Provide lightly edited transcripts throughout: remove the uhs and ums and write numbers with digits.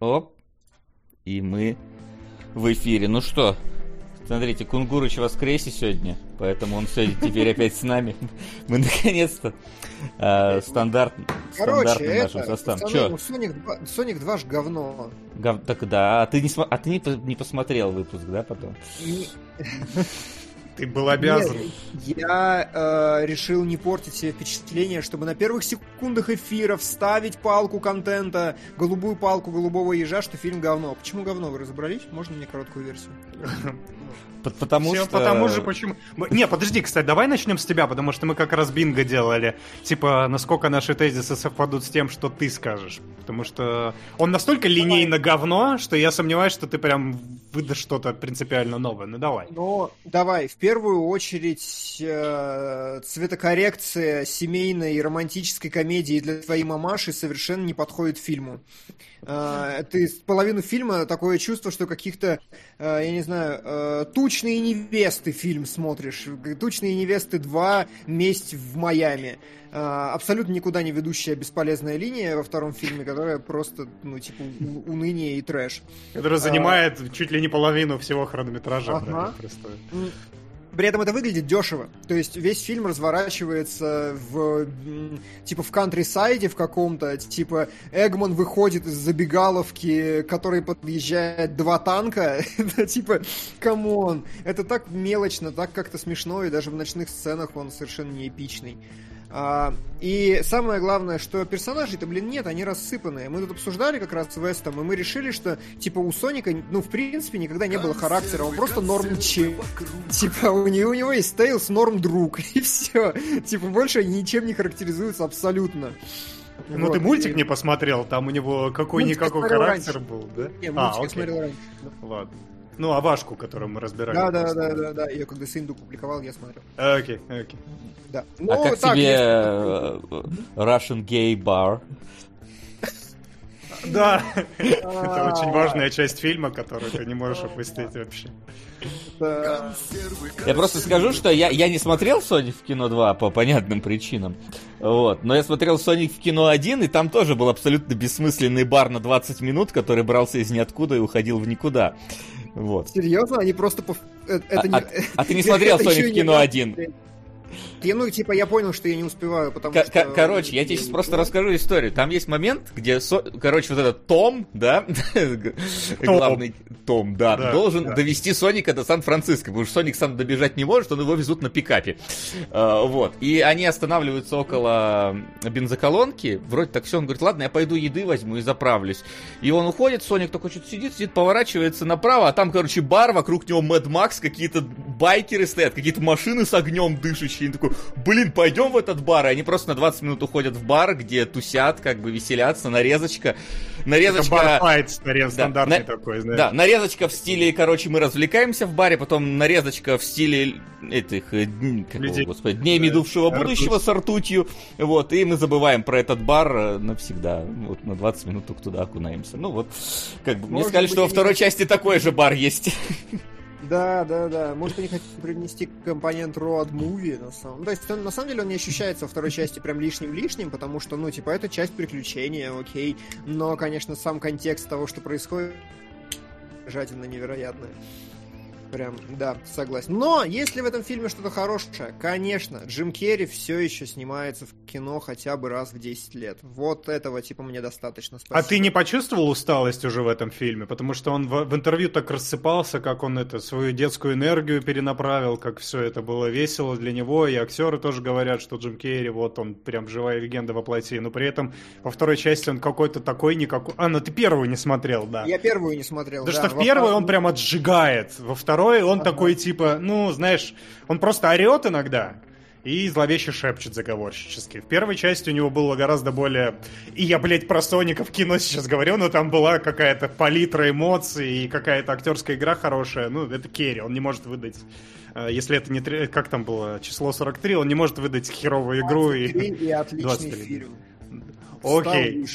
Оп. И мы в эфире. Ну что, смотрите, Кунгурыч воскресе сегодня, поэтому он сегодня теперь опять с нами. Мы наконец-то стандартным нашим составом. Чё? Соник 2 ж говно. Так да, а ты не посмотрел выпуск, да, потом? Ты был обязан. Нет, я решил не портить себе впечатление, чтобы на первых секундах эфира вставить палку контента, голубую палку голубого ежа, что фильм говно. Почему говно? Вы разобрались? Можно мне короткую версию? Потому же почему... Не, подожди, кстати, давай начнем с тебя, потому что мы как раз бинго делали. Типа, насколько наши тезисы совпадут с тем, что ты скажешь. Потому что он настолько линейно говно, что я сомневаюсь, что ты прям выдашь что-то принципиально новое. Ну, давай. Ну, давай. В первую очередь, цветокоррекция семейной и романтической комедии для твоей мамаши совершенно не подходит фильму. Ты половину фильма такое чувство, что каких-то, я не знаю, «Тучные невесты» фильм смотришь. «Тучные невесты 2. Месть в Майами». Абсолютно никуда не ведущая бесполезная линия во втором фильме, которая просто, ну, типа, уныние и трэш. Которая занимает чуть ли не половину всего хронометража. Ага. При этом это выглядит дешево. То есть весь фильм разворачивается в кантрисайде в каком-то, типа Эгман выходит из забегаловки, к которой подъезжает 2 танка. Это типа, камон. Это так мелочно, так как-то смешно, и даже в ночных сценах он совершенно не эпичный. И самое главное, что персонажей-то, нет, они рассыпанные. Мы тут обсуждали как раз с Вестом, и мы решили, что, типа, у Соника, ну, в принципе, никогда не было характера, он просто норм-чел. Типа, у него есть Тейлз норм-друг, и все. Типа, больше они ничем не характеризуются абсолютно. Ну, вот. Ты мультик не посмотрел, там у него какой-никакой характер был, да? Не, мультик я смотрел раньше. Ладно. Ну, а Вашку, которую мы разбирали. Да. Ее когда Синду публиковал, я смотрел. Окей. Да. Ну, как так, тебе Russian Gay Bar? Да, это очень важная часть фильма, которую ты не можешь опустить вообще. Я просто скажу, что я не смотрел «Соник в кино 2» по понятным причинам. Вот. Но я смотрел «Соник в кино 1», и там тоже был абсолютно бессмысленный бар на 20 минут, который брался из ниоткуда и уходил в никуда. Вот. Серьезно? Они просто... ты не смотрел «Соник в кино 1»? Я понял, что я не успеваю, потому что... Короче, я тебе сейчас просто расскажу историю. Там есть момент, где, вот этот Том, да, главный Том, да, должен довести Соника до Сан-Франциско, потому что Соник сам добежать не может, он его везут на пикапе. Вот. И они останавливаются около бензоколонки, вроде так все, он говорит, ладно, я пойду еды возьму и заправлюсь. И он уходит, Соник такой что-то сидит, поворачивается направо, а там, короче, бар, вокруг него Мэд Макс, какие-то байкеры стоят, какие-то машины с огнем дышащие. И такой, блин, пойдем в этот бар. И они просто на 20 минут уходят в бар, где тусят, как бы веселятся, нарезочка. Это бар-файт стандартный такой, знаешь. Да, нарезочка в стиле, короче, мы развлекаемся в баре, потом нарезочка в стиле Дней минувшего будущего с ртутью. Вот, и мы забываем про этот бар навсегда. Вот на 20 минут только туда окунаемся. Ну вот, как бы, мне сказали, что во второй части такой же бар есть. Да. Может, они хотят привнести компонент road movie, То есть, на самом деле, он не ощущается во второй части прям лишним, потому что, это часть приключения, окей. Но, конечно, сам контекст того, что происходит, жадина невероятная. Прям, да, согласен. Но, если в этом фильме что-то хорошее, конечно, Джим Керри все еще снимается в кино хотя бы раз в 10 лет. Вот этого, мне достаточно. Спасибо. А ты не почувствовал усталость уже в этом фильме? Потому что он в интервью так рассыпался, как он свою детскую энергию перенаправил, как все это было весело для него, и актеры тоже говорят, что Джим Керри, вот он прям живая легенда воплоти, но при этом во второй части он какой-то такой, никакой... ну ты первую не смотрел, да? Я первую не смотрел, да. Что в первой он прям отжигает, во второй он такой, знаешь, он просто орет иногда и зловеще шепчет заговорщически. В первой части у него было гораздо более... И я, про Соника в кино сейчас говорю, но там была какая-то палитра эмоций и какая-то актерская игра хорошая. Это Керри, он не может выдать... Если это не... Как там было? Число 43, он не может выдать херовую игру. И отличный фильм. Окей,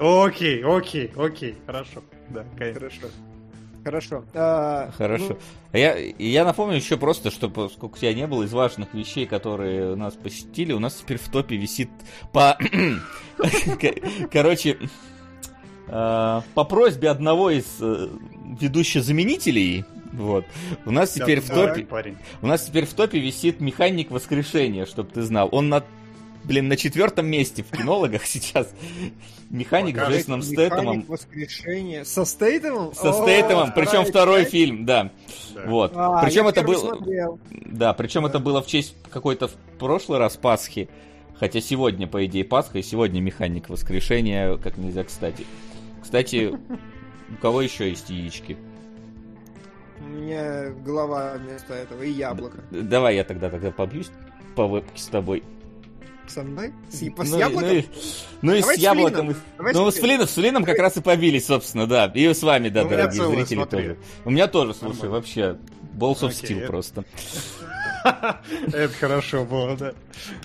хорошо. Да, конечно. Хорошо. Хорошо. Я напомню еще просто, что поскольку тебя не было, из важных вещей, которые нас посетили, у нас теперь в топе висит Короче, по просьбе одного из ведущих заменителей, вот, у нас теперь в топе висит «Механик воскрешения», чтобы ты знал. Он на 4-м месте в кинологах сейчас. «Механик» с Джейсоном Стейтемом. «Механик воскрешения». Со Стейтемом? Со Стейтемом, причем второй фильм, да. Вот. Причем это было... Да, причем это было в честь какой-то в прошлый раз Пасхи. Хотя сегодня, по идее, Пасха, и сегодня «Механик воскрешения», как нельзя кстати. Кстати, у кого еще есть яички? У меня голова вместо этого и яблоко. Давай я тогда побьюсь по вебке с тобой. Со мной? С яблоком? Ну и с яблоком. Ну, с Флином как раз и побились, собственно, да. И с вами, да, дорогие зрители, тоже. У меня тоже, слушай, вообще, balls of steel просто. Это хорошо было, да.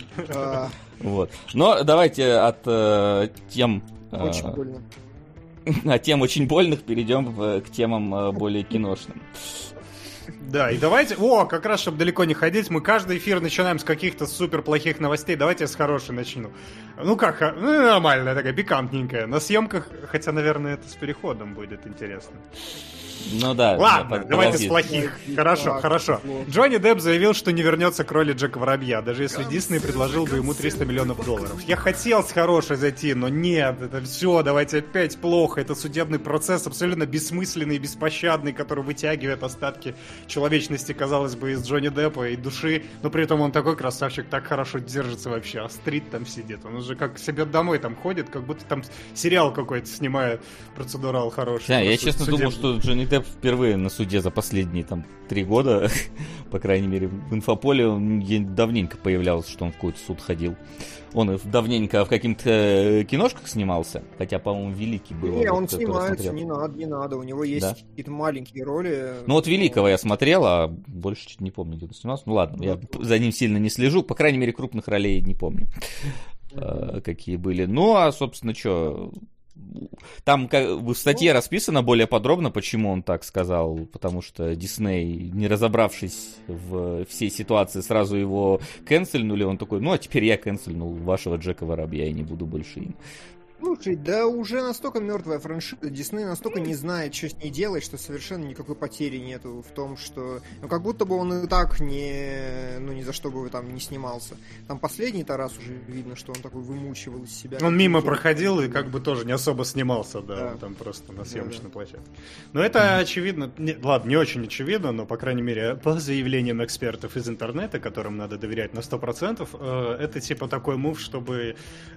Вот. Но давайте от тем... Очень больно. От тем очень больных перейдем к темам более киношным. Да, и давайте... как раз, чтобы далеко не ходить, мы каждый эфир начинаем с каких-то супер плохих новостей. Давайте я с хорошей начну. Нормальная такая, пикантненькая. На съемках, хотя, наверное, это с переходом будет интересно. Ну да. Ладно, давайте с плохих. Хорошо. Джонни Депп заявил, что не вернется к роли Джека Воробья, даже если Дисней предложил бы ему $300 миллионов. Я хотел с хорошей зайти, но нет, это все, давайте опять плохо. Это судебный процесс абсолютно бессмысленный и беспощадный, который вытягивает остатки человечности, казалось бы, из Джонни Деппа и души, но при этом он такой красавчик, так хорошо держится вообще, Астрид там сидит, он уже как к себе домой там ходит, как будто там сериал какой-то снимает, процедурал хороший. Да, я честно думал, что Джонни Депп впервые на суде за последние 3 года, по крайней мере, в инфополе он давненько появлялся, что он в какой-то суд ходил. Он давненько в каких-то киношках снимался, хотя, по-моему, «Великий» был. Не, он снимается, не надо, у него есть какие-то маленькие роли. Ну вот «Великого» я смотрел, а больше не помню, где он снимался. Ну ладно, я за ним сильно не слежу, по крайней мере, крупных ролей не помню, какие были. Ну, а, собственно, что... Там в статье расписано более подробно, почему он так сказал, потому что Дисней, не разобравшись в всей ситуации, сразу его кэнсельнули, он такой, а теперь я кэнсельнул вашего Джека Воробья и не буду больше им. Слушай, да уже настолько мертвая франшиза, Дисней настолько не знает, что с ней делать, что совершенно никакой потери нету в том, что... как будто бы он и так ни за что бы там не снимался. Там последний-то раз уже видно, что он такой вымучивал из себя. Он мимо проходил и как бы тоже не особо снимался, да. Там просто на съемочной площадке. Но это очевидно... Ладно, не очень очевидно, но, по крайней мере, по заявлениям экспертов из интернета, которым надо доверять на 100%, это типа такой мув, чтобы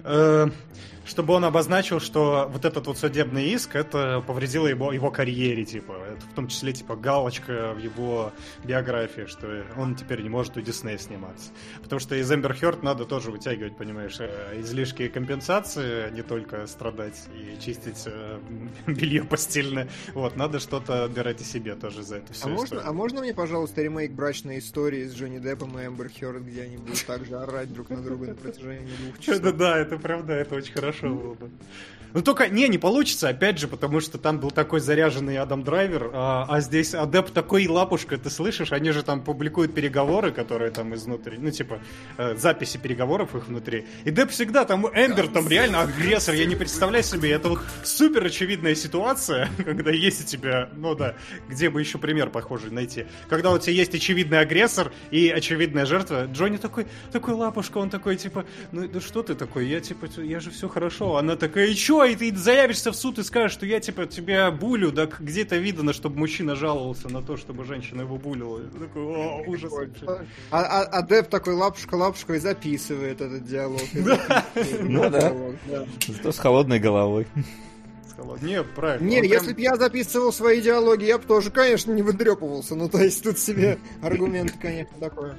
он обозначил, что вот этот вот судебный иск, это повредило его карьере, типа. Это в том числе, типа, галочка в его биографии, что он теперь не может у Диснея сниматься. Потому что из Эмбер Хёрд надо тоже вытягивать, понимаешь, излишки компенсации, не только страдать и чистить белье постельное. Вот, надо что-то отбирать и себе тоже за это все. А можно мне, пожалуйста, ремейк «Брачной истории» с Джонни Деппом и Эмбер Хёрд, где они будут также орать друг на друга на протяжении 2 часов? Да, это правда, это очень хорошо было бы. Ну только, не получится, опять же, потому что там был такой заряженный Адам Драйвер, а здесь Депп такой лапушка, ты слышишь, они же там публикуют переговоры, которые там изнутри, записи переговоров их внутри, и Депп всегда там, Эмбер там реально агрессор, я не представляю себе, это вот супер очевидная ситуация, когда есть у тебя, где бы еще пример похожий найти, когда у тебя есть очевидный агрессор и очевидная жертва, Джонни такой лапушка, он такой, типа, что ты такой, я же все хорошо, она такая, и чё? И ты заявишься в суд и скажешь, что я, типа, тебя булю, да где-то видно, чтобы мужчина жаловался на то, чтобы женщина его булила. Такой, ужас вообще. А Депп такой лапушка и записывает этот диалог. Ну да. Зато с холодной головой. Не, правильно. Не, если бы я записывал свои диалоги, я бы тоже, конечно, не выдрёпывался. Ну, то есть тут себе аргумент, конечно, такой.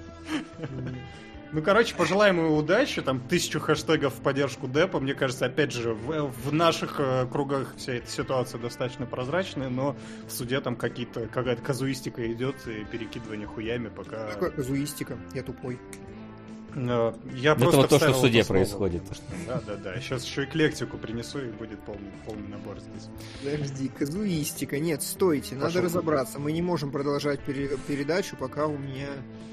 Пожелаем ему удачи, там 1000 хэштегов в поддержку Деппа, мне кажется, опять же, в наших кругах вся эта ситуация достаточно прозрачная, но в суде там какая-то казуистика идет и перекидывание хуями, пока... Какая казуистика? Я тупой. Я просто это то, что в суде происходит. Да. Сейчас еще эклектику принесу, и будет полный набор здесь. Подожди, казуистика. Нет, стойте, надо разобраться. Мы не можем продолжать передачу, пока у меня...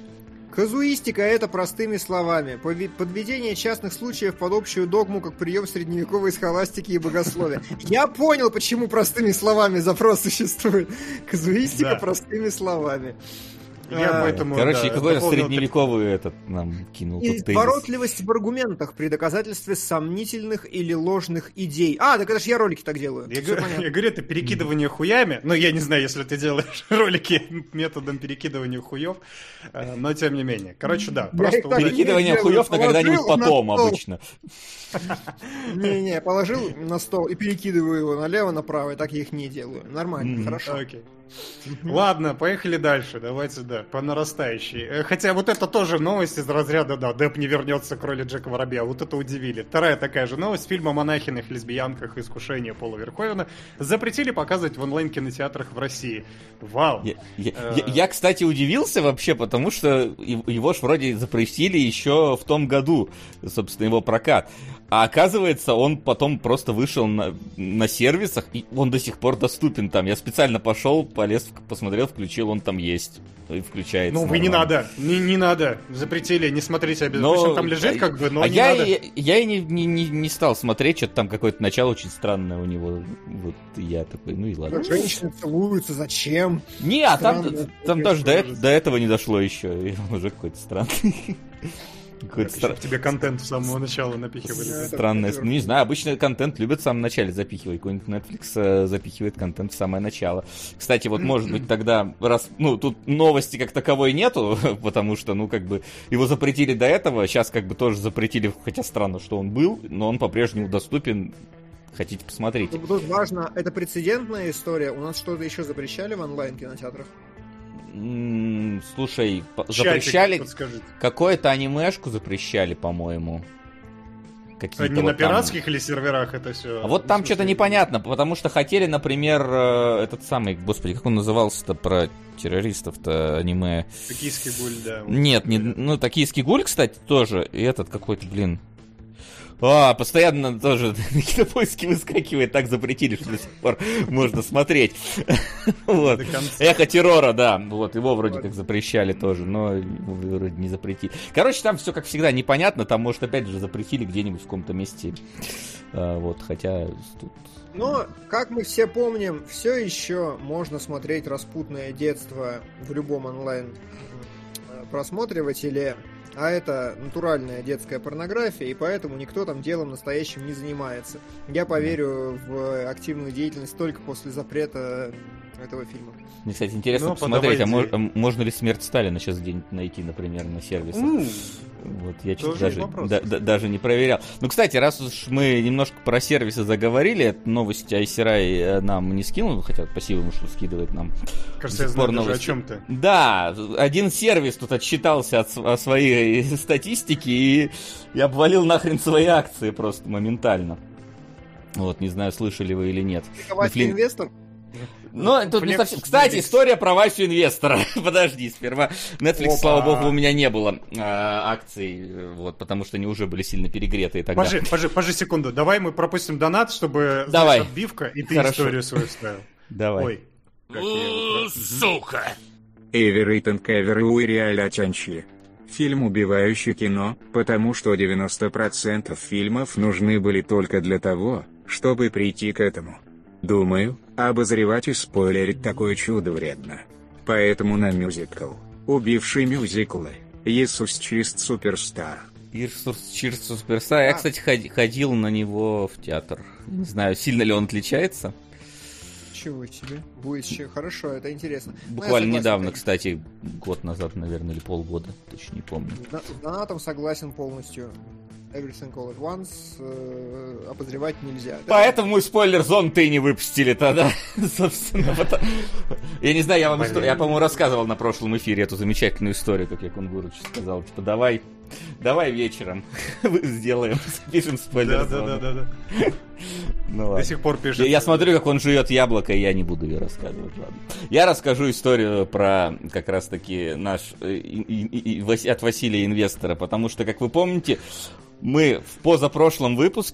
Казуистика — это простыми словами. Подведение частных случаев под общую догму, как прием средневековой схоластики и богословия. Я понял, почему простыми словами запрос существует. Казуистика простыми словами. Короче, какой-то средневековый этот нам кинул. Изворотливость в аргументах при доказательстве сомнительных или ложных идей. Так это ж я ролики так делаю. Я говорю, это перекидывание хуями. Ну, я не знаю, если ты делаешь ролики методом перекидывания хуев, но тем не менее. Короче, да. Просто перекидывание хуев на когда-нибудь потом обычно. Не-не, положил на стол и перекидываю его налево-направо, и так я их не делаю. Нормально, хорошо. Окей. Ладно, поехали дальше. Давайте, по нарастающей. Хотя вот это тоже новость из разряда, Депп не вернется к роли Джека Воробья. Вот это удивили. Вторая такая же новость. Фильм о монахинях, лесбиянках и искушении Пола Верховена запретили показывать в онлайн-кинотеатрах в России. Вау. Я, кстати, удивился вообще, потому что его ж вроде запретили еще в том году, собственно, его прокат. А оказывается, он потом просто вышел на сервисах, и он до сих пор доступен там. Я специально пошел, полез, посмотрел, включил, он там есть. И включается. Ну, вы не надо, не надо. Запретили, не смотрите обязательно. Пусть он там лежит, но не надо. Я и не стал смотреть, что-то там какое-то начало очень странное у него. Вот я такой, ну и ладно. Женщины целуются, зачем? Не, а там даже до этого не дошло еще. И уже какой-то странный. Тебе контент с самого начала напихивали. Странное. Ну, не знаю, обычно контент любят в самом начале запихивать. Какой-нибудь Netflix запихивает контент в самое начало. Кстати, вот может быть тогда, раз, тут новости как таковой нету, потому что, его запретили до этого, сейчас тоже запретили, хотя странно, что он был, но он по-прежнему доступен. Хотите посмотреть. Тут важно, это прецедентная история. У нас что-то еще запрещали в онлайн-кинотеатрах? Слушай, запрещали какое-то анимешку запрещали, по-моему. Не на пиратских или серверах это все? А вот там что-то непонятно, потому что хотели, например, этот самый, господи, как он назывался-то, про террористов-то аниме? Токийский гуль, да. Нет, Токийский гуль, кстати, тоже, и этот какой-то, постоянно тоже на Кинопоиске выскакивает, так запретили, что до сих пор можно смотреть. Вот. Эхо террора, да. Вот, его вроде как запрещали тоже, но его вроде не запретили. Короче, там все как всегда непонятно, там, может, опять же запретили где-нибудь в каком-то месте. Вот, хотя тут... Но, как мы все помним, все еще можно смотреть «Распутное детство» в любом онлайн-просмотревателе. А это натуральная детская порнография, и поэтому никто там делом настоящим не занимается. Я поверю в активную деятельность только после запрета этого фильма. Мне, кстати, интересно посмотреть, можно ли «Смерть Сталина» сейчас где-нибудь найти, например, на сервисах. Вот, я что-то даже не проверял. Кстати, раз уж мы немножко про сервисы заговорили, эту новость Айсерай нам не скинул, хотя спасибо ему, что скидывает нам. Кажется, я знаю даже о чем-то. Да, один сервис тут отчитался о своей статистике и обвалил нахрен свои акции просто моментально. Вот, не знаю, слышали вы или нет. Вася инвестор? Тут не совсем. Кстати, история про Васю инвестора. Подожди, сперва Netflix, слава богу, у меня не было акций, потому что они уже были сильно перегретые тогда. Пожи секунду, давай мы пропустим донат, чтобы отбивка, и ты историю свою вставил. Давай. Ой. Сука! Эверейтинг Эверуи Реаля Чанчи. Фильм, убивающий кино, потому что 90% фильмов нужны были только для того, чтобы прийти к этому. Думаю, обозревать и спойлерить такое чудо вредно. Поэтому на мюзикл, убивший мюзиклы, Иисус Чист Суперстар. Иисус Чист Суперстар. Я, кстати, ходил на него в театр. Не знаю, сильно ли он отличается. Чего себе? Будет еще хорошо, это интересно. Буквально недавно, кстати, год назад, наверное, или полгода, точно не помню. С донатом согласен полностью. Everything All at Once обозревать нельзя. Поэтому и спойлер-зон-то и не выпустили тогда, собственно. Я не знаю, я, по-моему, рассказывал на прошлом эфире эту замечательную историю, как я Кунгурыч сказал, давай вечером сделаем, запишем спойлер-зону. Да. До сих пор пишет. Я смотрю, как он жует яблоко, и я не буду ее рассказывать, ладно. Я расскажу историю про как раз-таки наш от Василия инвестора, потому что, как вы помните, мы в позапрошлом выпуске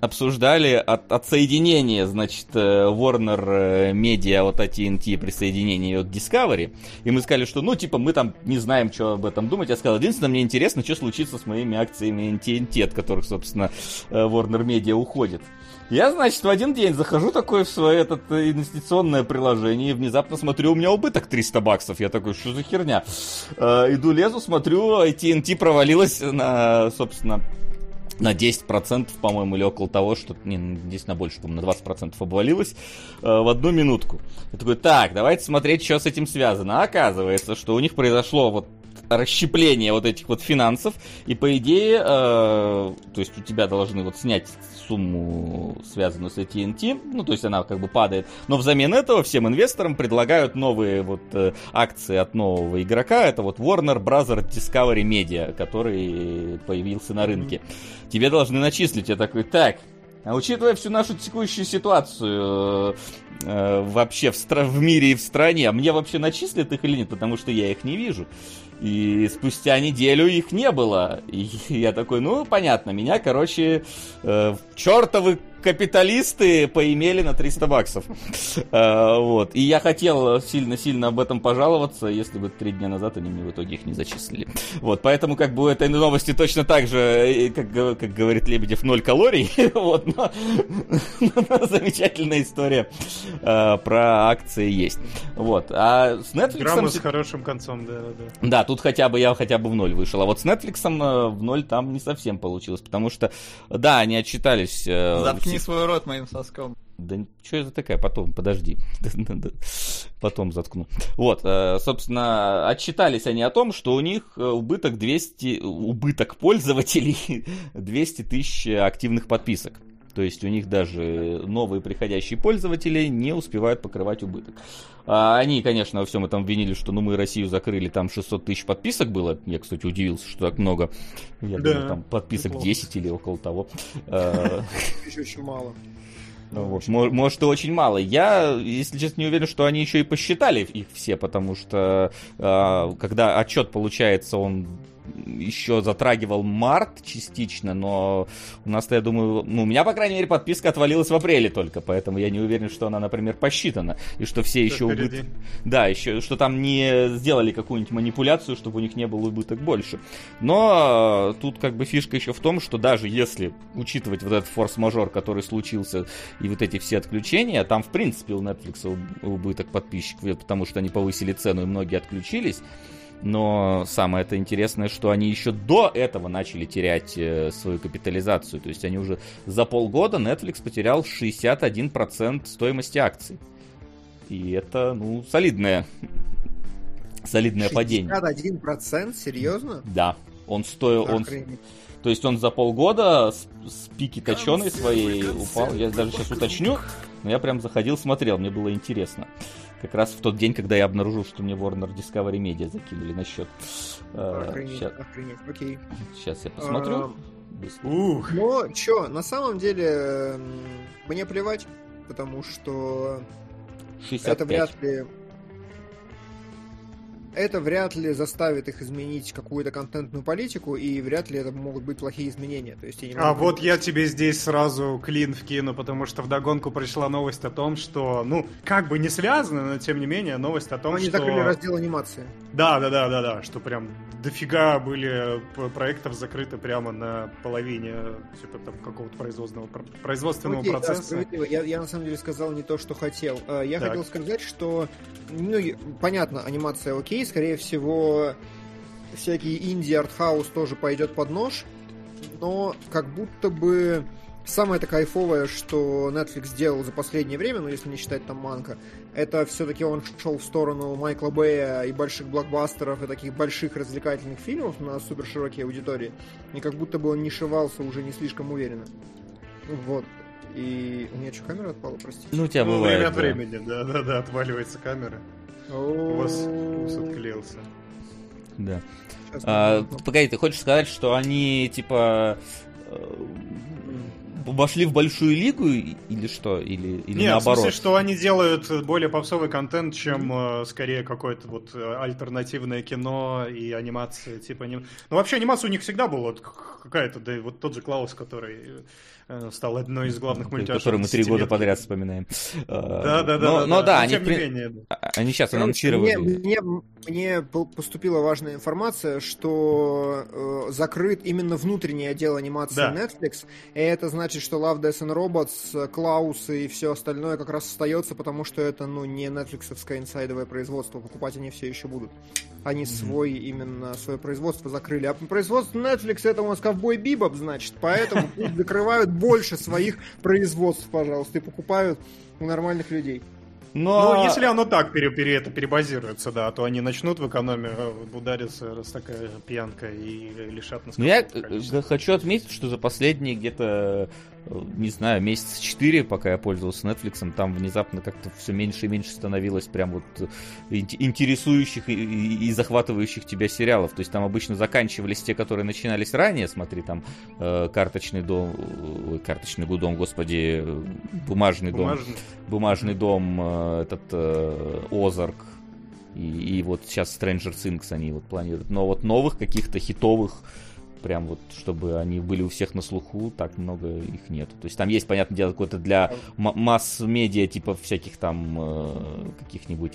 обсуждали отсоединение, значит, Warner Media от AT&T, присоединение от Discovery, и мы сказали, что, ну, типа, мы там не знаем, что об этом думать. Я сказал, единственное, мне интересно, что случится с моими акциями AT&T, от которых, собственно, Warner Media уходит. Я, значит, в один день захожу такой в свое инвестиционное приложение и внезапно смотрю, у меня убыток $300. Я такой, что за херня? Иду, лезу, смотрю, AT&T провалилась на, собственно, на 10%, по-моему, или около того, что... Не, здесь на больше, по-моему, на 20% обвалилась в одну минутку. Я такой, так, давайте смотреть, что с этим связано. А оказывается, что у них произошло вот расщепление вот этих вот финансов, и по идее, то есть у тебя должны вот снять сумму, связанную с AT&T, ну, то есть она как бы падает, но взамен этого всем инвесторам предлагают новые вот акции от нового игрока, это вот Warner Bros. Discovery Media, который появился на рынке. Тебе должны начислить, я такой, так, а учитывая всю нашу текущую ситуацию вообще в мире и в стране, мне вообще начислят их или нет, потому что я их не вижу. И спустя неделю их не было. И я такой, ну, понятно, меня, короче, чертовы капиталисты поимели на $300. Вот. И я хотел сильно-сильно об этом пожаловаться, если бы 3 дня назад они мне в итоге их не зачислили. Вот. Поэтому, как бы, у этой новости точно так же, как говорит Лебедев, 0 калорий. Вот. Но замечательная история про акции есть. Вот. А с Netflix... Драма с хорошим концом, да. Да, тут я хотя бы в 0 вышел. А вот с Netflix в 0 там не совсем получилось, потому что, да, они отчитались... Заткни свой рот моим соском. Да что это такая? Потом, подожди. Потом заткну. Вот, собственно, отчитались они о том, что у них убыток пользователей 200 тысяч активных подписок. То есть у них даже новые приходящие пользователи не успевают покрывать убыток. Они, конечно, во всем этом обвинили, что мы Россию закрыли, там 600 тысяч подписок было. Я, кстати, удивился, что так много. Я думаю, там подписок неплохо. 10 или около того. Еще очень мало. Вот. Может, и очень мало. Я, если честно, не уверен, что они еще и посчитали их все, потому что когда отчет получается, он еще затрагивал март частично, но у нас-то, я думаю, у меня, по крайней мере, подписка отвалилась в апреле только, поэтому я не уверен, что она, например, посчитана, и что все еще убытки... Да, еще, что там не сделали какую-нибудь манипуляцию, чтобы у них не был убыток больше. Но тут как бы фишка еще в том, что даже если учитывать вот этот форс-мажор, который случился, и вот эти все отключения, там, в принципе, у Netflix убыток подписчиков, потому что они повысили цену, и многие отключились. Но самое это интересное, что они еще до этого начали терять свою капитализацию. То есть они уже за полгода Netflix потерял 61% стоимости акций. И это, солидное падение. 61%? Серьезно? Да. Он стоил... То есть он за полгода с пики точеной своей упал. Я даже сейчас уточню, но я прям заходил, смотрел, мне было интересно. Как раз в тот день, когда я обнаружил, что мне Warner Discovery Media закинули на счет. Охренеть, окей. Сейчас я посмотрю. Но, на самом деле, мне плевать, потому что 65. Это вряд ли заставит их изменить какую-то контентную политику, и вряд ли это могут быть плохие изменения. То есть, вот я тебе здесь сразу клин вкину, потому что вдогонку пришла новость о том, что, как бы не связано, но тем не менее новость о том, они что... Они закрыли раздел анимации. Да, что прям дофига были проектов закрыты прямо на половине типа там какого-то производственного процесса. Да, я на самом деле сказал не то, что хотел. Я хотел сказать, что, понятно, анимация окей, скорее всего, всякий инди-артхаус тоже пойдет под нож, но как будто бы самое-то кайфовое, что Netflix сделал за последнее время, если не считать там Манка, это все-таки он шел в сторону Майкла Бэя и больших блокбастеров, и таких больших развлекательных фильмов на супер широкие аудитории, и как будто бы он нишевался уже не слишком уверенно. Вот. И у меня что, камера отпала, простите? У тебя бывает, время от времени, да, отваливается камера. У вас отклеился. Да. Погоди, ты хочешь сказать, что они, типа... вошли в большую лигу или что? Или Нет, наоборот? в смысле, что они делают более попсовый контент, чем скорее какое-то вот альтернативное кино и анимация. Типа, ну, вообще анимация у них всегда была вот какая-то, да, вот тот же Клаус, который стал одной из главных мультяшек. Который мы 3 года подряд вспоминаем. Да. Но да, они сейчас анонсировали. Мне поступила важная информация, что закрыт именно внутренний отдел анимации Netflix, и это значит, что Love, Death and Robots, Клаус и все остальное как раз остается, потому что это, не нетфликсовское инсайдовое производство, покупать они все еще будут. Они свое производство закрыли. А производство Netflix это у нас Ковбой Бибоп, значит, поэтому пусть закрывают больше своих производств, пожалуйста, и покупают у нормальных людей. Но если оно так перебазируется, да, то они начнут в экономию удариться, раз такая пьянка, и лишат нас. Я хочу отметить, что за последние где-то, не знаю, месяца 4, пока я пользовался Netflix, там внезапно как-то все меньше и меньше становилось прям вот интересующих и захватывающих тебя сериалов. То есть там обычно заканчивались те, которые начинались ранее, смотри, там Карточный гудом, господи, Бумажный дом, Озарк и вот сейчас Stranger Things они вот планируют. Но вот новых каких-то хитовых, прям вот, чтобы они были у всех на слуху, так много их нету. То есть там есть, понятное дело, какое-то для масс-медиа, типа всяких там каких-нибудь,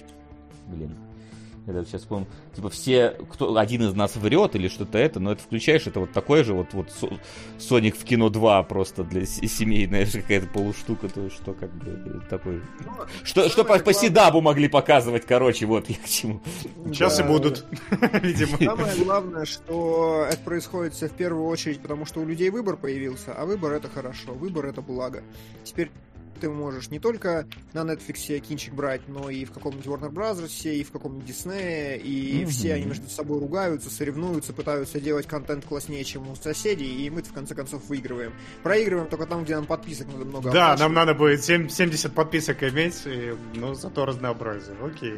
я сейчас помню, типа все, кто один из нас врет или что-то но это включаешь, это вот такое же, вот Соник в кино 2 просто для семейная какая-то полуштука, то что как бы такой... Что по Седабу могли показывать, короче, вот я к чему. Сейчас и будут, видимо. Самое главное, что это происходит в первую очередь, потому что у людей выбор появился, а выбор это хорошо, выбор это благо. Теперь ты можешь не только на Netflix кинчик брать, но и в каком-нибудь Warner Bros., и в каком-нибудь Disney, и все они между собой ругаются, соревнуются, пытаются делать контент класснее, чем у соседей, и мы в конце концов выигрываем. Проигрываем только там, где нам подписок надо много. Да, нам надо будет 70 подписок иметь, но зато разнообразие. Окей.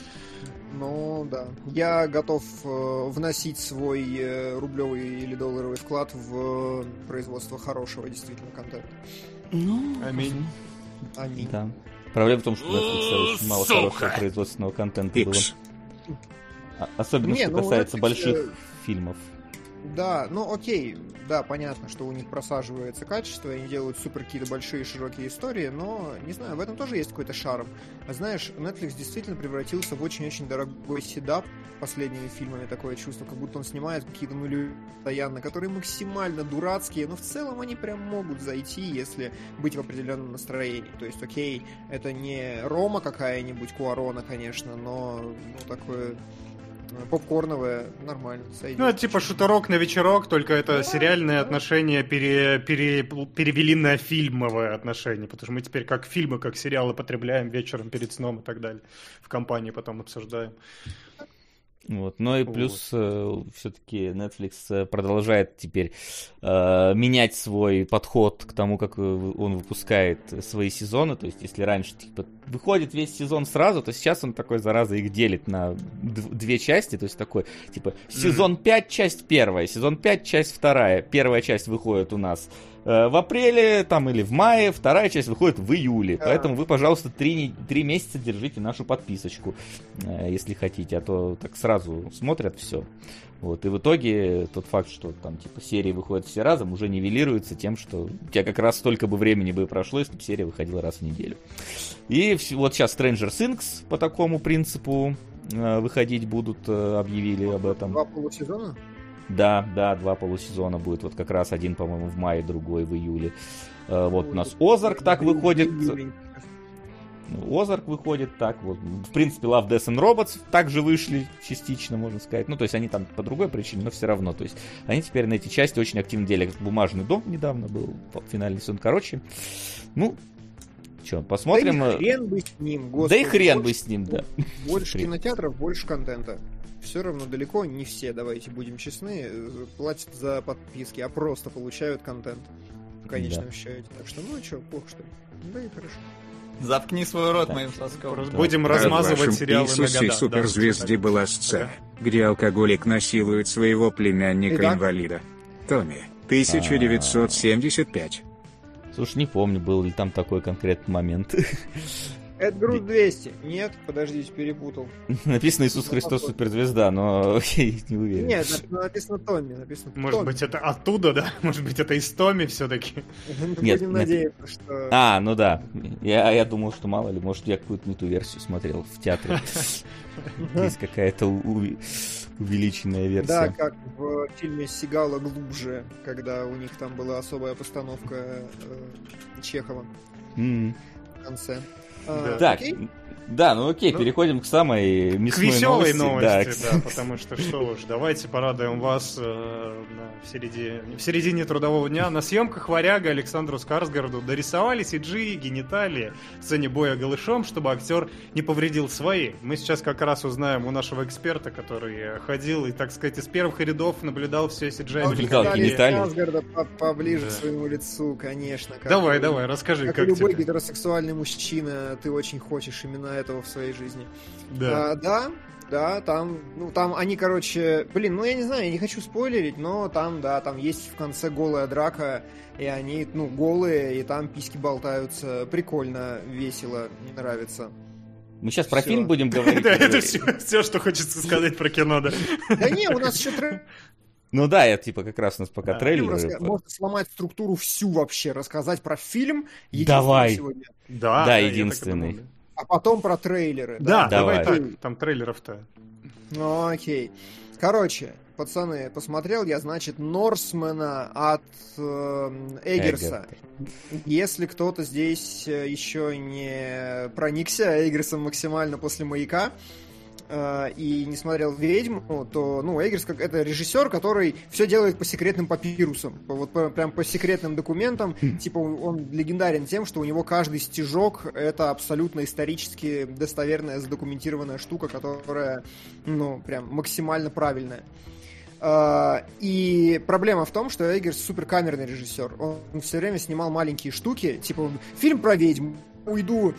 Ну, да. Я готов вносить свой рублевый или долларовый вклад в производство хорошего действительно контента. Аминь. Да. Проблема в том, что у Netflix очень мало хорошего производственного контента было. Особенно, что касается больших фильмов. Да, окей, да, понятно, что у них просаживается качество, и они делают супер какие-то большие широкие истории, но, не знаю, в этом тоже есть какой-то шарм. А знаешь, Netflix действительно превратился в очень-очень дорогой седап последними фильмами, такое чувство, как будто он снимает какие-то нулевые постоянно, которые максимально дурацкие, но в целом они прям могут зайти, если быть в определенном настроении. То есть, окей, это не Рома какая-нибудь Куарона, конечно, но такое... попкорновое, нормально, сойдет. Это типа шутерок на вечерок, только это сериальные отношения перевели на фильмовые отношения, потому что мы теперь как фильмы, как сериалы потребляем вечером перед сном и так далее. В компании потом обсуждаем. Вот. Ну и плюс все-таки Netflix продолжает теперь менять свой подход к тому, как он выпускает свои сезоны. То есть, если раньше типа, выходит весь сезон сразу, то сейчас он такой, зараза, их делит на две части. То есть такой, типа, сезон 5, часть 1, сезон 5, часть 2. Первая часть выходит у нас в апреле там, или в мае, вторая часть выходит в июле. Поэтому вы, пожалуйста, 3 месяца держите нашу подписочку, если хотите, а то так сразу смотрят все. Вот. И в итоге тот факт, что там типа серии выходят все разом, уже нивелируется тем, что у тебя как раз столько бы времени бы прошло, если бы серия выходила раз в неделю. И вот сейчас Stranger Things по такому принципу выходить будут, объявили об этом. 2 полусезона? Да, 2 полусезона будет. Вот как раз один, по-моему, в мае, другой в июле. Вот у нас Озарк так выходит. Озарк выходит так. Вот. В принципе, Love, Death and Robots также вышли частично, можно сказать. Ну, то есть они там по другой причине, но все равно. То есть они теперь на эти части очень активно делят. Бумажный дом недавно был, финальный сезон. Короче, ну, что, посмотрим. Да и хрен бы с ним, господи. Да и хрен бы с ним, да. Больше кинотеатров, больше контента. Все равно далеко не все, давайте будем честны, платят за подписки, а просто получают контент в конечном счете. Так что, плохо что ли? Да и хорошо. Заткни свой рот моим соском. Будем размазывать сериалы на Иисусе года. суперзвезде была сцена, где алкоголик насилует своего племянника-инвалида. Томми, 1975. Слушай, не помню, был ли там такой конкретный момент. Это груз 200. Нет, подождите, перепутал. Написано «Иисус Христос суперзвезда», но я не уверен. Нет, написано Томми. Может быть, это оттуда, да? Может быть, это из Томми все-ки? Будем надеяться, что... Ну да. Я думал, что мало ли, может, я какую-то не ту версию смотрел в театре. Есть какая-то увеличенная версия. Да, как в фильме «Сигала глубже», когда у них там была особая постановка Чехова в конце. Так, да, ну окей, переходим к самой мясной веселой новости. Да, потому что уж, давайте порадуем вас в середине трудового дня. На съемках «Варяга» Александру Скарсгарду дорисовали CG гениталии в сцене боя голышом, чтобы актер не повредил свои. Мы сейчас как раз узнаем у нашего эксперта, который ходил и, так сказать, из первых рядов наблюдал все CGI. Наблюдал гениталии. Скарсгарда поближе к своему лицу, конечно. Давай, расскажи, как любой гетеросексуальный мужчина, ты очень хочешь именно этого в своей жизни. Да. Да, там они, короче, я не знаю, я не хочу спойлерить, но там есть в конце голая драка, и они, голые, и там письки болтаются. Прикольно, весело, мне нравится. Мы сейчас про фильм будем говорить. Да, это все, что хочется сказать про кино, да. Да не, у нас еще Ну да, я как раз у нас пока трейлер. Можно сломать структуру всю вообще, рассказать про фильм. Давай. Сегодня. Да, единственный. А потом про трейлеры. Да, давай так, там трейлеров-то. Ну, окей. Короче, пацаны, посмотрел я, значит, Норсмена от Эггерса. Если кто-то здесь еще не проникся Эггерсом максимально после «Маяка», и не смотрел «Ведьму», то, Эггерс это режиссер, который все делает по секретным папирусам, прям по секретным документам. Он легендарен тем, что у него каждый стежок — это абсолютно исторически достоверная, задокументированная штука, которая, прям максимально правильная. И проблема в том, что Эггерс суперкамерный режиссер. Он все время снимал маленькие штуки, фильм про ведьму, уйду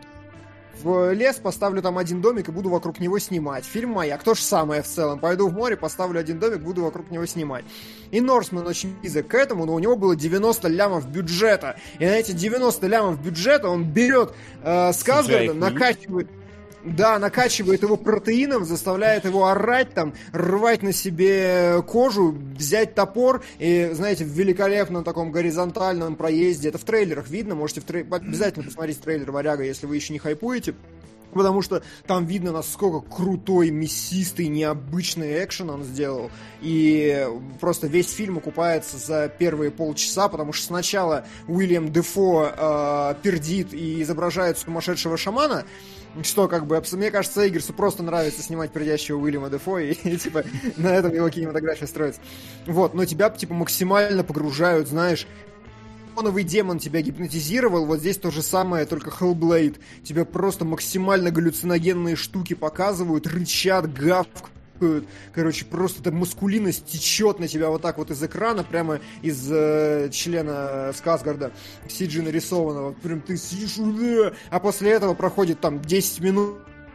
в лес, поставлю там один домик и буду вокруг него снимать. Фильм «Маяк» то же самое в целом. Пойду в море, поставлю один домик, буду вокруг него снимать. И Норсман очень близок к этому, но у него было 90 лямов бюджета. И на эти 90 лямов бюджета он берет Скарсгарда, накачивает его протеином, заставляет его орать, рвать на себе кожу, взять топор и, знаете, в великолепном таком горизонтальном проезде. Это в трейлерах видно, можете обязательно посмотреть трейлер «Варяга», если вы еще не хайпуете. Потому что там видно, насколько крутой, мясистый, необычный экшен он сделал. И просто весь фильм окупается за первые полчаса, потому что сначала Уильям Дефо пердит и изображает сумасшедшего шамана, что, мне кажется, Эггерсу просто нравится снимать пердящего Уильяма Дефо, и на этом его кинематография строится. Но тебя, максимально погружают, знаешь, новый демон тебя гипнотизировал, вот здесь то же самое, только Hellblade. Тебя просто максимально галлюциногенные штуки показывают, рычат, гавкают. Короче, просто эта маскулинность течет на тебя вот так вот из экрана, прямо из члена Скарсгарда, CG нарисованного. Прям ты сидишь, а после этого проходит 10 минут,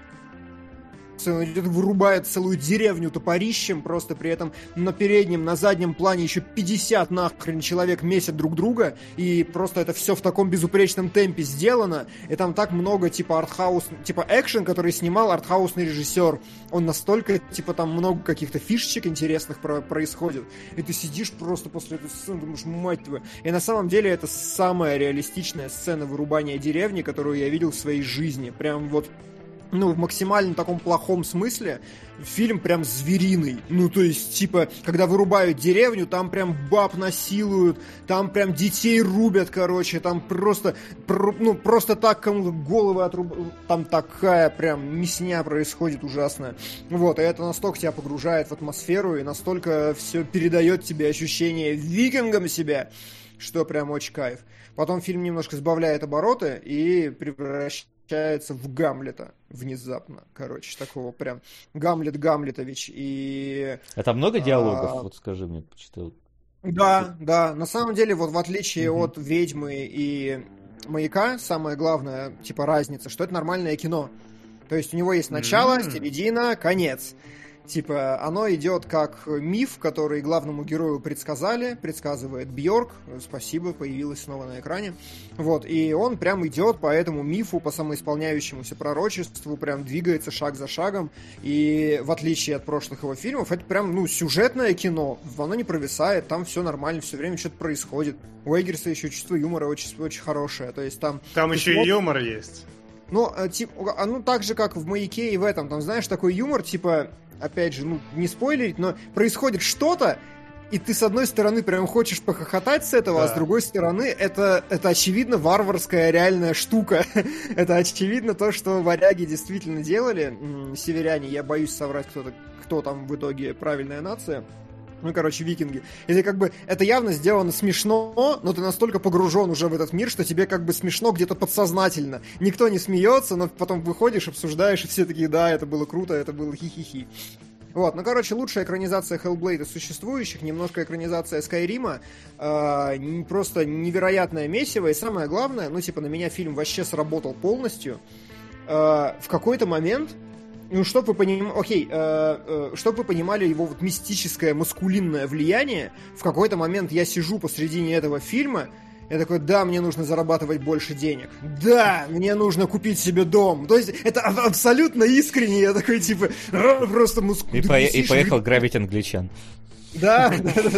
он вырубает целую деревню топорищем, просто при этом на переднем, на заднем плане еще 50 нахрен человек месят друг друга, и просто это все в таком безупречном темпе сделано, и там так много артхаус, экшен, который снимал артхаусный режиссер, он настолько, там много каких-то фишечек интересных происходит, и ты сидишь просто после этой сцены, думаешь, мать твою, и на самом деле это самая реалистичная сцена вырубания деревни, которую я видел в своей жизни, прям в максимально таком плохом смысле, фильм прям звериный. То есть, когда вырубают деревню, там прям баб насилуют, там прям детей рубят, там просто так кому-то головы отрубают. Там такая прям мясня происходит ужасная. И это настолько тебя погружает в атмосферу, и настолько все передает тебе ощущение викингом себя, что прям очень кайф. Потом фильм немножко сбавляет обороты и превращается в Гамлета внезапно. Такого прям Гамлетович. И... Это много диалогов? Скажи мне, почитал. Да. На самом деле, в отличие от «Ведьмы» и «Маяка», самая главная, разница, что это нормальное кино. То есть у него есть начало, середина, конец. Типа, оно идет как миф, который главному герою предсказывает Бьорк, спасибо, появилась снова на экране. Вот, и он прям идет по этому мифу, по самоисполняющемуся пророчеству, прям двигается шаг за шагом, и в отличие от прошлых его фильмов, это прям, ну, сюжетное кино, оно не провисает, там все нормально, все время что-то происходит. У Эггерса еще чувство юмора очень, очень хорошее, то есть там... Там еще и юмор есть. Ну, типа, ну, так же, как в «Маяке» и в этом, там, знаешь, такой юмор, типа... Опять же, ну, не спойлерить, но происходит что-то, и ты, с одной стороны, прям хочешь похохотать с этого, да. А с другой стороны, это очевидно варварская реальная штука. Это очевидно то, что варяги действительно делали. Северяне, я боюсь соврать, кто там в итоге правильная нация. Ну, короче, викинги. И как бы это явно сделано смешно, но ты настолько погружен уже в этот мир, что тебе как бы смешно где-то подсознательно. Никто не смеется, но потом выходишь, обсуждаешь, и все такие, да, это было круто, это было хи-хи-хи. Вот, ну, короче, лучшая экранизация Hellblade из существующих, немножко экранизация Скайрима, просто невероятное месиво, и самое главное, ну, типа, на меня фильм вообще сработал полностью. В какой-то момент... Ну, чтобы вы понимали, чтобы вы понимали его вот мистическое, маскулинное влияние, в какой-то момент я сижу посредине этого фильма, я такой, да, мне нужно зарабатывать больше денег. Да, мне нужно купить себе дом. То есть это абсолютно искренне. Я такой, типа, просто маскулинный. И поехал грабить англичан. Да,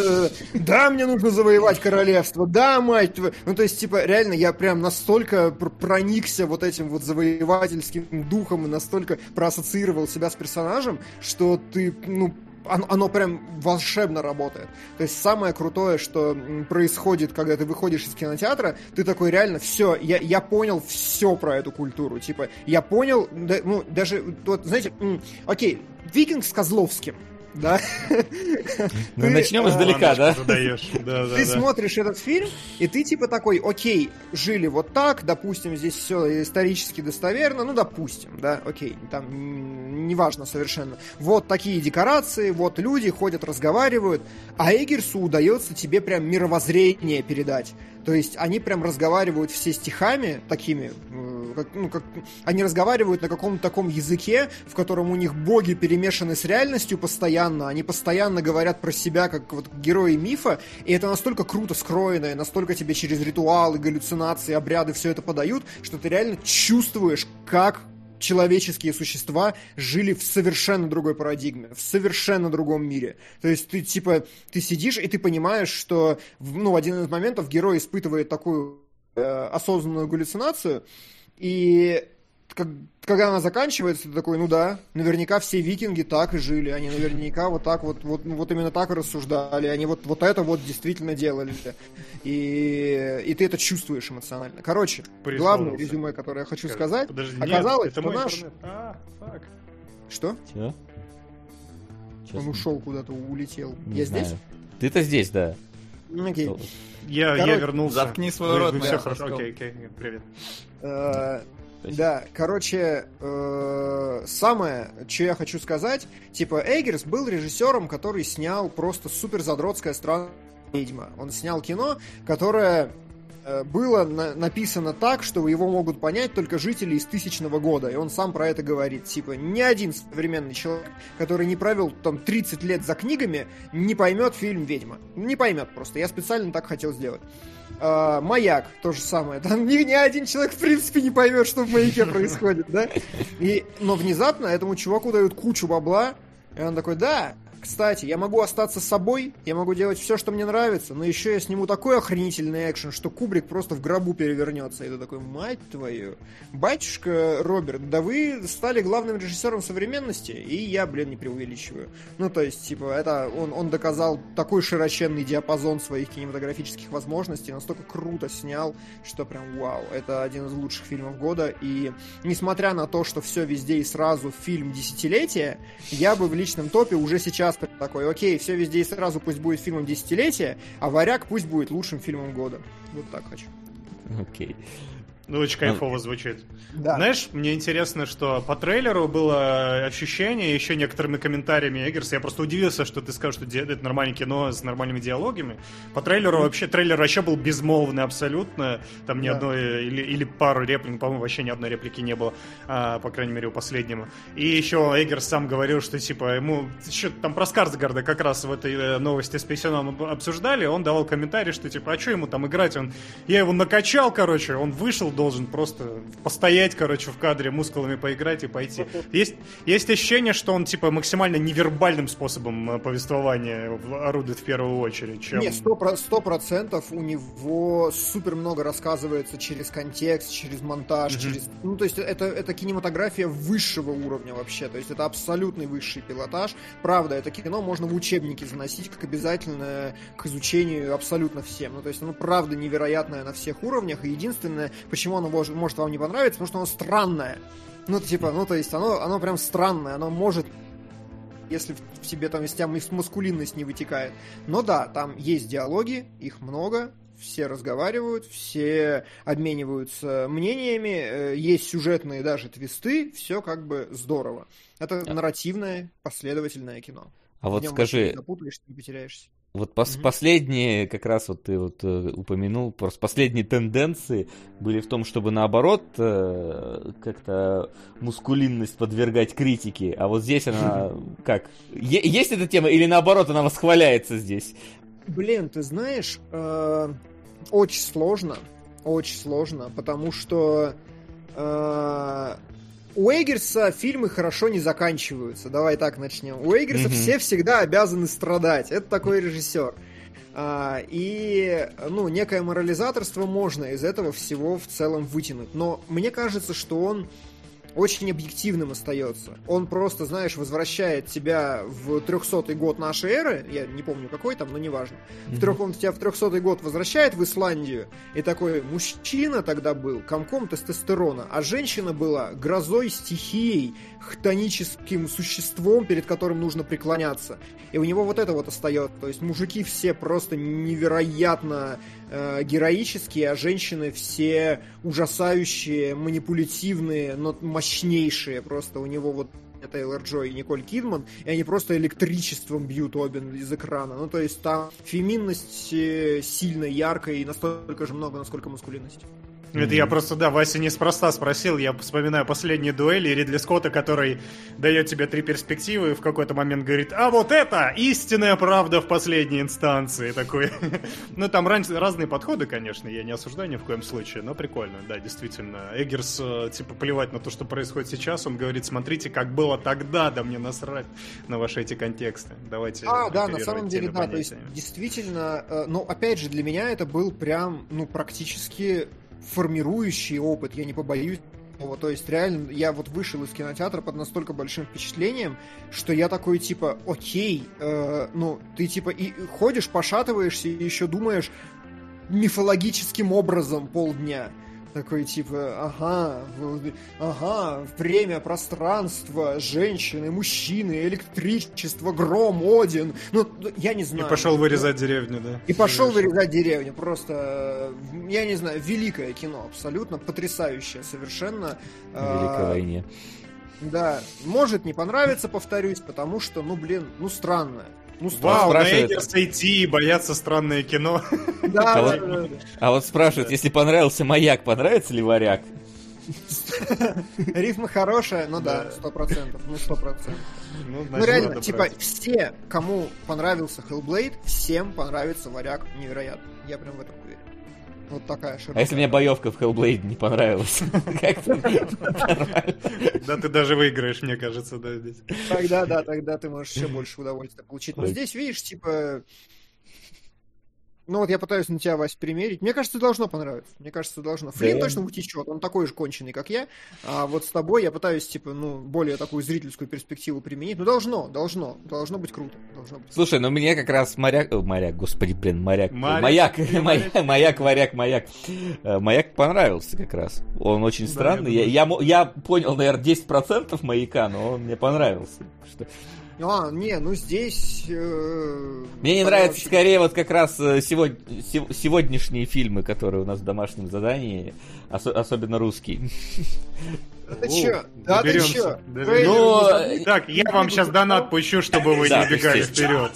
мне нужно завоевать королевство, да, мать твою. Ну, то есть, типа, реально, я прям настолько проникся вот этим вот завоевательским духом и настолько проассоциировал себя с персонажем, что ты, ну, оно прям волшебно работает. То есть самое крутое, что происходит, когда ты выходишь из кинотеатра, ты такой реально, все, я понял все про эту культуру. Типа, я понял, ну, даже, вот, знаете, окей, «Викинг» с Козловским. Да? Ну, начнем издалека, да? Ты смотришь этот фильм, и ты типа такой, окей, жили вот так, допустим, здесь все исторически достоверно, ну, допустим, да, окей, там неважно совершенно. Вот такие декорации, вот люди ходят, разговаривают, а Эггерсу удается тебе прям мировоззрение передать. То есть они прям разговаривают все стихами такими, они разговаривают на каком-то таком языке, в котором у них боги перемешаны с реальностью постоянно, они постоянно говорят про себя, как вот герои мифа, и это настолько круто скроено, и настолько тебе через ритуалы, галлюцинации, обряды все это подают, что ты реально чувствуешь, как человеческие существа жили в совершенно другой парадигме, в совершенно другом мире. То есть ты, типа, ты сидишь, и ты понимаешь, что, ну, в один из моментов герой испытывает такую осознанную галлюцинацию, и когда она заканчивается, ты такой, ну да, наверняка все викинги так и жили, они наверняка вот так вот именно так и рассуждали, они вот это вот действительно делали. И ты это чувствуешь эмоционально. Короче, главное резюме, которое я хочу сказать, оказалось, что наш... Что? Чего? Он ушел куда-то, улетел. Не я знаю. здесь? Ты-то здесь, да. Окей. Я вернулся. Заткни свой рот, все хорошо. Окей, привет. Да, короче, самое, что я хочу сказать, типа, Эггерс был режиссером, который снял просто супер задротская «Странная ведьма». Он снял кино, которое было написано так, что его могут понять только жители из 1000-го года, и он сам про это говорит. Типа, ни один современный человек, который не провел там 30 лет за книгами, не поймет фильм «Ведьма». Не поймет просто. Я специально так хотел сделать. «Маяк» то же самое. Там ни один человек, в принципе, не поймет, что в «Маяке» происходит, да? Но внезапно этому чуваку дают кучу бабла, и он такой, да, кстати, я могу остаться собой, я могу делать все, что мне нравится, но еще я сниму такой охренительный экшен, что Кубрик просто в гробу перевернется. И ты такой, мать твою, батюшка Роберт, да вы стали главным режиссером современности, и я, не преувеличиваю. Ну, то есть, типа, это он доказал такой широченный диапазон своих кинематографических возможностей, настолько круто снял, что прям вау, это один из лучших фильмов года, и несмотря на то, что все везде и сразу фильм десятилетия, я бы в личном топе уже сейчас такой, окей, все везде и сразу пусть будет фильмом десятилетия, а «Варяг» пусть будет лучшим фильмом года. Вот так хочу. Окей. Ну, очень кайфово звучит. Да. Знаешь, мне интересно, что по трейлеру было ощущение, еще некоторыми комментариями Эггерса, я просто удивился, что ты сказал, что это нормальное кино с нормальными диалогами. По трейлеру вообще, трейлер вообще был безмолвный абсолютно, там ни одной, или пару реплик, по-моему, вообще ни одной реплики не было, по крайней мере, у последнего. И еще Эггерс сам говорил, что, типа, ему, еще там про Скарсгарда как раз в этой новости с Пейсеном обсуждали, он давал комментарий, что, типа, а что ему там играть, я его накачал, короче, он вышел, должен просто постоять, короче, в кадре, мускулами поиграть и пойти. Есть ощущение, что он, типа, максимально невербальным способом повествования орудует в первую очередь. Чем... Нет, 100% у него супер много рассказывается через контекст, через монтаж, через... Ну, то есть это кинематография высшего уровня вообще, то есть это абсолютный высший пилотаж. Правда, это кино можно в учебники заносить как обязательное к изучению абсолютно всем. Ну, то есть оно правда невероятное на всех уровнях, и единственное, почему оно может вам не понравиться, потому что оно странное. Ну, типа, ну, то есть оно прям странное, оно может, если в себе там, если там маскулинность не вытекает. Но да, там есть диалоги, их много, все разговаривают, все обмениваются мнениями, есть сюжетные даже твисты, все как бы здорово. Это нарративное, последовательное кино. А вот скажи... Не запутаешься, не потеряешься. Вот последние, как раз вот ты вот упомянул, просто последние тенденции были в том, чтобы наоборот как-то мускулинность подвергать критике, а вот здесь она как? Есть эта тема или наоборот она восхваляется здесь? Блин, ты знаешь, очень сложно, потому что у Эггерса фильмы хорошо не заканчиваются. Давай так начнем. У Эггерса все всегда обязаны страдать. Это такой режиссер. И, ну, некое морализаторство можно из этого всего в целом вытянуть. Но мне кажется, что он очень объективным остается. Он просто, знаешь, возвращает тебя в 300-й год нашей эры, я не помню какой там, но неважно. Он тебя в 300-й год возвращает в Исландию, и такой мужчина тогда был комком тестостерона, а женщина была грозой, стихией, хтоническим существом, перед которым нужно преклоняться. И у него вот это вот остается. То есть мужики все просто невероятно героические, а женщины все ужасающие, манипулятивные, но мощнейшие. Просто у него вот Тейлор Джой и Николь Кидман, и они просто электричеством бьют обе из экрана. Ну, то есть там феминность сильно яркая и настолько же много, насколько маскулинность. Это я просто, да, Вася неспроста спросил, я вспоминаю последние дуэли Ридли Скотта, который дает тебе 3 перспективы и в какой-то момент говорит, а вот это истинная правда в последней инстанции, такой. Ну, там разные подходы, конечно, я не осуждаю ни в коем случае, но прикольно, да, действительно. Эггерс, типа, плевать на то, что происходит сейчас, он говорит, смотрите, как было тогда, да мне насрать на ваши эти контексты, давайте. Да, на самом деле, да, то есть, действительно, но, опять же, для меня это был прям, ну, практически формирующий опыт, я не побоюсь. То есть, реально, я вот вышел из кинотеатра под настолько большим впечатлением, что я такой, типа, окей, ну, ты, типа, и ходишь, пошатываешься, и еще думаешь мифологическим образом полдня. Такой, типа, время, пространство, женщины, мужчины, электричество, гром, Один. Ну, я не знаю. И пошел вырезать деревню, да. И пошел вырезать деревню. Просто, я не знаю, великое кино, абсолютно потрясающее совершенно. Великой войне. Да, может не понравиться, повторюсь, потому что, ну, блин, ну, странное. Ну, вау, на Эггерса идти и бояться странное кино. Да, а вот спрашивают, если понравился «Маяк», понравится ли «Варяг»? Рифма хорошая, ну да, 100%. Ну, 100%. Ну, реально, типа, все, кому понравился Hellblade, всем понравится «Варяг» невероятно. Я прям в этом уверен. Вот такая широкая. А если мне боевка в Hellblade не понравилась? Да ты даже выиграешь, мне кажется, да, здесь. Тогда ты можешь еще больше удовольствия получить. Но здесь, видишь, типа... Ну вот я пытаюсь на тебя, Вась, примерить. Мне кажется, должно понравиться. Мне кажется, должно. Флинн точно утечет, он такой же конченый, как я. А вот с тобой я пытаюсь, типа, ну, более такую зрительскую перспективу применить. Ну, должно быть круто. Слушай, ну мне как раз Маяк, господи, блин, Маяк, Варяг. Маяк понравился как раз. Он очень странный. Я понял, наверное, 10% Маяка, но он мне понравился. Здесь... Мне не нравятся скорее вот как раз сегодняшние фильмы, которые у нас в домашнем задании, особенно русские. Ты чё? Да ты чё? Так, я вам сейчас донат пущу, чтобы вы не убегали вперед.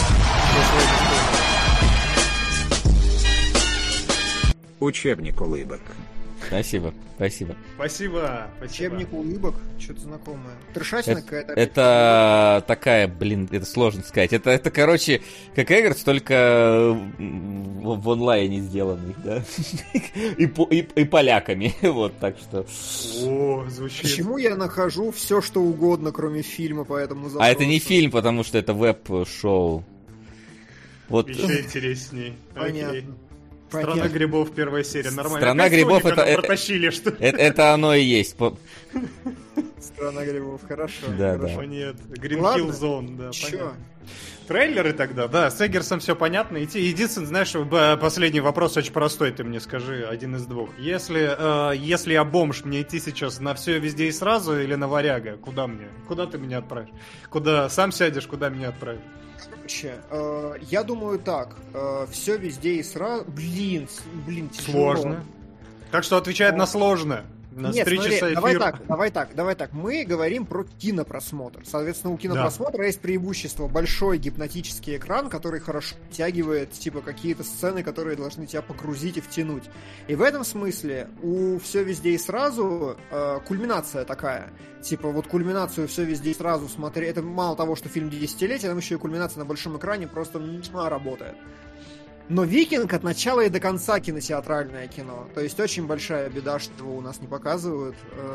Учебник улыбок. Спасибо. Учебник улыбок, что-то знакомое. Трешатина какая-то. Это такая, это сложно сказать. Это, короче, как Эггертс, только в онлайне сделанный, да? И поляками, вот, так что... О, звучит. Почему я нахожу все, что угодно, кроме фильма по этому запросу? А это не фильм, потому что это веб-шоу. Вот. Еще интересней. Понятно. Страна грибов, первая серия, нормально. Страна грибов протащили, что это оно и есть. Страна грибов, хорошо. Да. Нет, Green Hill Zone, да, понятно. Трейлеры тогда, да, с Эггерсом все понятно. Единственное, знаешь, последний вопрос очень простой, ты мне скажи, один из двух. Если я бомж, мне идти сейчас на все везде и сразу или на варяга? Куда мне? Куда ты меня отправишь? Куда сам сядешь, куда меня отправишь? Я думаю так, все везде и сразу. Блин, тяжело. Сложно. Так что отвечает на сложно. Нет, 3 часа эфир. Давай так. Мы говорим про кинопросмотр. Соответственно, у кинопросмотра есть преимущество большой гипнотический экран, который хорошо втягивает, типа, какие-то сцены, которые должны тебя погрузить и втянуть. И в этом смысле у «Все везде и сразу» кульминация такая. Типа, вот кульминацию «Все везде и сразу» смотреть. Это мало того, что фильм десятилетия, там еще и кульминация на большом экране просто работает. Но «Викинг» от начала и до конца кинотеатральное кино. То есть очень большая беда, что его у нас не показывают.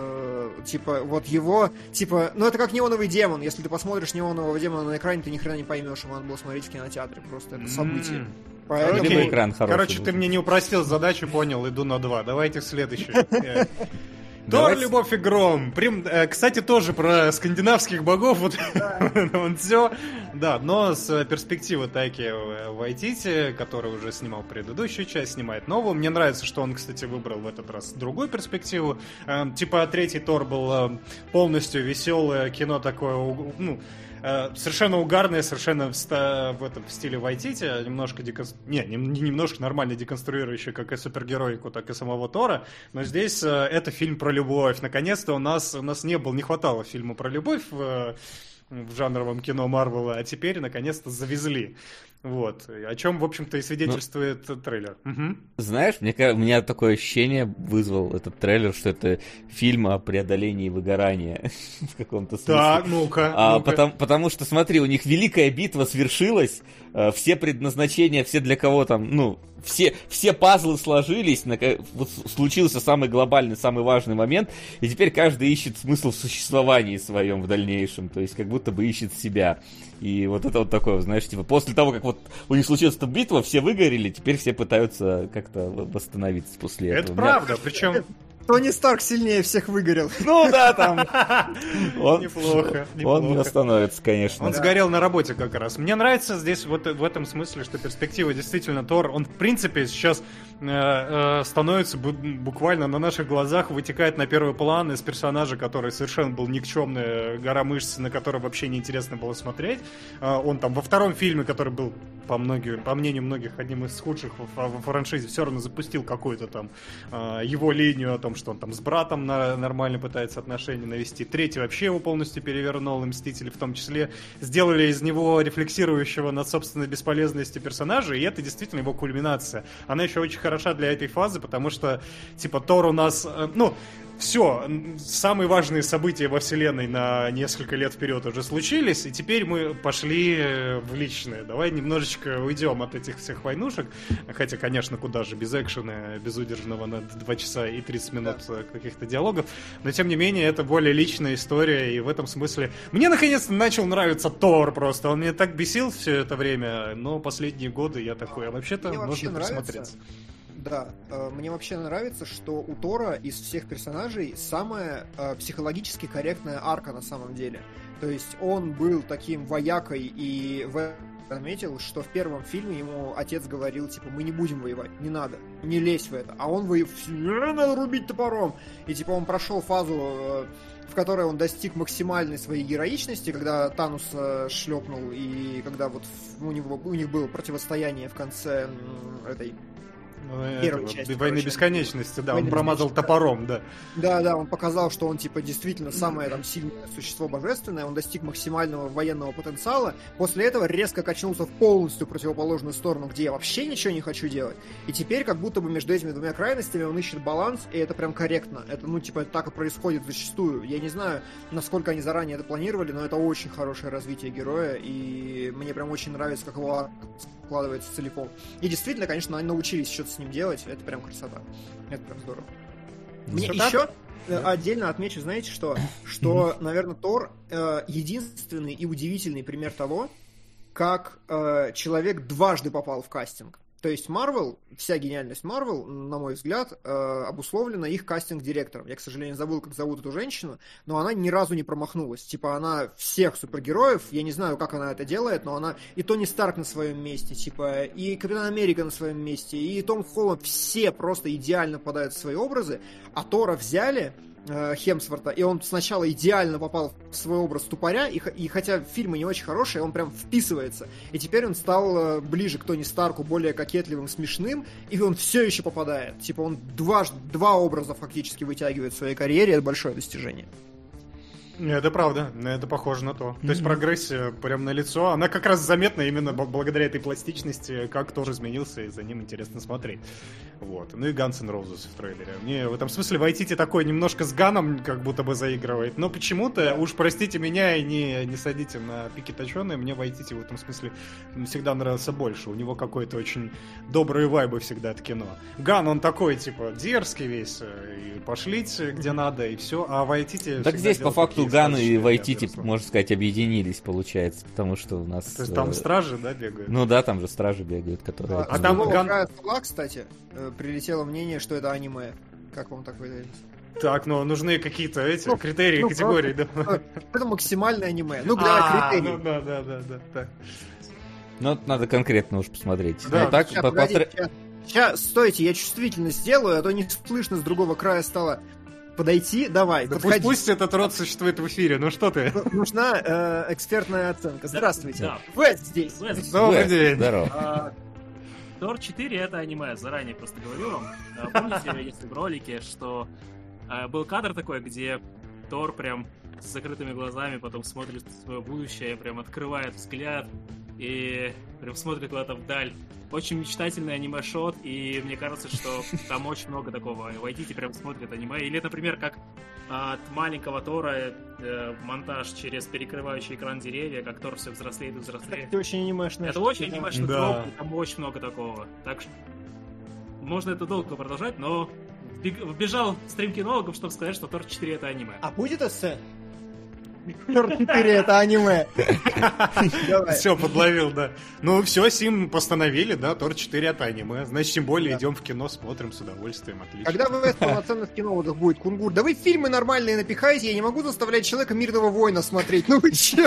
Это как «Неоновый демон». Если ты посмотришь «Неонового демона» на экране, ты ни хрена не поймешь, его надо было смотреть в кинотеатре. Просто это событие. Поэтому... Экран хороший. Короче, ты мне не упростил задачу, понял, иду на 2. Давайте следующий. Тор, любовь и гром. Кстати, тоже про скандинавских богов. Вот он все. Да, но с перспективы Тайки Вайтити, который уже снимал предыдущую часть, снимает новую. Мне нравится, что он, кстати, выбрал в этот раз другую перспективу. Типа третий Тор был полностью веселое кино такое, совершенно угарное, совершенно в стиле Вайтити, немножко немножко нормально деконструирующий как и супергероику, так и самого Тора, но здесь это фильм про любовь. Наконец-то у нас не хватало фильма про любовь в жанровом кино Марвела, а теперь наконец-то завезли. Вот. О чем, в общем-то, и свидетельствует трейлер. Угу. Знаешь, у меня такое ощущение вызвал этот трейлер, что это фильм о преодолении выгорания в каком-то смысле. Да, ну-ка. Потому что, смотри, у них великая битва свершилась, все предназначения, все для кого там, все пазлы сложились, вот случился самый глобальный, самый важный момент, и теперь каждый ищет смысл в существовании своем в дальнейшем, то есть как будто бы ищет себя. И вот это вот такое, знаешь, типа после того, как вот у них случилась эта битва, все выгорели, теперь все пытаются как-то восстановиться после этого. Это правда, причем... Тони Старк сильнее всех выгорел. Ну да, там. Неплохо. Он не остановится, конечно. Он сгорел на работе как раз. Мне нравится здесь вот в этом смысле, что перспектива действительно Тор, он в принципе сейчас становится буквально на наших глазах, вытекает на первый план из персонажа, который совершенно был никчемная гора мышц, на который вообще неинтересно было смотреть. Он там во втором фильме, который был, по мнению многих, одним из худших в франшизе, все равно запустил какую-то там его линию о том, что он там с братом нормально пытается отношения навести. Третий вообще его полностью перевернул, и Мстители в том числе сделали из него рефлексирующего над собственной бесполезностью персонажа, и это действительно его кульминация. Она еще очень хороша для этой фазы, потому что, типа, Тор у нас, все, самые важные события во вселенной на несколько лет вперед уже случились, и теперь мы пошли в личное. Давай немножечко уйдем от этих всех войнушек, хотя, конечно, куда же, без экшена, безудержного на 2 часа и 30 минут каких-то диалогов, но, тем не менее, это более личная история, и в этом смысле мне, наконец-то, начал нравиться Тор просто. Он меня так бесил все это время, но последние годы я такой, а вообще-то можно присмотреться. Да, мне вообще нравится, что у Тора из всех персонажей самая психологически корректная арка на самом деле. То есть он был таким воякой и в заметил, что в первом фильме ему отец говорил, типа, мы не будем воевать, не надо, не лезь в это. А он надо рубить топором. И типа он прошел фазу, в которой он достиг максимальной своей героичности, когда Танус шлепнул, и когда вот у них было противостояние в конце этой первой части. Войны бесконечности, да, он промазал топором, да. Да, он показал, что он, типа, действительно самое там сильное существо божественное, он достиг максимального военного потенциала, после этого резко качнулся в полностью противоположную сторону, где я вообще ничего не хочу делать, и теперь как будто бы между этими двумя крайностями он ищет баланс, и это прям корректно, это, ну, типа, так и происходит зачастую, я не знаю, насколько они заранее это планировали, но это очень хорошее развитие героя, и мне прям очень нравится, как его складывается целиком. И действительно, конечно, они научились что-то с ним делать, это прям красота. Это прям здорово. Мне еще отдельно отмечу, знаете что? Что, наверное, Тор единственный и удивительный пример того, как человек дважды попал в кастинг. То есть Marvel, вся гениальность Marvel, на мой взгляд, обусловлена их кастинг-директором. Я, к сожалению, забыл, как зовут эту женщину, но она ни разу не промахнулась. Типа, она всех супергероев, я не знаю, как она это делает, но она и Тони Старк на своем месте, типа, и Капитан Америка на своем месте, и Том Холланд, все просто идеально попадают в свои образы, а Тора взяли... Хемсворта, и он сначала идеально попал в свой образ тупоря, и хотя фильмы не очень хорошие, он прям вписывается. И теперь он стал ближе к Тони Старку, более кокетливым, смешным, и он все еще попадает. Типа он два образа фактически вытягивает в своей карьере, это большое достижение. Это правда, это похоже на то. То есть прогрессия прям налицо. Она как раз заметна именно благодаря этой пластичности, как Тор изменился, и за ним интересно смотреть. Вот. Ну и Guns N' Roses в трейлере. Мне в этом смысле Вайтити такой немножко с Ганом как будто бы заигрывает. Но почему-то, уж простите меня и не садите на пики точеные, мне Вайтити в этом смысле всегда нравился больше. У него какой-то очень добрые вайбы всегда от кино. Ган, он такой, типа, дерзкий весь, и пошлите где надо, и все. А Вайтити... Так здесь по факту Ган и Вайтити, можно сказать, объединились, получается, потому что у нас... То есть там стражи, да, бегают? Ну да, там же стражи бегают, которые... А там Ган... кстати, прилетело мнение, что это аниме. Как вам такое дается? Так, ну нужны какие-то эти критерии, категории, да? Это максимальное аниме. Ну, давай критерии. Ну да. Ну, надо конкретно уж посмотреть. Да, так, сейчас, стойте, я чувствительно сделаю, а то не слышно с другого края стола. Подойти, давай, да подходи. Пусть этот род существует в эфире, ну что ты? Нужна экспертная оценка. Здравствуйте. Да. Вэс здесь. Добрый день. Здорово. Тор 4 это аниме, заранее просто говорю вам. Помните, если в ролике, что был кадр такой, где Тор прям с закрытыми глазами потом смотрит в свое будущее, прям открывает взгляд и прям смотрит куда-то вдаль. Очень мечтательный аниме-шот, и мне кажется, что там очень много такого. Войдите, прям смотрят аниме. Или, например, как от маленького Тора монтаж через перекрывающий экран деревья, как Тор все взрослеет и взрослеет. Это очень анимешное. Это очень анимешный да. троп, там очень много такого. Так что можно это долго продолжать, но вбежал стрим кинологов, чтобы сказать, что Тор 4 это аниме. А будет эссе? Тор 4 это аниме. Все, подловил, да. Ну все, Сим постановили, да, Тор 4 это аниме. Значит, тем более идем в кино, смотрим с удовольствием, отлично. Когда вы полноценно в кинологах будет Кунгур? Да вы фильмы нормальные напихаете, я не могу заставлять человека Мирного воина смотреть. Ну вы че?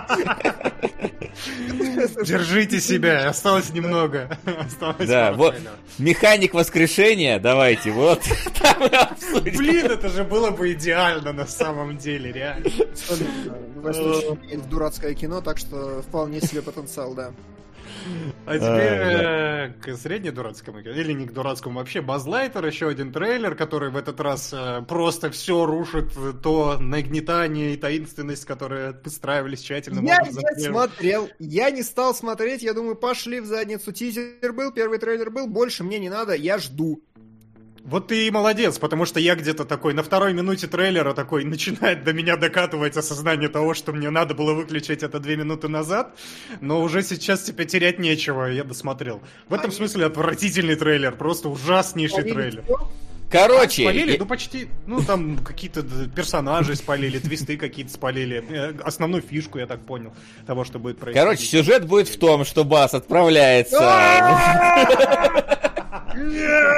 Держите себя, осталось немного. Да, вот, Механик воскрешения, давайте, вот. Блин, это же было бы идеально на самом деле, реально. Это дурацкое кино, так что вполне себе потенциал, да. А теперь к среднедурацкому, или не к дурацкому вообще, Базз Лайтер, еще один трейлер, который в этот раз просто все рушит, то нагнетание и таинственность, которые подстраивались тщательным образом. Я не смотрел, я не стал смотреть, я думаю, пошли в задницу. Тизер был, первый трейлер был, больше мне не надо, я жду. Вот ты и молодец, потому что я где-то такой, на второй минуте трейлера такой, начинает до меня докатывать осознание того, что мне надо было выключить это 2 минуты назад, но уже сейчас теперь терять нечего, я досмотрел. В этом смысле отвратительный трейлер, просто ужаснейший трейлер. Короче... Спалили? Ну, почти, ну, там какие-то персонажи спалили, твисты какие-то спалили, основную фишку, я так понял, того, что будет происходить. Короче, сюжет будет в том, что Базз отправляется... Нет!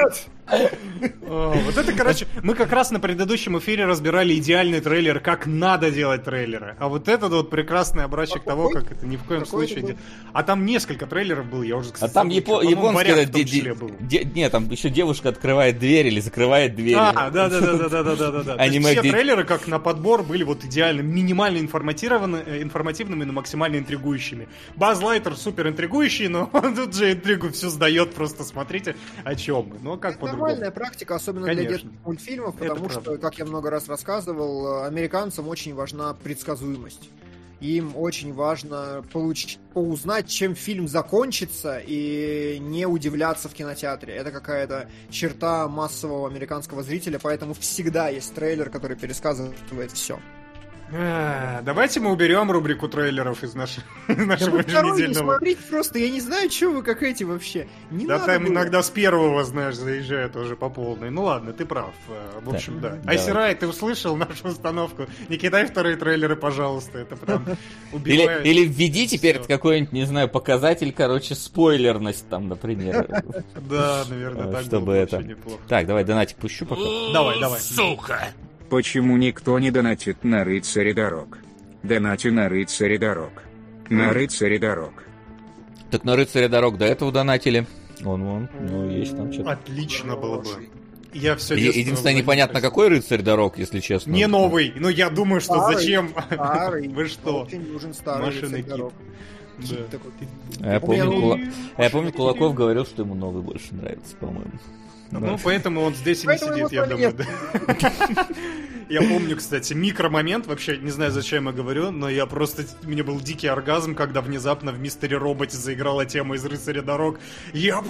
Вот это, короче, мы как раз на предыдущем эфире разбирали идеальный трейлер, как надо делать трейлеры. А вот этот вот прекрасный образчик того, как это ни в коем случае... А там несколько трейлеров было, я уже, кстати, а там японский... Нет, там еще девушка открывает дверь или закрывает дверь. Да. Все трейлеры, как на подбор, были вот идеально, минимально информативными, но максимально интригующими. Базз Лайтер супер интригующий, но он тут же интригу все сдает, просто смотрите, о чем мы. Ну, как по-другому. Нормальная практика, особенно для детских мультфильмов, потому что, как я много раз рассказывал, американцам очень важна предсказуемость. Им очень важно узнать, чем фильм закончится, и не удивляться в кинотеатре. Это какая-то черта массового американского зрителя, поэтому всегда есть трейлер, который пересказывает все. Давайте мы уберем рубрику трейлеров из нашего еженедельного. Не смотрите просто, я не знаю, что вы как эти вообще. Не да надо там было. Иногда с первого, знаешь, заезжают уже по полной. Ну ладно, ты прав. В общем, да. Айсирай, ты услышал нашу установку? Не кидай вторые трейлеры, пожалуйста. Это прям убивает. Или введи теперь какой-нибудь, не знаю, показатель, короче, спойлерность там, например. Да, наверное, так чтобы было это... вообще неплохо. Так, давай донатик пущу пока. Давай. Сука! Почему никто не донатит на рыцаре дорог? Донати на рыцаре дорог. На рыцаре дорог. Так на рыцаре дорог до этого донатили. Вон, ну есть там что-то. Отлично было бы. Я все единственное, непонятно, какой рыцарь дорог, если честно. Не новый. Ну, я думаю, что старый, зачем? Старый. Вы что? Очень нужен старый Машинный рыцарь дорог. Да. Я помню, Кулаков говорил, что ему новый больше нравится, по-моему. Ну, поэтому он здесь и не сидит, я думаю, да. Я помню, кстати, микромомент, вообще не знаю, зачем я говорю, но у меня был дикий оргазм, когда внезапно в Мистере Роботе заиграла тема из «Рыцаря дорог». Я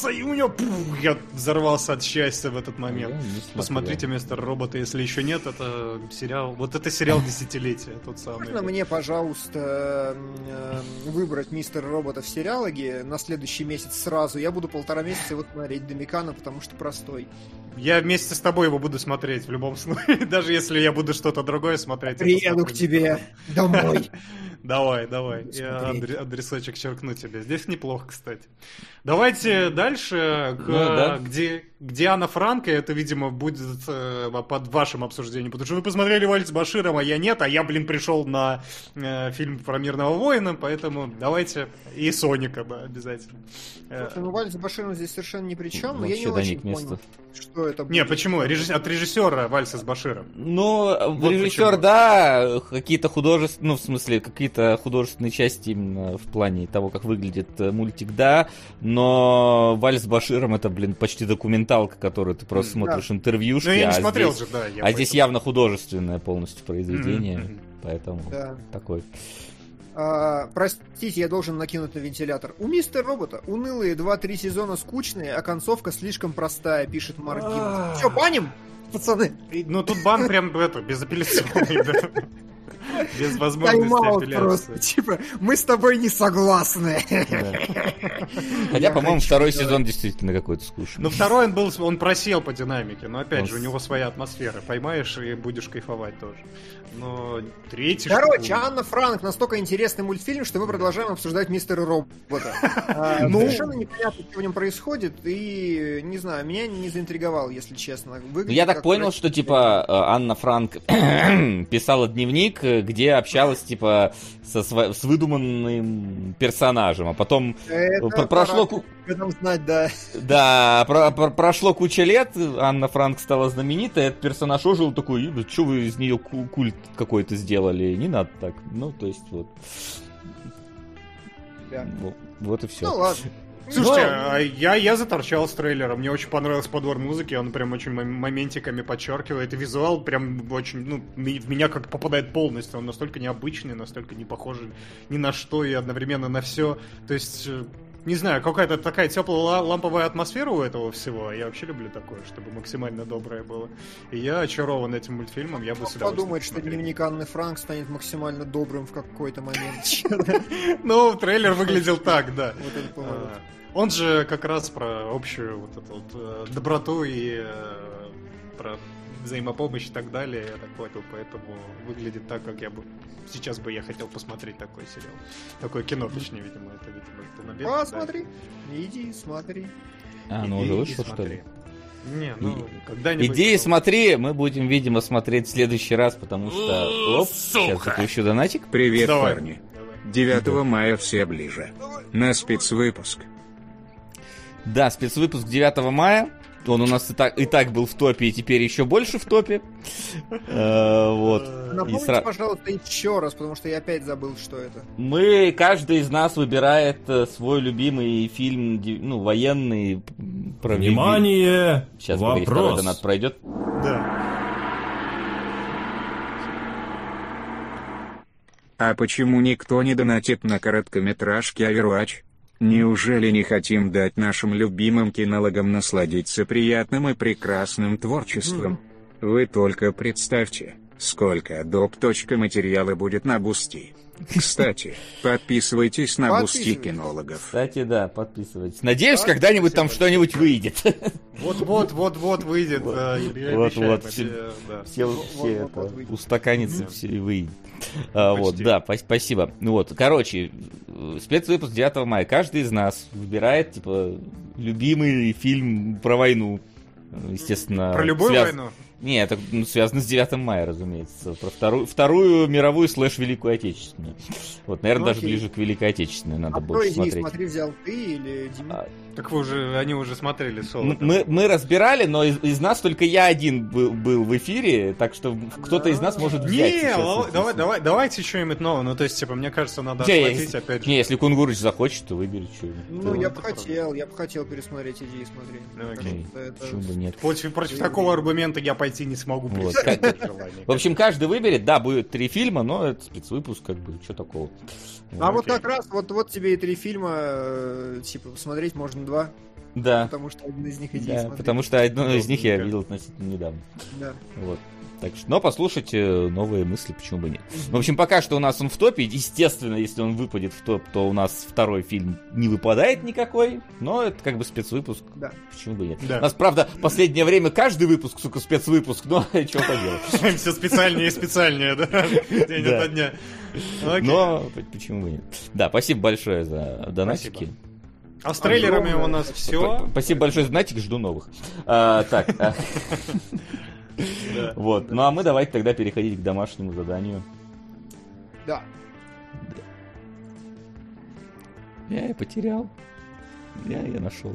взорвался от счастья в этот момент. Посмотрите «Мистер Робота», если еще нет, это сериал, сериал десятилетия, тот самый. Можно мне, пожалуйста, выбрать «Мистера Робота» в сериалоге на следующий месяц сразу? Я буду 1,5 месяца его смотреть, Домикана, потому что простой. Я вместе с тобой его буду смотреть в любом случае, даже если я буду что-то другое смотреть. Приеду к тебе домой. Давай. Я адресочек черкну тебе. Здесь неплохо, кстати. Давайте дальше, где Анна Франк, и это, видимо, будет под вашим обсуждением, потому что вы посмотрели «Вальс с Баширом», а я нет, а я, пришел на фильм про мирного воина, поэтому давайте и Соника, да, обязательно. Ну, «Вальс с Баширом» здесь совершенно ни при чем, но я не очень понял, что это будет. Не, почему? От режиссера «Вальса с Баширом». Ну, вот режиссер, почему. Да, какие-то художественные, ну, в смысле, какие-то художественные части именно в плане того, как выглядит мультик, да, но «Вальс с Баширом» это, почти документалка, которую ты просто смотришь интервьюшки. Ну, я не смотрел же, да. Здесь явно художественное полностью произведение, поэтому такой... Простите, я должен накинуть на вентилятор. У Мистера Робота унылые 2-3 сезона скучные, а концовка слишком простая, пишет Марк Гиммон. Все, баним, пацаны? Ну, тут бан прям безапелляционный, да. Без возможности апелляции. Просто, типа, мы с тобой не согласны. Хотя, по-моему, второй сезон действительно какой-то скучный. Ну, второй он просел по динамике, но опять же, у него своя атмосфера. Поймаешь и будешь кайфовать тоже. Но третий... Короче, Анна Франк настолько интересный мультфильм, что мы продолжаем обсуждать «Мистера Робота». Совершенно непонятно, что в нем происходит, и, не знаю, меня не заинтриговал, если честно. Я так понял, что, типа, Анна Франк писала дневник, где общалась, типа, с выдуманным персонажем, а потом прошло... Да, прошло куча лет, Анна Франк стала знаменитой, этот персонаж ожил такой, да что вы из нее культ какой-то сделали, не надо так. Ну, то есть, вот. Да. Вот и все. Ну, ладно. Слушайте, я заторчал с трейлером, мне очень понравился подбор музыки, он прям очень моментиками подчеркивает, и визуал прям очень, в меня как попадает полностью, он настолько необычный, настолько не похожий ни на что и одновременно на все, то есть... Не знаю, какая-то такая теплая ламповая атмосфера у этого всего. Я вообще люблю такое, чтобы максимально доброе было. И я очарован этим мультфильмом, я бы с удовольствием подумать, что дневник Анны Франк станет максимально добрым в какой-то момент. Ну, трейлер выглядел так, да. Он же как раз про общую вот эту вот доброту и про взаимопомощь и так далее, я так понял, поэтому выглядит так, как сейчас бы я хотел посмотреть такой сериал. Такое кино, точнее, видимо, это, Посмотри, иди смотри. Ну уже вышло, что ли? Не, ну, когда-нибудь... Иди и смотри, мы будем, видимо, смотреть в следующий раз, потому что... Оп, сейчас запущу донатик. Привет, Давай. парни. 9 мая все ближе. На спецвыпуск. Да, спецвыпуск 9 мая. Он у нас и так был в топе, и теперь еще больше в топе. Вот. Напомните, пожалуйста, еще раз, потому что я опять забыл, что это. Каждый из нас выбирает свой любимый фильм, ну, военный. Внимание! Сейчас второй донат пройдет. Да. А почему никто не донатит на короткометражки Overwatch? Неужели не хотим дать нашим любимым кинологам насладиться приятным и прекрасным творчеством? Вы только представьте, сколько доп.материала будет на Бусти. Кстати, подписывайтесь на Бусти кинологов. Кстати, да, подписывайтесь. Надеюсь, когда-нибудь там что-нибудь выйдет. Вот выйдет. Вот. Все это устаканится, все и выйдет. Вот, да, спасибо. Вот, короче, спецвыпуск 9 мая. Каждый из нас выбирает, типа, любимый фильм про войну. Естественно. Про любую войну? Не, это связано с 9 мая, разумеется. Про вторую мировую / Великую Отечественную. Вот, наверное, даже ближе к Великой Отечественной надо больше смотреть. Кто из них, смотри, взял ты или Дима? Так они уже смотрели соло. Мы разбирали, но из нас только я один был в эфире, так что кто-то из нас может взять. Не, давайте что-нибудь новое. Ну, то есть, типа, мне кажется, надо отплатить опять же. Не, если Кунгурыч захочет, то выберет что-нибудь. Ну, я бы хотел пересмотреть, иди и смотри. Окей, почему бы нет. Против такого аргумента я пойти не смогу. В общем, каждый выберет, да, будет 3 фильма, но это спецвыпуск, как бы, что такого. А вот как раз, вот тебе и 3 фильма, типа, посмотреть можно 2. Да. Потому что один из них иди да, смотри. Потому что одно из них я видел относительно недавно. Да. Вот. Так что, но послушать новые мысли, почему бы нет. В общем, пока что у нас он в топе. Естественно, если он выпадет в топ, то у нас второй фильм не выпадает никакой. Но это как бы спецвыпуск. Да. Почему бы нет? Да. У нас, правда, в последнее время каждый выпуск, сука, спецвыпуск. Но что поделать. Все специальнее и специальнее, да? День ото дня. Но почему бы нет? Да, спасибо большое за донатики. А с трейлерами у нас все. Спасибо большое за донатик, жду новых. Так. Вот. Ну а мы давайте тогда переходить к домашнему заданию. Да. Я потерял. Я нашел.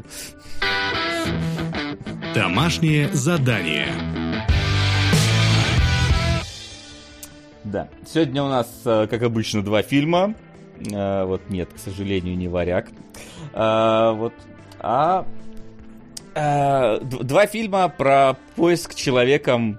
Домашнее задание. Да. Сегодня у нас, как обычно, 2 фильма. Вот нет, к сожалению, не «Варяг». Вот. 2 фильма про поиск человеком,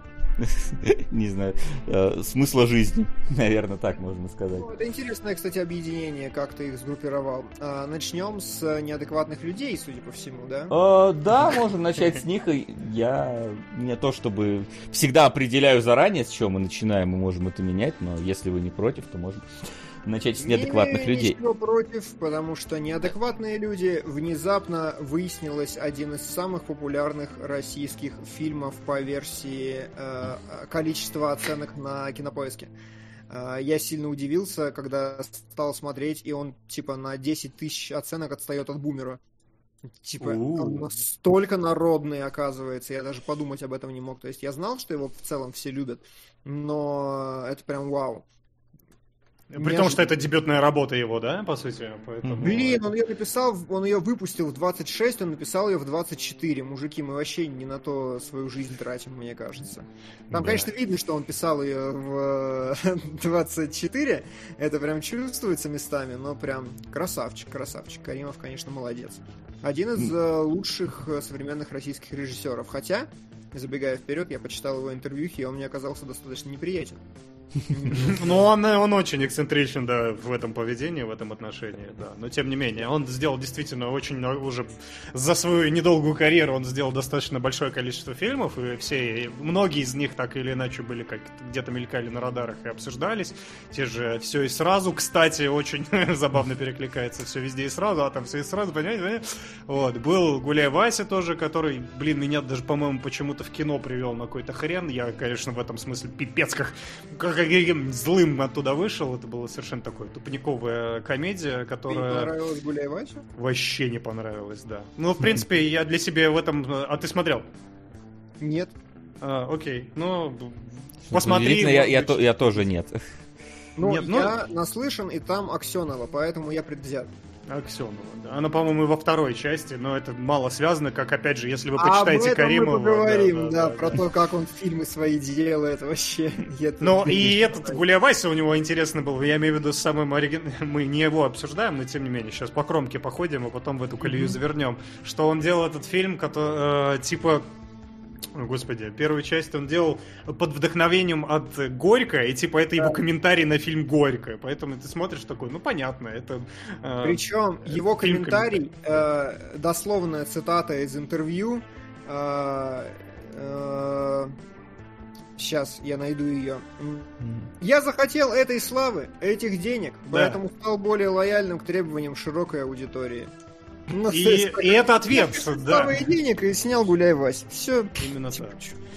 не знаю, смысла жизни, наверное, так можно сказать. Ну, это интересное, кстати, объединение, как ты их сгруппировал. Начнем с неадекватных людей, судя по всему, да? Да, можем начать с них. Я не то чтобы всегда определяю заранее, с чего мы начинаем, мы можем это менять, но если вы не против, то можно начать с неадекватных людей. Ничего против, потому что неадекватные люди внезапно выяснилось один из самых популярных российских фильмов по версии количества оценок на Кинопоиске. Я сильно удивился, когда стал смотреть, и он типа на 10 тысяч оценок отстает от «Бумера». Типа, он настолько народный, оказывается, я даже подумать об этом не мог. То есть я знал, что его в целом все любят, но это прям вау. При том, что это дебютная работа его, да, по сути? Поэтому... Блин, он ее написал, он ее выпустил в 26, он написал ее в 24. Мужики, мы вообще не на то свою жизнь тратим, мне кажется. Там, конечно, видно, что он писал ее в 24. Это прям чувствуется местами, но прям красавчик. Каримов, конечно, молодец. Один из лучших современных российских режиссеров. Хотя, забегая вперед, я почитал его интервьюхи, и он мне оказался достаточно неприятен. Ну, он очень эксцентричен, да, в этом поведении, в этом отношении, да. Но, тем не менее, он сделал действительно очень уже за свою недолгую карьеру он сделал достаточно большое количество фильмов, и многие из них так или иначе были где-то мелькали на радарах и обсуждались. Те же «Все и сразу», кстати, очень забавно перекликается «Все везде и сразу», а там «Все и сразу», понимаете? Вот. Был «Гуляй, Вася» тоже, который, меня даже, по-моему, почему-то в кино привел на какой-то хрен. Я, конечно, в этом смысле пипец каким злым оттуда вышел. Это была совершенно такая тупниковая комедия, которая... Тебе понравилась «Гуляй, Вася»? Вообще не понравилась, да. Ну, в принципе, я для себя в этом... А ты смотрел? Нет. Окей, ну, посмотри. Я тоже нет. Ну, я наслышан, и там Аксенова, поэтому я предвзят. Аксенова, да. Она, по-моему, и во второй части, но это мало связано, как, опять же, если вы почитаете Каримова... мы поговорим, про то, как он фильмы свои делает вообще. Ну, и этот Гуляй Вася у него интересный был, я имею в виду самым оригинальным, мы не его обсуждаем, но тем не менее, сейчас по кромке походим, а потом в эту колею завернем, что он делал этот фильм, который, типа... Господи, первую часть он делал под вдохновением от Горько, и типа это его комментарий на фильм Горько. Поэтому ты смотришь такой, ну понятно, это... Причем его комментарий, дословная цитата из интервью, сейчас я найду ее. Я захотел этой славы, этих денег, поэтому стал более лояльным к требованиям широкой аудитории. Ну, и это ответ, да. Слава и денег, и снял «Гуляй, Вась». Все. Именно так.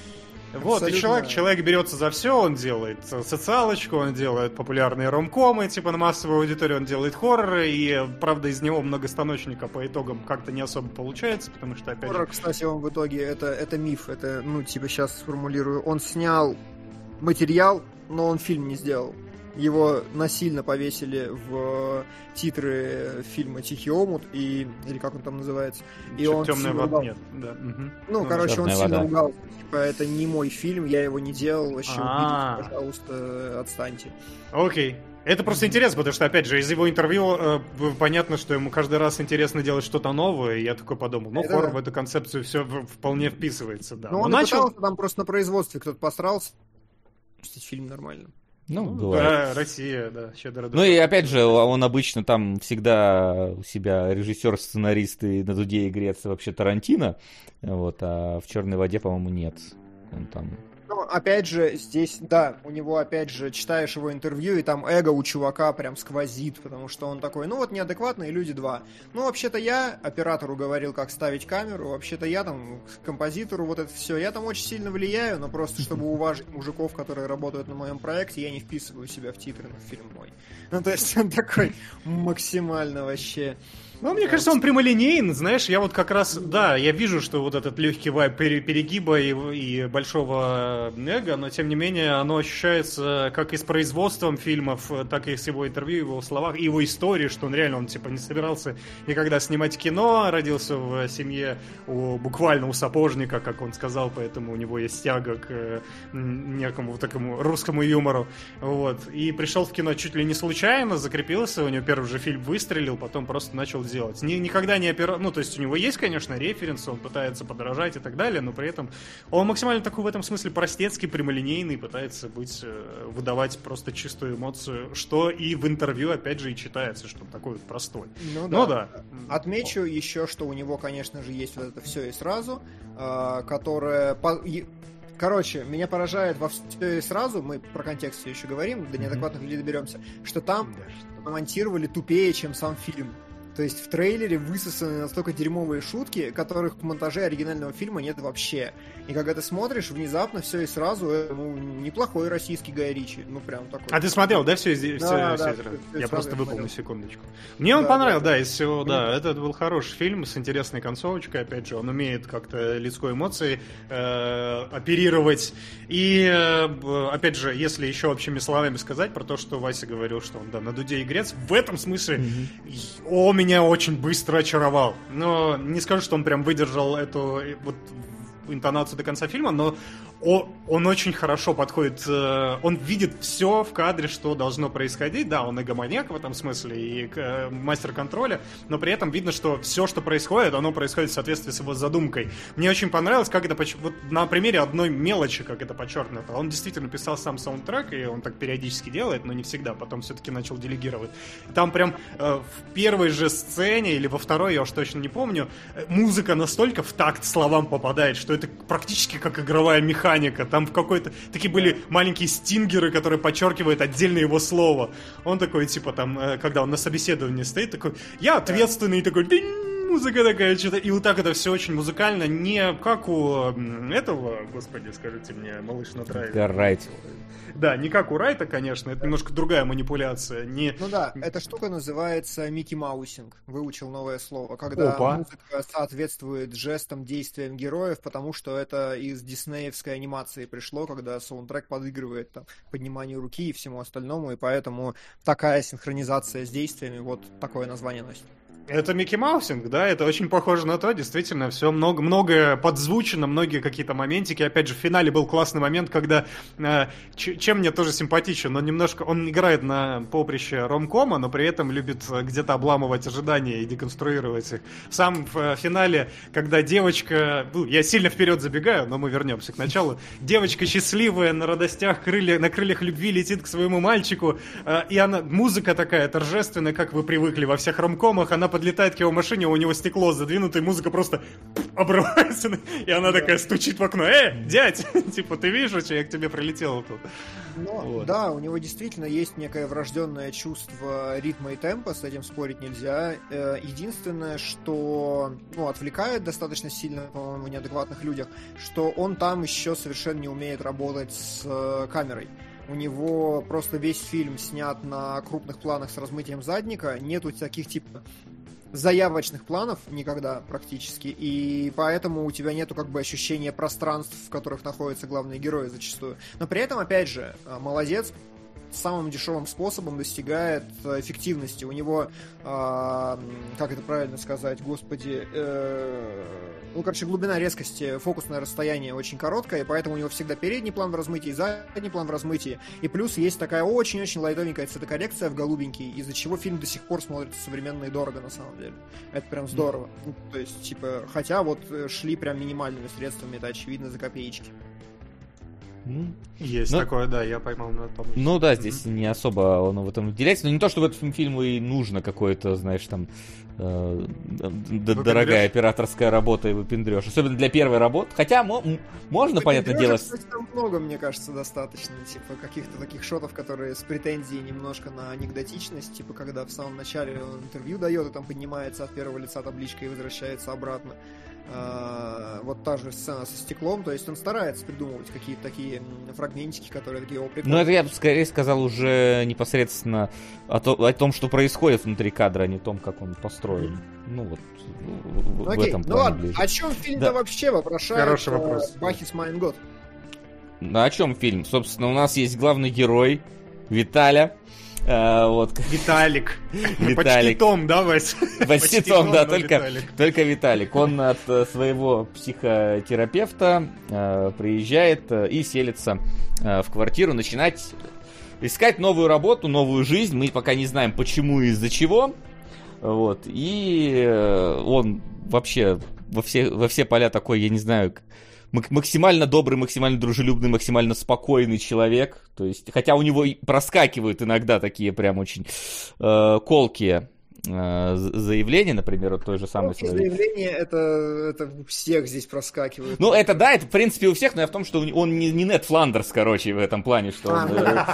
Вот, и человек берется за все, он делает социалочку, он делает популярные ромкомы, типа на массовую аудиторию, он делает хорроры, и, правда, из него многостаночника по итогам как-то не особо получается, потому что, опять хоррор, кстати, он в итоге, это миф, это, ну, типа, сейчас сформулирую, он снял материал, но он фильм не сделал. Его насильно повесили в титры фильма «Тихий омут», или как он там называется. И он «Темная вода». Нет, да. Ну, короче, он сильно ругался. Типа, это не мой фильм, я его не делал, вообще уберите, пожалуйста, отстаньте. Окей. Это просто интересно, потому что, опять же, из его интервью понятно, что ему каждый раз интересно делать что-то новое, и я такой подумал, хоррор в эту концепцию все вполне вписывается, да. Но он пытался, там просто на производстве кто-то посрался, пустить фильм нормально. Ну, бывает. Да, Россия, да, щедро. Ну и опять же, он обычно там всегда у себя режиссер, сценарист и на дуде игрец вообще Тарантино, вот, а в «Черной воде», по-моему, нет. Он там... Ну, опять же, здесь, да, у него, опять же, читаешь его интервью, и там эго у чувака прям сквозит, потому что он такой, ну вот неадекватные люди 2. Ну, вообще-то я оператору говорил, как ставить камеру, вообще-то я там композитору вот это все, я там очень сильно влияю, но просто, чтобы уважить мужиков, которые работают на моем проекте, я не вписываю себя в титры на фильм мой. Ну, то есть он такой максимально вообще... Ну, мне кажется, он прямолинейный, знаешь, я вот как раз, да, я вижу, что вот этот легкий вайб перегиба и большого эго, но тем не менее оно ощущается как и с производством фильмов, так и с его интервью, его словах, и его истории, что он типа не собирался никогда снимать кино, родился в семье буквально у сапожника, как он сказал, поэтому у него есть тяга к некому такому русскому юмору, вот, и пришел в кино чуть ли не случайно, закрепился, у него первый же фильм выстрелил, потом просто начал делать. Никогда не ну, то есть у него есть, конечно, референсы, он пытается подражать и так далее, но при этом он максимально такой в этом смысле простецкий, прямолинейный, пытается выдавать просто чистую эмоцию, что и в интервью, опять же, и читается, что он такой вот простой. Ну да. Отмечу еще, что у него, конечно же, есть вот это все и сразу, которое... Короче, меня поражает во все и сразу, мы про контекст все еще говорим, до неадекватных людей доберемся, что там монтировали тупее, чем сам фильм. То есть в трейлере высосаны настолько дерьмовые шутки, которых в монтаже оригинального фильма нет вообще. И когда ты смотришь, внезапно все и сразу, неплохой российский Гай Ричи. Ну, прям такой. А ты смотрел, да, все я просто выпал на секундочку. Мне он понравился, да, из всего, да. Это был хороший фильм с интересной концовочкой, опять же, он умеет как-то людской эмоции оперировать. И, опять же, если еще общими словами сказать про то, что Вася говорил, что он, да, на дуде игрец, в этом смысле он меня очень быстро очаровал. Но не скажу, что он прям выдержал эту вот интонацию до конца фильма, но он очень хорошо подходит, он видит все в кадре, что должно происходить, да, он эгоманьяк в этом смысле и мастер контроля, но при этом видно, что все, что происходит, оно происходит в соответствии с его задумкой. Мне очень понравилось, как это, вот на примере одной мелочи, как это подчеркнуто, он действительно писал сам саундтрек, и он так периодически делает, но не всегда, потом все-таки начал делегировать. Там прям в первой же сцене, или во второй, я уж точно не помню, музыка настолько в такт словам попадает, что это практически как игровая механика. Там в какой-то... Такие были маленькие стингеры, которые подчеркивают отдельно его слово. Он такой, типа, там, когда он на собеседовании стоит, такой, я ответственный, такой, музыка такая, что-то, и вот так это все очень музыкально, не как у этого, господи, скажите мне, малыш на драйве. Эдгар Райт. Да, не как у Райта, конечно, это немножко другая манипуляция. Ну да, эта штука называется Микки Маусинг. Выучил новое слово. Когда музыка соответствует жестам, действиям героев, потому что это из диснеевской анимации пришло, когда саундтрек подыгрывает там, подниманию руки и всему остальному, и поэтому такая синхронизация с действиями, вот такое название носит. Это Микки Маусинг, да, это очень похоже на то, действительно, все многое подзвучено, многие какие-то моментики. Опять же, в финале был классный момент, когда, чем мне тоже симпатичен, но немножко, он играет на поприще ромкома, но при этом любит где-то обламывать ожидания и деконструировать их. Сам в финале, когда девочка, я сильно вперед забегаю, но мы вернемся к началу, девочка счастливая на радостях, на крыльях любви летит к своему мальчику, и она, музыка такая торжественная, как вы привыкли во всех ромкомах, она подлетает к его машине, у него стекло задвинуто, и музыка просто обрывается, и она такая стучит в окно. Дядь, типа, ты видишь, что я к тебе прилетел тут? Вот. Да, у него действительно есть некое врожденное чувство ритма и темпа, с этим спорить нельзя. Единственное, что отвлекает достаточно сильно, по-моему, в неадекватных людях, что он там еще совершенно не умеет работать с камерой. У него просто весь фильм снят на крупных планах с размытием задника, нету таких типа заявочных планов никогда практически, и поэтому у тебя нету как бы ощущения пространств, в которых находятся главные герои зачастую. Но при этом, опять же, молодец, самым дешевым способом достигает эффективности. У него, как это правильно сказать, господи, глубина резкости, фокусное расстояние очень короткое, и поэтому у него всегда передний план в размытии, задний план в размытии, и плюс есть такая очень-очень лайтовенькая цветокоррекция в голубенький, из-за чего фильм до сих пор смотрится современно и дорого, на самом деле. Это прям здорово. То есть, типа, хотя вот шли прям минимальными средствами, это очевидно, за копеечки. Есть такое, да, я поймал на том. Ну да, здесь не особо он в этом выделяется, но не то, что в этом фильму и нужно какое-то, знаешь, там дорогая операторская работа и выпендрёж. Особенно для первой работы. Хотя можно, понятное дело... Там много, мне кажется, достаточно, типа, каких-то таких шотов, которые с претензией немножко на анекдотичность, типа, когда в самом начале он интервью дает, и там поднимается от первого лица табличка и возвращается обратно. Вот та же сцена со стеклом, то есть он старается придумывать какие-то такие фрагментики, которые такие прикольные. Ну, это я бы скорее сказал уже непосредственно о том, что происходит внутри кадра, а не о том, как он построен. Ну, вот в этом плане. Ну ладно, ближе. о чем фильм-то вообще вопрошает Бахис Майнгот? О чем фильм? Собственно, у нас есть главный герой Виталя. Виталик. Почти Том, да, Вась? Почти Том, да, только Виталик. Он от своего психотерапевта приезжает и селится в квартиру, начинать искать новую работу, новую жизнь. Мы пока не знаем, почему и из-за чего. Вот. И он вообще во все поля такой, я не знаю, максимально добрый, максимально дружелюбный, максимально спокойный человек. То есть, хотя у него проскакивают иногда такие прям очень колкие заявления, например, вот той же самой своей. Заявления, это у всех здесь проскакивают. Ну, это да, это в принципе у всех, но я в том, что он не Нед Фландерс, короче, в этом плане, что он...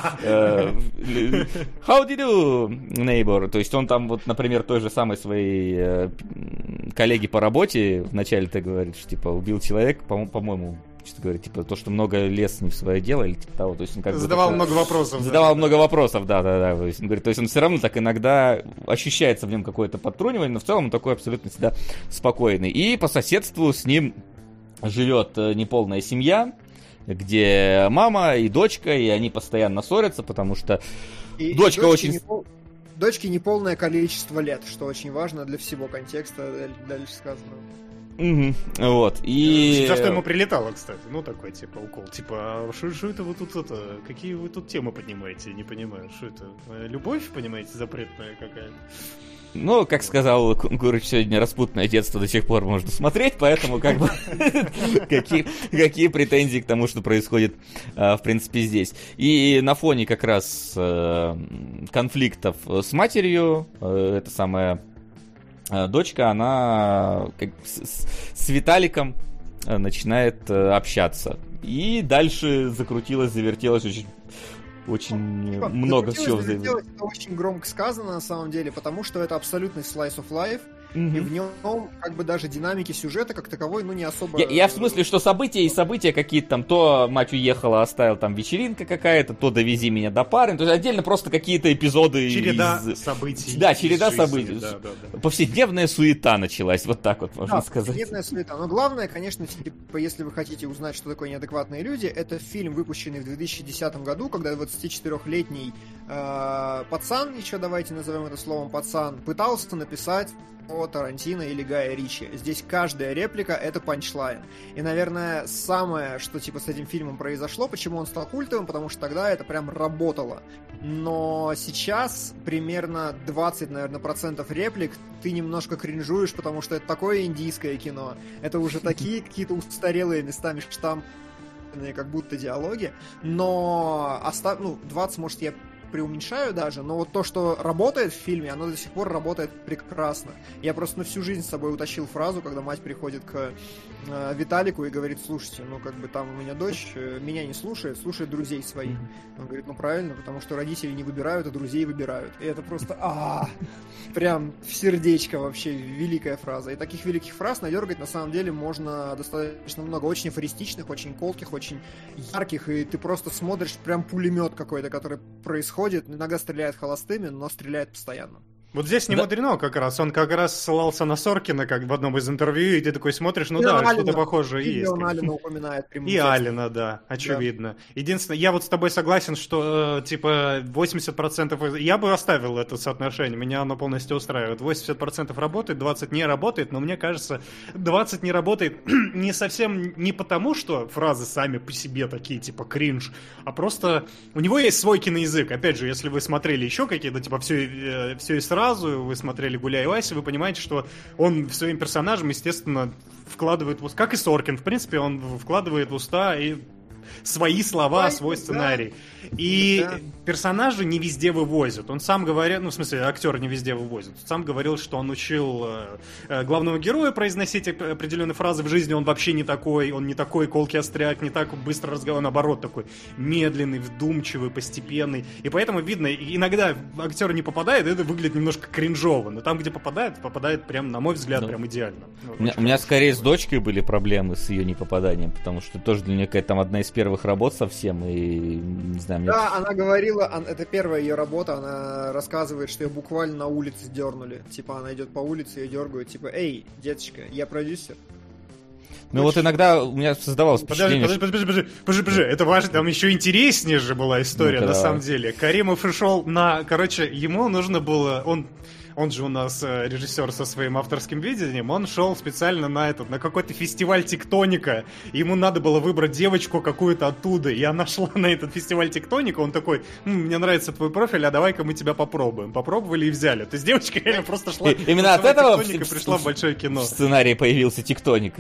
How do you do, neighbor? То есть он там, вот, например, той же самой своей коллеге по работе вначале-то говорит, что, типа, убил человека, по-моему, что говорит, типа, то, что много лез не в свое дело, или типа того. То есть он как задавал много вопросов. Задавал много вопросов, да. То есть он говорит, то есть он все равно так иногда ощущается в нем какое-то подтрунивание, но в целом он такой абсолютно всегда спокойный. И по соседству с ним живет неполная семья, где мама и дочка, и они постоянно ссорятся, потому что дочка очень... Дочке неполное количество лет, что очень важно для всего контекста дальше сказанного. Вот, и... За что ему прилетало, кстати, ну такой, типа, укол, типа, а что это вы тут, какие вы тут темы поднимаете, не понимаю, что это, любовь, понимаете, запретная какая-то? Ну, как сказал Гурыч, сегодня распутное детство до сих пор можно смотреть, поэтому как бы какие претензии к тому, что происходит, в принципе, здесь. И на фоне как раз конфликтов с матерью, эта самая дочка, она с Виталиком начинает общаться. И дальше закрутилось, завертелось очень много всего. Это очень громко сказано, на самом деле, потому что это абсолютный slice of life. и в нем как бы даже динамики сюжета как таковой, ну, не особо... Я в смысле, что события какие-то там, то мать уехала, оставил там вечеринка какая-то, то довези меня до пары, то есть отдельно просто какие-то эпизоды... Череда событий. Да, череда событий. Да. Повседневная суета началась, вот так вот можно сказать. Повседневная суета. Но главное, конечно, типа, если вы хотите узнать, что такое неадекватные люди, это фильм, выпущенный в 2010 году, когда 24-летний пацан, еще давайте назовем это словом пацан, пытался написать о Тарантино или Гая Ричи. Здесь каждая реплика — это панчлайн. И, наверное, самое, что типа с этим фильмом произошло, почему он стал культовым, потому что тогда это прям работало. Но сейчас примерно 20, наверное, процентов реплик ты немножко кринжуешь, потому что это такое индийское кино. Это уже такие какие-то устарелые местами штампные, как будто диалоги. Но 20, может, я преуменьшаю даже, но вот то, что работает в фильме, оно до сих пор работает прекрасно. Я просто всю жизнь с собой утащил фразу, когда мать приходит к Виталику и говорит: слушайте, ну как бы там у меня дочь меня не слушает, слушает друзей своих. Он говорит: ну правильно, потому что родители не выбирают, а друзей выбирают. И это просто прям в сердечко вообще великая фраза. И таких великих фраз надергать на самом деле можно достаточно много. Очень афористичных, очень колких, очень ярких. И ты просто смотришь прям пулемет какой-то, который происходит. Иногда стреляет холостыми, но стреляет постоянно. Вот здесь не мудрено как раз. Он как раз ссылался на Соркина, как в одном из интервью, и ты такой смотришь, ну да, что-то похожее есть. Он Алина упоминает прямым и текстом. Алина, да, очевидно. Да. Единственное, я вот с тобой согласен, что типа 80%... Я бы оставил это соотношение, меня оно полностью устраивает. 80% работает, 20% не работает, но мне кажется, 20% не работает не совсем не потому, что фразы сами по себе такие, типа кринж, а просто у него есть свой киноязык. Опять же, если вы смотрели еще какие-то, типа все и сразу, вы смотрели «Гуляй, Вася», вы понимаете, что он своим персонажем, естественно, вкладывает в уста, как и Соркин, в принципе, он вкладывает в уста и свои слова, свой сценарий. И персонажи не везде вывозят. Он сам говорил, ну, в смысле, актер не везде вывозит. Он сам говорил, что он учил главного героя произносить определенные фразы в жизни. Он вообще не такой, он не такой колкий остряк, не так быстро разговаривает, наоборот, такой медленный, вдумчивый, постепенный. И поэтому видно, иногда актер не попадает, и это выглядит немножко кринжово. Но там, где попадает прям, на мой взгляд, прям идеально. У меня скорее с дочкой были проблемы с ее непопаданием, потому что тоже для нее какая-то там одна из первых работ совсем, и не знаю, мне... Да, она говорила, это первая ее работа, она рассказывает, что ее буквально на улице дернули. Типа, она идет по улице, ее дергают, типа: эй, деточка, я продюсер. Ну вот иногда у меня создавалось впечатление... Подожди, это важно, там еще интереснее же была история, на самом деле. Каримов пришел ему нужно было, он же у нас режиссер со своим авторским видением, он шел специально на какой-то фестиваль тектоника, ему надо было выбрать девочку какую-то оттуда, и она шла на этот фестиваль тектоника, он такой: мне нравится твой профиль, а давай-ка мы тебя попробуем. Попробовали и взяли. То есть девочка реально просто шла... Именно от этого пришла в большое кино. В сценарии появился тектоник.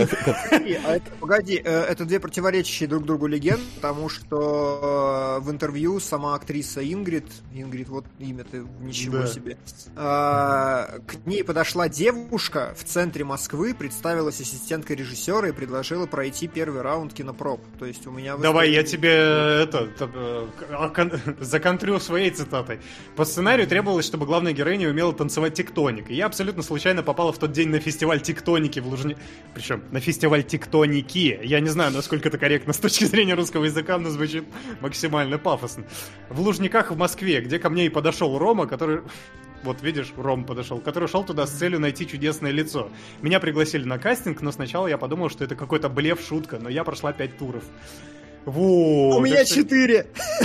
Погоди, это две противоречащие друг другу легенды, потому что в интервью сама актриса Ингрид, вот имя-то ничего себе, к ней подошла девушка в центре Москвы, представилась ассистенткой режиссера и предложила пройти первый раунд кинопроб. То есть у меня... Давай я тебе законтрю своей цитатой. По сценарию требовалось, чтобы главная героиня умела танцевать тектоник. И я абсолютно случайно попала в тот день на фестиваль тектоники в Лужниках. Причем на фестиваль тектоники. Я не знаю, насколько это корректно с точки зрения русского языка, но звучит максимально пафосно. В Лужниках в Москве, где ко мне и подошел Рома, который... Вот видишь, Ром подошел, который шел туда с целью найти чудесное лицо. Меня пригласили на кастинг, но сначала я подумал, что это какой-то блеф, шутка, но я прошла 5 туров. Вот. У меня 4!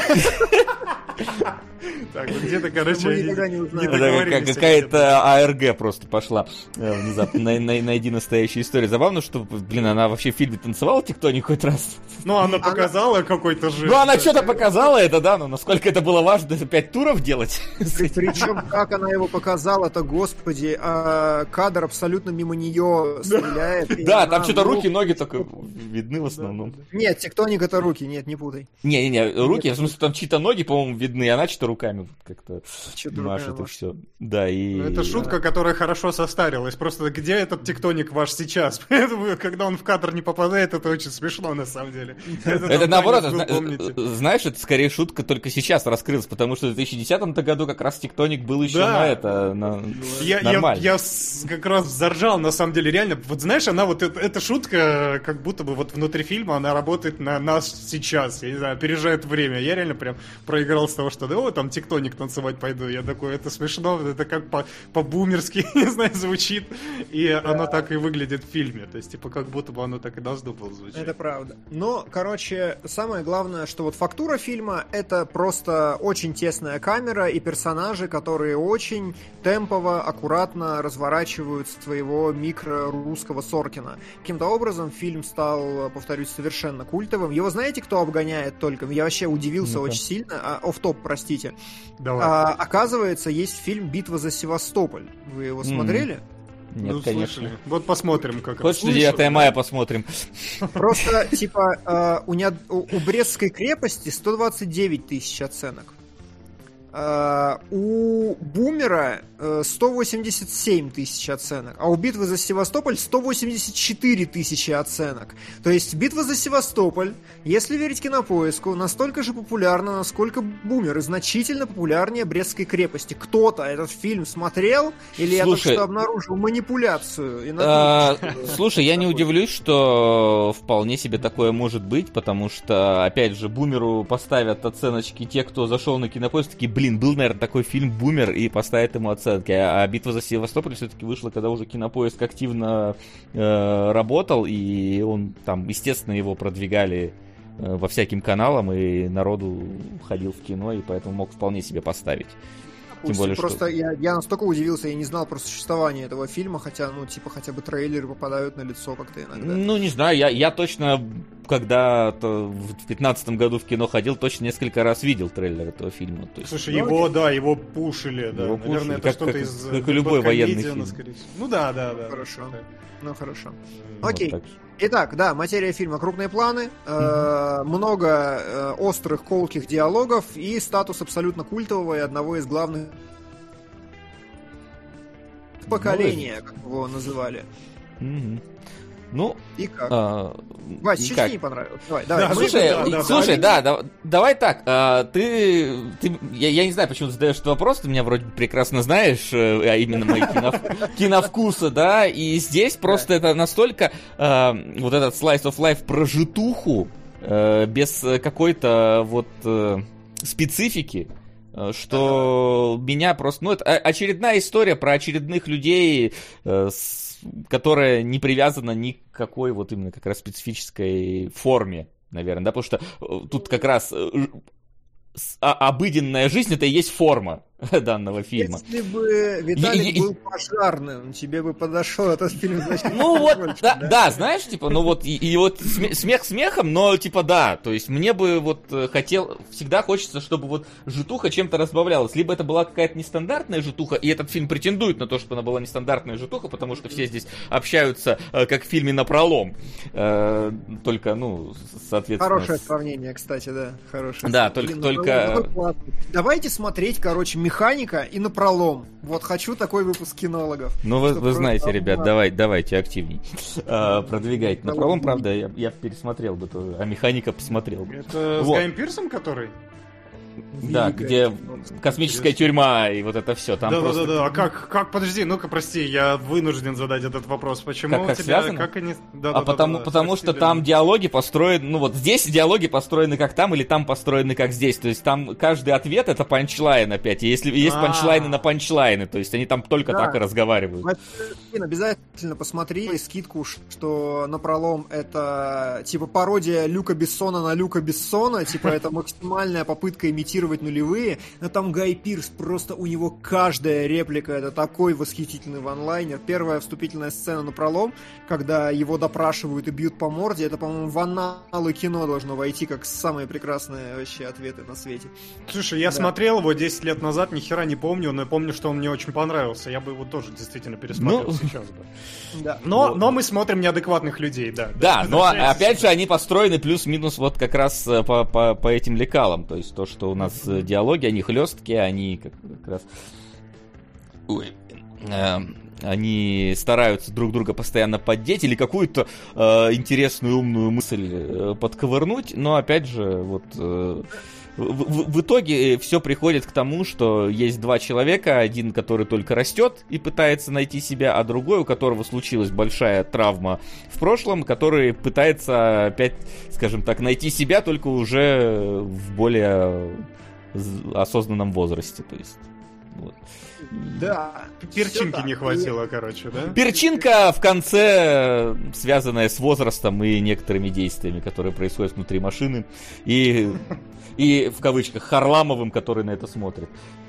Так, где-то, короче, не договорились. Какая-то АРГ просто пошла внезапно. Найди настоящую историю. Забавно, что, она вообще в фильме танцевала тектоник хоть раз. Ну, она показала какой-то жест. Ну, она что-то показала это, да, но насколько это было важно, 5 туров делать. Причем, как она его показала-то, господи, кадр абсолютно мимо нее стреляет. Да, там что-то руки, ноги только видны в основном. Нет, тектоник — это руки, нет, не путай. Не, руки, в смысле, там чьи-то ноги, по-моему, видны, она что-то руками вот как-то машет и все. Да, и... Это шутка, которая хорошо состарилась. Просто где этот тектоник ваш сейчас? Поэтому, когда он в кадр не попадает, это очень смешно на самом деле. Это наоборот, знаешь, это скорее шутка только сейчас раскрылась, потому что в 2010 году как раз тектоник был еще на это, нормально. Я как раз заржал, на самом деле, реально. Вот знаешь, она вот, эта шутка, как будто бы вот внутри фильма, она работает на нас сейчас, я не знаю, опережает время. Я реально прям проиграл с того, что да, там тектоник танцевать пойду. Я такой, это смешно, это как по-бумерски, не знаю, звучит. И оно так и выглядит в фильме. То есть, типа, как будто бы оно так и должно было звучать. Это правда. Но, короче, самое главное, что вот фактура фильма — это просто очень тесная камера и персонажи, которые очень темпово, аккуратно разворачивают своего микро-русского Соркина. Каким-то образом фильм стал, повторюсь, совершенно культовым. Его знаете, кто обгоняет только? Я вообще удивился очень сильно. Офф-топ, простите. Оказывается, есть фильм «Битва за Севастополь». Вы его смотрели? Нет, конечно. Слышали. Вот посмотрим, как это. Хочешь, 9 мая посмотрим. Просто, типа, у Брестской крепости 129 тысяч оценок. У Бумера 187 тысяч оценок, а у Битвы за Севастополь 184 тысячи оценок. То есть Битва за Севастополь, если верить Кинопоиску, настолько же популярна, насколько Бумер, и значительно популярнее Брестской крепости. Кто-то этот фильм смотрел, или я только что обнаружил манипуляцию? Слушай, я не удивлюсь, что вполне себе такое может быть, потому что, опять же, Бумеру поставят оценочки те, кто зашел на Кинопоиск, такие, был, наверное, такой фильм «Бумер», и поставят ему оценки. А «Битва за Севастополь» все-таки вышла, когда уже Кинопоиск активно работал, и он там, естественно, его продвигали во всяким каналам, и народу ходил в кино, и поэтому мог вполне себе поставить. Тем более, просто я настолько удивился, я не знал про существование этого фильма, хотя, хотя бы трейлеры попадают на лицо как-то иногда. Ну, не знаю, я точно, когда-то в 2015 году в кино ходил, точно несколько раз видел трейлер этого фильма. То есть, слушай, его пушили, да. Его наверное, пушили, это что-то из... Как и любой военный фильм. Ну да. Хорошо. Хорошо. Окей. Вот итак, да, материя фильма: крупные планы, много острых, колких диалогов и статус абсолютно культового и одного из главных поколения, как его называли. Ну, и как? Вась, что тебе не понравилось? Слушай, давай так. Я не знаю, почему ты задаешь этот вопрос, ты меня вроде прекрасно знаешь, а именно мои киновкусы, да, и здесь просто это настолько вот этот slice of life про житуху, без какой-то вот специфики, что меня просто... Ну, это очередная история про очередных людей, которая не привязана ни к какой вот именно как раз специфической форме, наверное, да, потому что тут как раз обыденная жизнь — это и есть форма данного фильма. Если бы Виталик был пожарным, тебе бы подошел этот фильм значительно ну вот, больше, да, знаешь, типа, ну вот, и вот смех смехом, но типа да, то есть мне бы вот всегда хочется, чтобы вот житуха чем-то разбавлялась. Либо это была какая-то нестандартная житуха, и этот фильм претендует на то, чтобы она была нестандартная житуха, потому что все здесь общаются как в фильме «Напролом». Только, ну, соответственно... Хорошее сравнение, кстати, да, хорошее. Да, только... Давайте смотреть, короче, «Механика» и «Напролом». Вот хочу такой выпуск кинологов. Ну, вы знаете, ребят, давайте активней. Продвигайте. «Напролом», правда, я пересмотрел бы тоже, а «Механика» посмотрел бы. Это с Гаем Пирсом, который? Да, где космическая тюрьма и вот это все. Да. А как, подожди, ну-ка, прости, я вынужден задать этот вопрос. Почему как у тебя, связано? как они... Потому что там диалоги построены, ну вот здесь диалоги построены как там, или там построены как здесь. То есть там каждый ответ — это панчлайн опять. И если есть панчлайны на панчлайны, то есть они там только так и разговаривают. Обязательно посмотри скидку, что «Напролом» — это типа пародия Люка Бессона на Люка Бессона, типа это максимальная попытка имитировать нулевые, но там Гай Пирс, просто у него каждая реплика — это такой восхитительный ванлайнер. Первая вступительная сцена «Напролом», когда его допрашивают и бьют по морде, это, по-моему, в анналы кино должно войти как самые прекрасные вообще ответы на свете. Слушай, я смотрел его 10 лет назад, ни хера не помню, но помню, что он мне очень понравился. Я бы его тоже действительно пересмотрел сейчас бы. Да. Но мы смотрим неадекватных людей, да. Да, но опять же они построены плюс-минус вот как раз по этим лекалам. То есть то, что у нас диалоги, они хлесткие, они как раз... Они стараются друг друга постоянно поддеть или какую-то интересную умную мысль подковырнуть, но опять же, вот в итоге все приходит к тому, что есть два человека, один, который только растет и пытается найти себя, а другой, у которого случилась большая травма в прошлом, который пытается опять, скажем так, найти себя, только уже в более осознанном возрасте, то есть вот. Да. Перчинки не хватило, короче, да? Перчинка в конце, связанная с возрастом и некоторыми действиями, которые происходят внутри машины. И в кавычках Харламовым, который на это смотрит.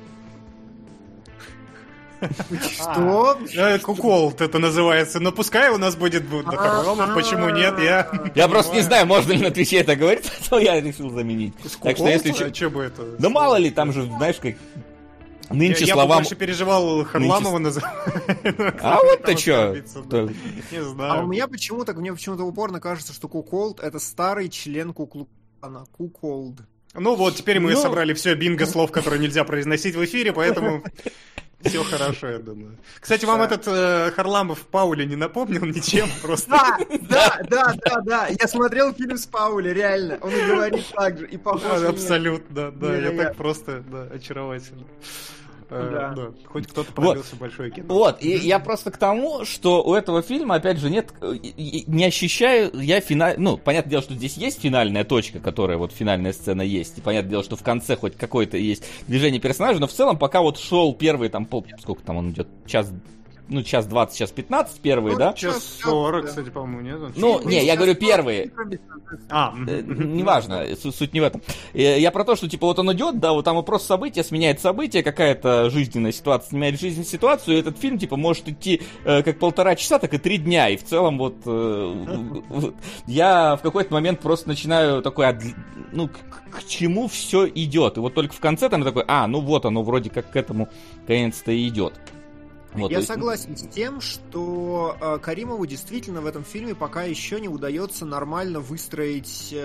Что? Куколд это называется. Но пускай у нас будет Харламов, почему нет? Я просто не знаю, можно ли на Твиче это говорить, то я решил заменить. Так что если... Что бы это? Да мало ли, там же, знаешь, как... Нынче я словам... бы больше переживал Харламова называть. А вот-то что? Не знаю. А мне почему-то упорно кажется, что Куколд — это старый член Куклукана. Куколд. Ну вот, теперь мы собрали все бинго слов, которые нельзя произносить в эфире, поэтому все хорошо, я думаю. Кстати, вам этот Харламов Паули не напомнил ничем? Просто. Да. Я смотрел фильм с Паули, реально. Он и говорит так же, и похож. Абсолютно, да. Я так просто, да, очаровательно. Да. Хоть кто-то пробился в большое кино. Вот, и я просто к тому, что у этого фильма, опять же, нет, не ощущаю я ну, понятное дело, что здесь есть финальная точка, которая вот финальная сцена есть, и понятное дело, что в конце хоть какое-то есть движение персонажа, но в целом, пока вот шел первый, там, сколько там он идет, час 20, час 15 первые, да? Час 40, кстати, по-моему, нет? Ну, не, я говорю первые. Неважно, да. суть не в этом. Я про то, что, типа, вот он идет, да, вот там просто события, сменяет события, какая-то жизненная ситуация сменяет жизненную ситуацию, и этот фильм, типа, может идти как 1,5 часа, так и 3 дня, и в целом вот я в какой-то момент просто начинаю такой, ну, к чему все идет, и вот только в конце там я такой, ну вот оно вроде как к этому наконец-то и идет. Вот, я согласен с тем, что Каримову действительно в этом фильме пока еще не удается нормально выстроить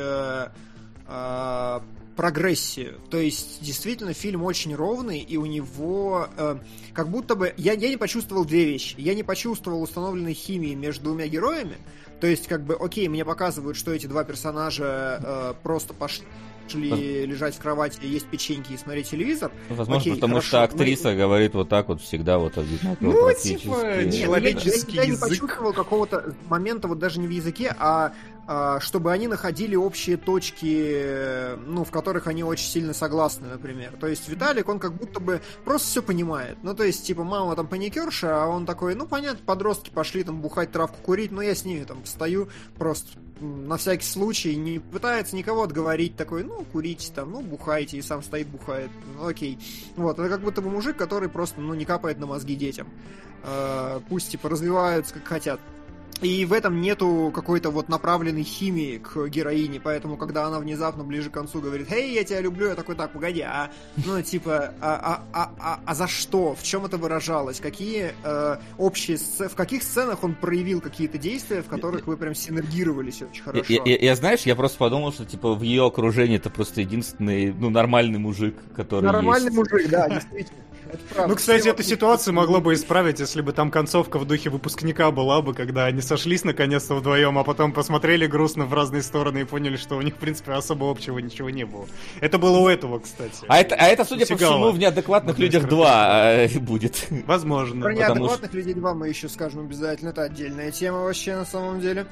прогрессию. То есть, действительно, фильм очень ровный, и у него как будто бы... Я не почувствовал две вещи. Я не почувствовал установленной химии между двумя героями. То есть, как бы, окей, мне показывают, что эти два персонажа просто пошли лежать в кровати, есть печеньки и смотреть телевизор. Возможно, потому что актриса говорит вот так вот всегда вот одинаково. Ну, типа, человеческий язык. Я не язык. почувствовал какого-то момента, вот даже не в языке, а чтобы они находили общие точки, ну, в которых они очень сильно согласны, например. То есть Виталик, он как будто бы просто все понимает. Ну, то есть, типа, мама там паникерша, а он такой, ну, понятно, подростки пошли там бухать, травку курить, но я с ними там стою просто на всякий случай, не пытается никого отговорить, такой, ну, курите там, ну, бухайте, и сам стоит, бухает, ну, окей. Вот, это как будто бы мужик, который просто, ну, не капает на мозги детям. Пусть, типа, развиваются как хотят. И в этом нету какой-то вот направленной химии к героине, поэтому, когда она внезапно ближе к концу говорит, «Эй, я тебя люблю», я такой, так, погоди, ну, типа, за что? В чем это выражалось? Какие общие сцены, в каких сценах он проявил какие-то действия, в которых вы прям синергировались очень хорошо? Я знаешь, я просто подумал, что, типа, в ее окружении это просто единственный, ну, нормальный мужик, который нормальный есть. Мужик, да, действительно. Ну, кстати, эту ситуацию могло бы исправить, если бы там концовка в духе выпускника была бы, когда они сошлись наконец-то вдвоем, а потом посмотрели грустно в разные стороны и поняли, что у них, в принципе, особо общего ничего не было. Это было у этого, кстати. А это судя по всему, в «Неадекватных людях 2» будет. Возможно. Про «Неадекватных людей 2» мы еще скажем обязательно. Это отдельная тема вообще, на самом деле.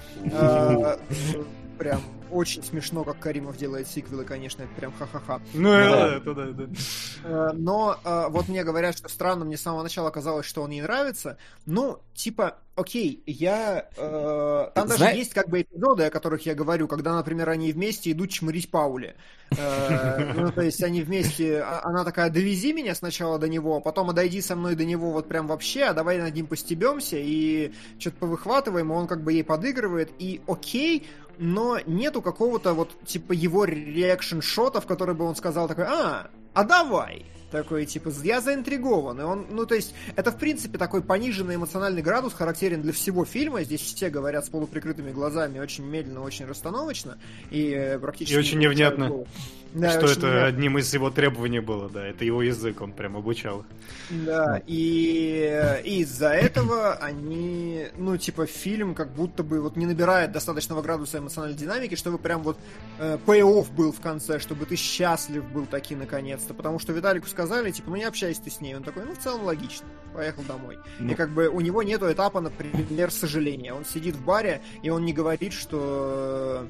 Прям очень смешно, как Каримов делает сиквелы, конечно, это прям ха-ха-ха. Ну, это да. Но вот мне говорят, что странно, мне с самого начала казалось, что он ей нравится. Ну, типа, окей, там даже есть как бы эпизоды, о которых я говорю, когда, например, они вместе идут чмырить Паули. Ну, то есть они вместе, она такая, довези меня сначала до него, а потом отойди со мной до него вот прям вообще, а давай над ним постебемся и что-то повыхватываем, и он как бы ей подыгрывает, и окей, но нету какого-то вот, типа, его реакшн-шота, в который бы он сказал такой, а давай. Такой, типа, я заинтригован. И он, ну, то есть, это, в принципе, такой пониженный эмоциональный градус, характерен для всего фильма. Здесь все говорят с полуприкрытыми глазами, очень медленно, очень расстановочно. И практически... И очень невнятно. Да, что это невнятно. одним из его требований было, да. Это его язык, он прям обучал. Да, и из-за этого они, ну, типа, фильм как будто бы вот не набирает достаточного градуса эмоциональной динамики, чтобы прям вот пей-офф был в конце, чтобы ты счастлив был таки наконец-то. Потому что Виталику сказали, типа, ну не общайся ты с ней. Он такой, ну в целом логично, поехал домой. И как бы у него нету этапа, например, сожаления. Он сидит в баре, и он не говорит, что...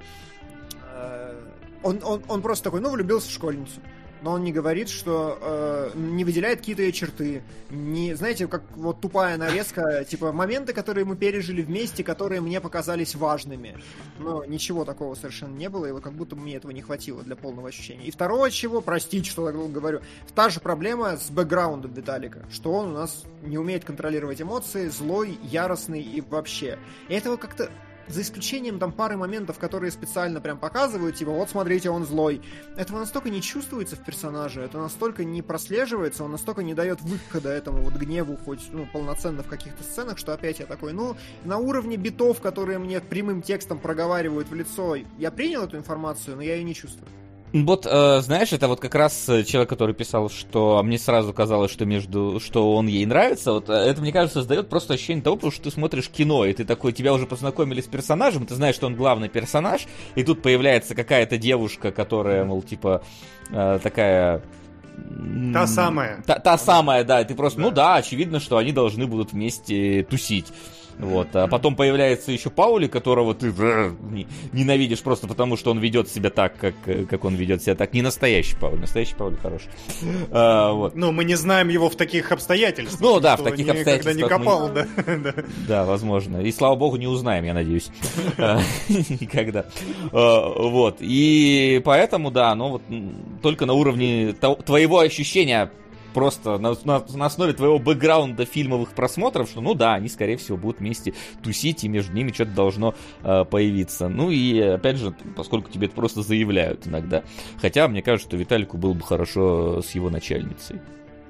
Он просто такой, ну, влюбился в школьницу. Но он не говорит, что не выделяет какие-то ее черты. Не, знаете, как вот тупая нарезка, типа моменты, которые мы пережили вместе, которые мне показались важными. Но ничего такого совершенно не было, и вот как будто мне этого не хватило для полного ощущения. И второго чего, простите, что я говорю, та же проблема с бэкграундом Виталика, что он у нас не умеет контролировать эмоции, злой, яростный и вообще. И этого как-то... За исключением там пары моментов, которые специально прям показывают, типа, вот смотрите, он злой. Этого настолько не чувствуется в персонаже, это настолько не прослеживается, он настолько не дает выхода этому вот гневу хоть, ну, полноценно в каких-то сценах, что опять я такой, ну, на уровне битов, которые мне прямым текстом проговаривают в лицо, я принял эту информацию, но я ее не чувствую. Вот, знаешь, это вот как раз человек, который писал, что мне сразу казалось, что он ей нравится, вот это, мне кажется, создает просто ощущение того, потому что ты смотришь кино, и ты такой, тебя уже познакомили с персонажем, ты знаешь, что он главный персонаж, и тут появляется какая-то девушка, которая, мол, типа, такая... Та самая. Та самая, да, и ты просто, ну да, очевидно, что они должны будут вместе тусить. Вот. А потом появляется еще Паули, которого ты ненавидишь просто потому, что он ведет себя так, как он ведет себя так. Не настоящий Паули. Настоящий Паули хороший. Вот. Ну, мы не знаем его в таких обстоятельствах. Ну да, в таких обстоятельствах. Никогда не копал, да. Да, возможно. И слава богу, не узнаем, я надеюсь. Никогда. Вот. И поэтому, да, ну вот только на уровне твоего ощущения, просто на основе твоего бэкграунда фильмовых просмотров, что, ну да, они, скорее всего, будут вместе тусить, и между ними что-то должно появиться. Ну и, опять же, поскольку тебе это просто заявляют иногда. Хотя, мне кажется, что Виталику было бы хорошо с его начальницей.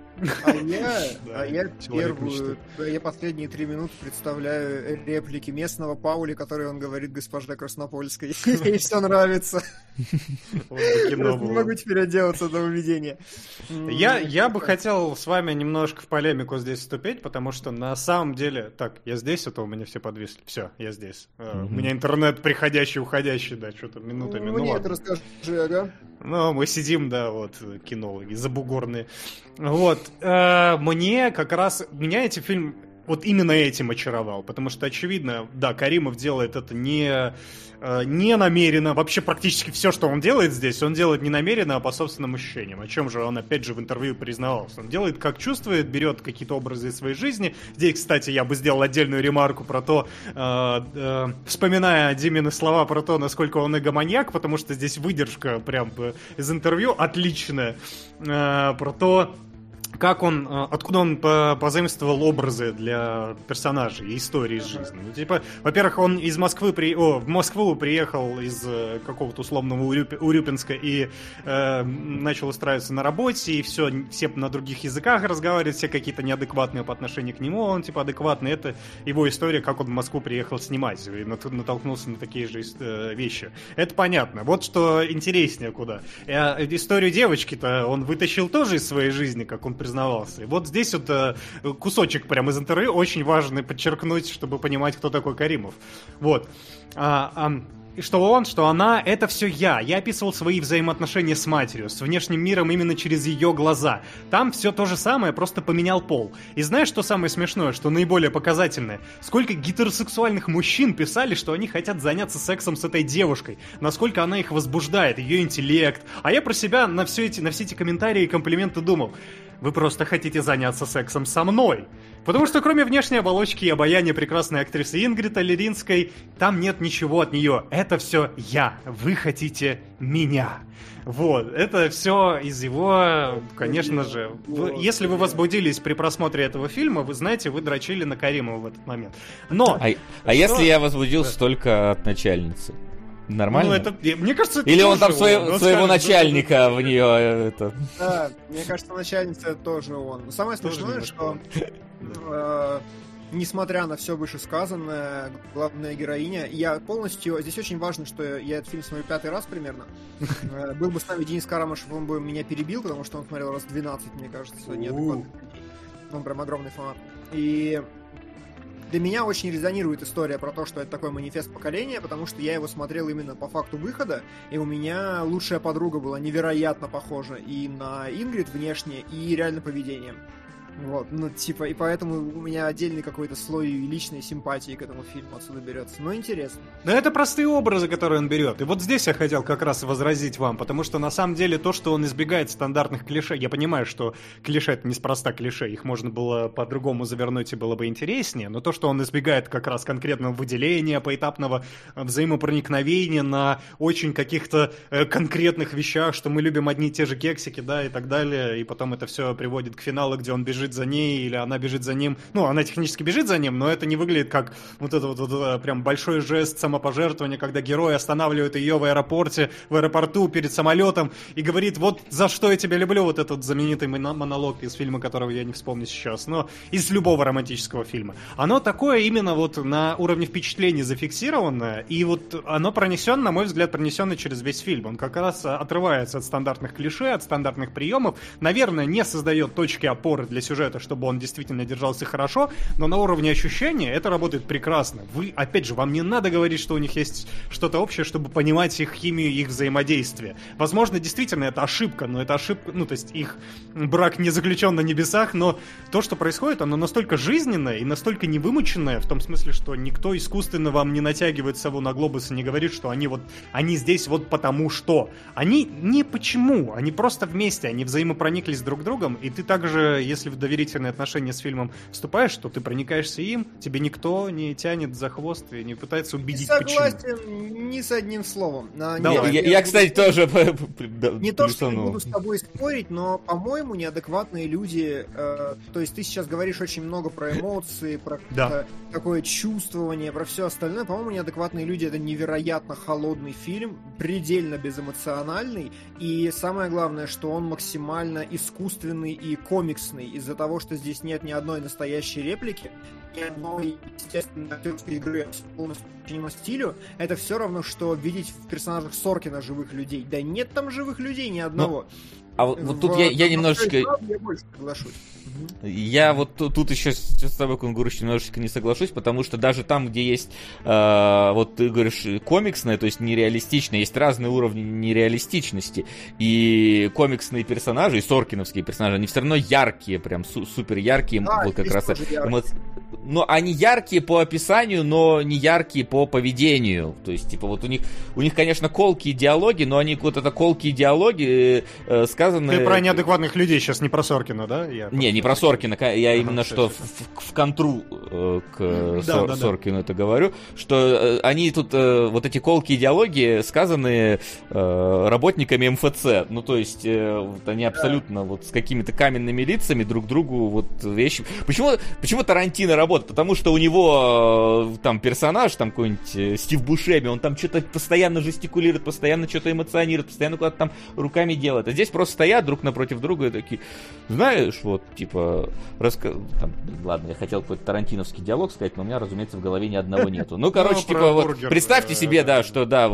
Я последние 3 минуты представляю реплики местного Паули, которые он говорит госпоже Краснопольской. Ей все нравится. Не могу теперь отделаться до увидения. Я бы хотел с вами немножко в полемику здесь вступить, потому что на самом деле... Так, я здесь, а то у меня все подвисли. Все, я здесь. У меня интернет приходящий, уходящий, да, что-то минутами. Мне это расскажи, ага. Ну, мы сидим, да, вот, кинологи, забугорные. Вот, мне как раз... Меня эти фильм вот именно этим очаровал, потому что, очевидно, да, Каримов делает это не намеренно. Вообще практически все, что он делает здесь, он делает не намеренно, а по собственным ощущениям. О чем же он, опять же, в интервью признавался. Он делает, как чувствует, берет какие-то образы из своей жизни. Здесь, кстати, я бы сделал отдельную ремарку про то, вспоминая Димины слова про то, насколько он эгоманьяк, потому что здесь выдержка прям из интервью отличная, про то, как он, откуда он позаимствовал образы для персонажей и истории из жизни. Ну, типа, во-первых, он из Москвы в Москву приехал из какого-то условного Урюпинска и начал устраиваться на работе, и все на других языках разговаривает, все какие-то неадекватные по отношению к нему, он типа адекватный. Это его история, как он в Москву приехал снимать, и натолкнулся на такие же вещи. Это понятно. Вот что интереснее куда. Историю девочки-то он вытащил тоже из своей жизни, как он признавался. И вот здесь вот кусочек прямо из интервью очень важно подчеркнуть, чтобы понимать, кто такой Каримов. Вот. Что он, что она, это все я. Я описывал свои взаимоотношения с матерью, с внешним миром именно через ее глаза. Там все то же самое, просто поменял пол. И знаешь, что самое смешное, что наиболее показательное? Сколько гетеросексуальных мужчин писали, что они хотят заняться сексом с этой девушкой. Насколько она их возбуждает, ее интеллект. А я про себя на все эти комментарии и комплименты думал: вы просто хотите заняться сексом со мной. Потому что кроме внешней оболочки и обаяния прекрасной актрисы Ингрид Аллеринской, там нет ничего от нее. Это все я. Вы хотите меня. Вот. Это все из его, конечно же... Если вы возбудились при просмотре этого фильма, вы знаете, вы дрочили на Каримова в этот момент. Но... А если я возбудился только от начальницы? Нормально? Ну, это, мне кажется, это или он там он. своего начальника в нее это... Да, мне кажется, начальница это тоже он. Самое смешное, что несмотря на все вышесказанное, главная героиня, я полностью... Здесь очень важно, что я этот фильм смотрю 5-й раз примерно. Был бы с нами Денис Карамышев, он бы меня перебил, потому что он смотрел раз 12, мне кажется, неадекватных людей. Он прям огромный фанат. И для меня очень резонирует история про то, что это такой манифест поколения, потому что я его смотрел именно по факту выхода, и у меня лучшая подруга была невероятно похожа и на Ингрид внешне, и реально поведением. Вот, ну, типа, и поэтому у меня отдельный какой-то слой личной симпатии к этому фильму отсюда берется. Но интересно. Да это простые образы, которые он берет. И вот здесь я хотел как раз возразить вам, потому что на самом деле то, что он избегает стандартных клише, я понимаю, что клише это неспроста клише, их можно было по-другому завернуть и было бы интереснее, но то, что он избегает как раз конкретного выделения, поэтапного взаимопроникновения на очень каких-то конкретных вещах, что мы любим одни и те же кексики, да, и так далее, и потом это все приводит к финалу, где он бежит за ней, или она бежит за ним. Ну, она технически бежит за ним, но это не выглядит как вот это вот прям большой жест самопожертвования, когда герой останавливает ее в аэропорту перед самолетом и говорит: вот за что я тебя люблю, вот этот знаменитый монолог из фильма, которого я не вспомню сейчас, но из любого романтического фильма. Оно такое именно вот на уровне впечатлений зафиксированное, и вот оно пронесено, на мой взгляд, пронесено через весь фильм. Он как раз отрывается от стандартных клише, от стандартных приемов, наверное, не создает точки опоры для сюжета, чтобы он действительно держался хорошо, но на уровне ощущения это работает прекрасно. Вы, опять же, вам не надо говорить, что у них есть что-то общее, чтобы понимать их химию, их взаимодействие. Возможно, действительно, это ошибка, но это ошибка, ну, то есть их брак не заключен на небесах, но то, что происходит, оно настолько жизненное и настолько невымученное, в том смысле, что никто искусственно вам не натягивает сову на глобус и не говорит, что они здесь вот потому что. Они не почему, они просто вместе, они взаимопрониклись друг к другу, и ты также, если в доверительные отношения с фильмом вступаешь, что ты проникаешься им, тебе никто не тянет за хвост и не пытается убедить, почему. Согласен ни с одним словом. Я, кстати, тоже... Не то, что не буду с тобой спорить, но, по-моему, неадекватные люди... То есть ты сейчас говоришь очень много про эмоции, про такое чувствование, про все остальное. По-моему, неадекватные люди — это невероятно холодный фильм, предельно безэмоциональный, и самое главное, что он максимально искусственный и комиксный, из-за того, что здесь нет ни одной настоящей реплики, ни одной, естественно, актерской игры полностью подчинено стилю. Это все равно, что видеть в персонажах Соркина живых людей. Да нет там живых людей ни одного. А вот тут я немножечко... Я больше соглашусь. Я вот тут еще с тобой, Кунгурыч, немножечко не соглашусь, потому что даже там, где есть, вот ты говоришь, комиксное, то есть нереалистичное, есть разные уровни нереалистичности. И комиксные персонажи, и соркиновские персонажи, они все равно яркие, прям супер яркие. Да, вот как раз но они яркие по описанию, но не яркие по поведению. То есть, типа, вот у них, конечно, колкие диалоги, но они вот это колкие диалоги сказаны... Ты про неадекватных людей сейчас, не про Соркина, да? Не про Соркина, я именно что в контру к Соркину это говорю, что они тут, вот эти колкие диалоги сказаны работниками МФЦ. Ну, то есть, вот они абсолютно вот с какими-то каменными лицами друг другу вот вещи... Почему Тарантино работает? Потому что у него там персонаж, там какой-нибудь Стив Бушеми, он там что-то постоянно жестикулирует, постоянно что-то эмоционирует, постоянно куда-то там руками делает. А здесь просто стоят друг напротив друга и такие, знаешь, вот, типа, ладно, я хотел какой-то тарантиновский диалог сказать, но у меня, разумеется, в голове ни одного нету. Ну, короче, типа, вот, представьте себе, да, что, да,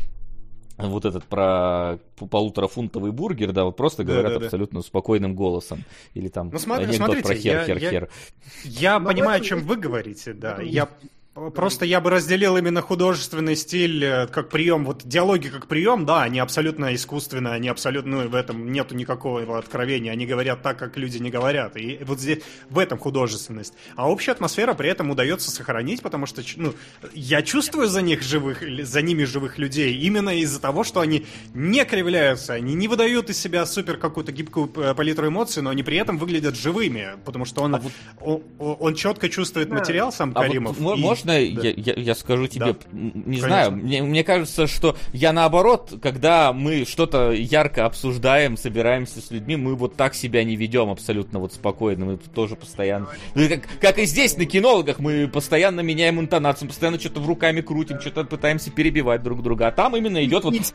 вот этот про полуторафунтовый бургер, да, вот просто говорят абсолютно спокойным голосом. Или там анекдот про хер. Я понимаю, о чем вы говорите, да. Просто я бы разделил именно художественный стиль как прием, вот диалоги как прием, да, они абсолютно искусственные, они абсолютно, в этом нету никакого откровения, они говорят так, как люди не говорят, и вот здесь в этом художественность. А общая атмосфера при этом удается сохранить, потому что, я чувствую за ними живых людей именно из-за того, что они не кривляются, они не выдают из себя супер какую-то гибкую палитру эмоций, но они при этом выглядят живыми, потому что он четко чувствует материал, сам Каримов. лично я скажу тебе, не знаю, мне кажется, что я наоборот, когда мы что-то ярко обсуждаем, собираемся с людьми, мы вот так себя не ведем абсолютно вот спокойно, мы тоже постоянно, как и здесь на кинологах, мы постоянно меняем интонацию, постоянно что-то в руками крутим, что-то пытаемся перебивать друг друга, а там именно идет вот...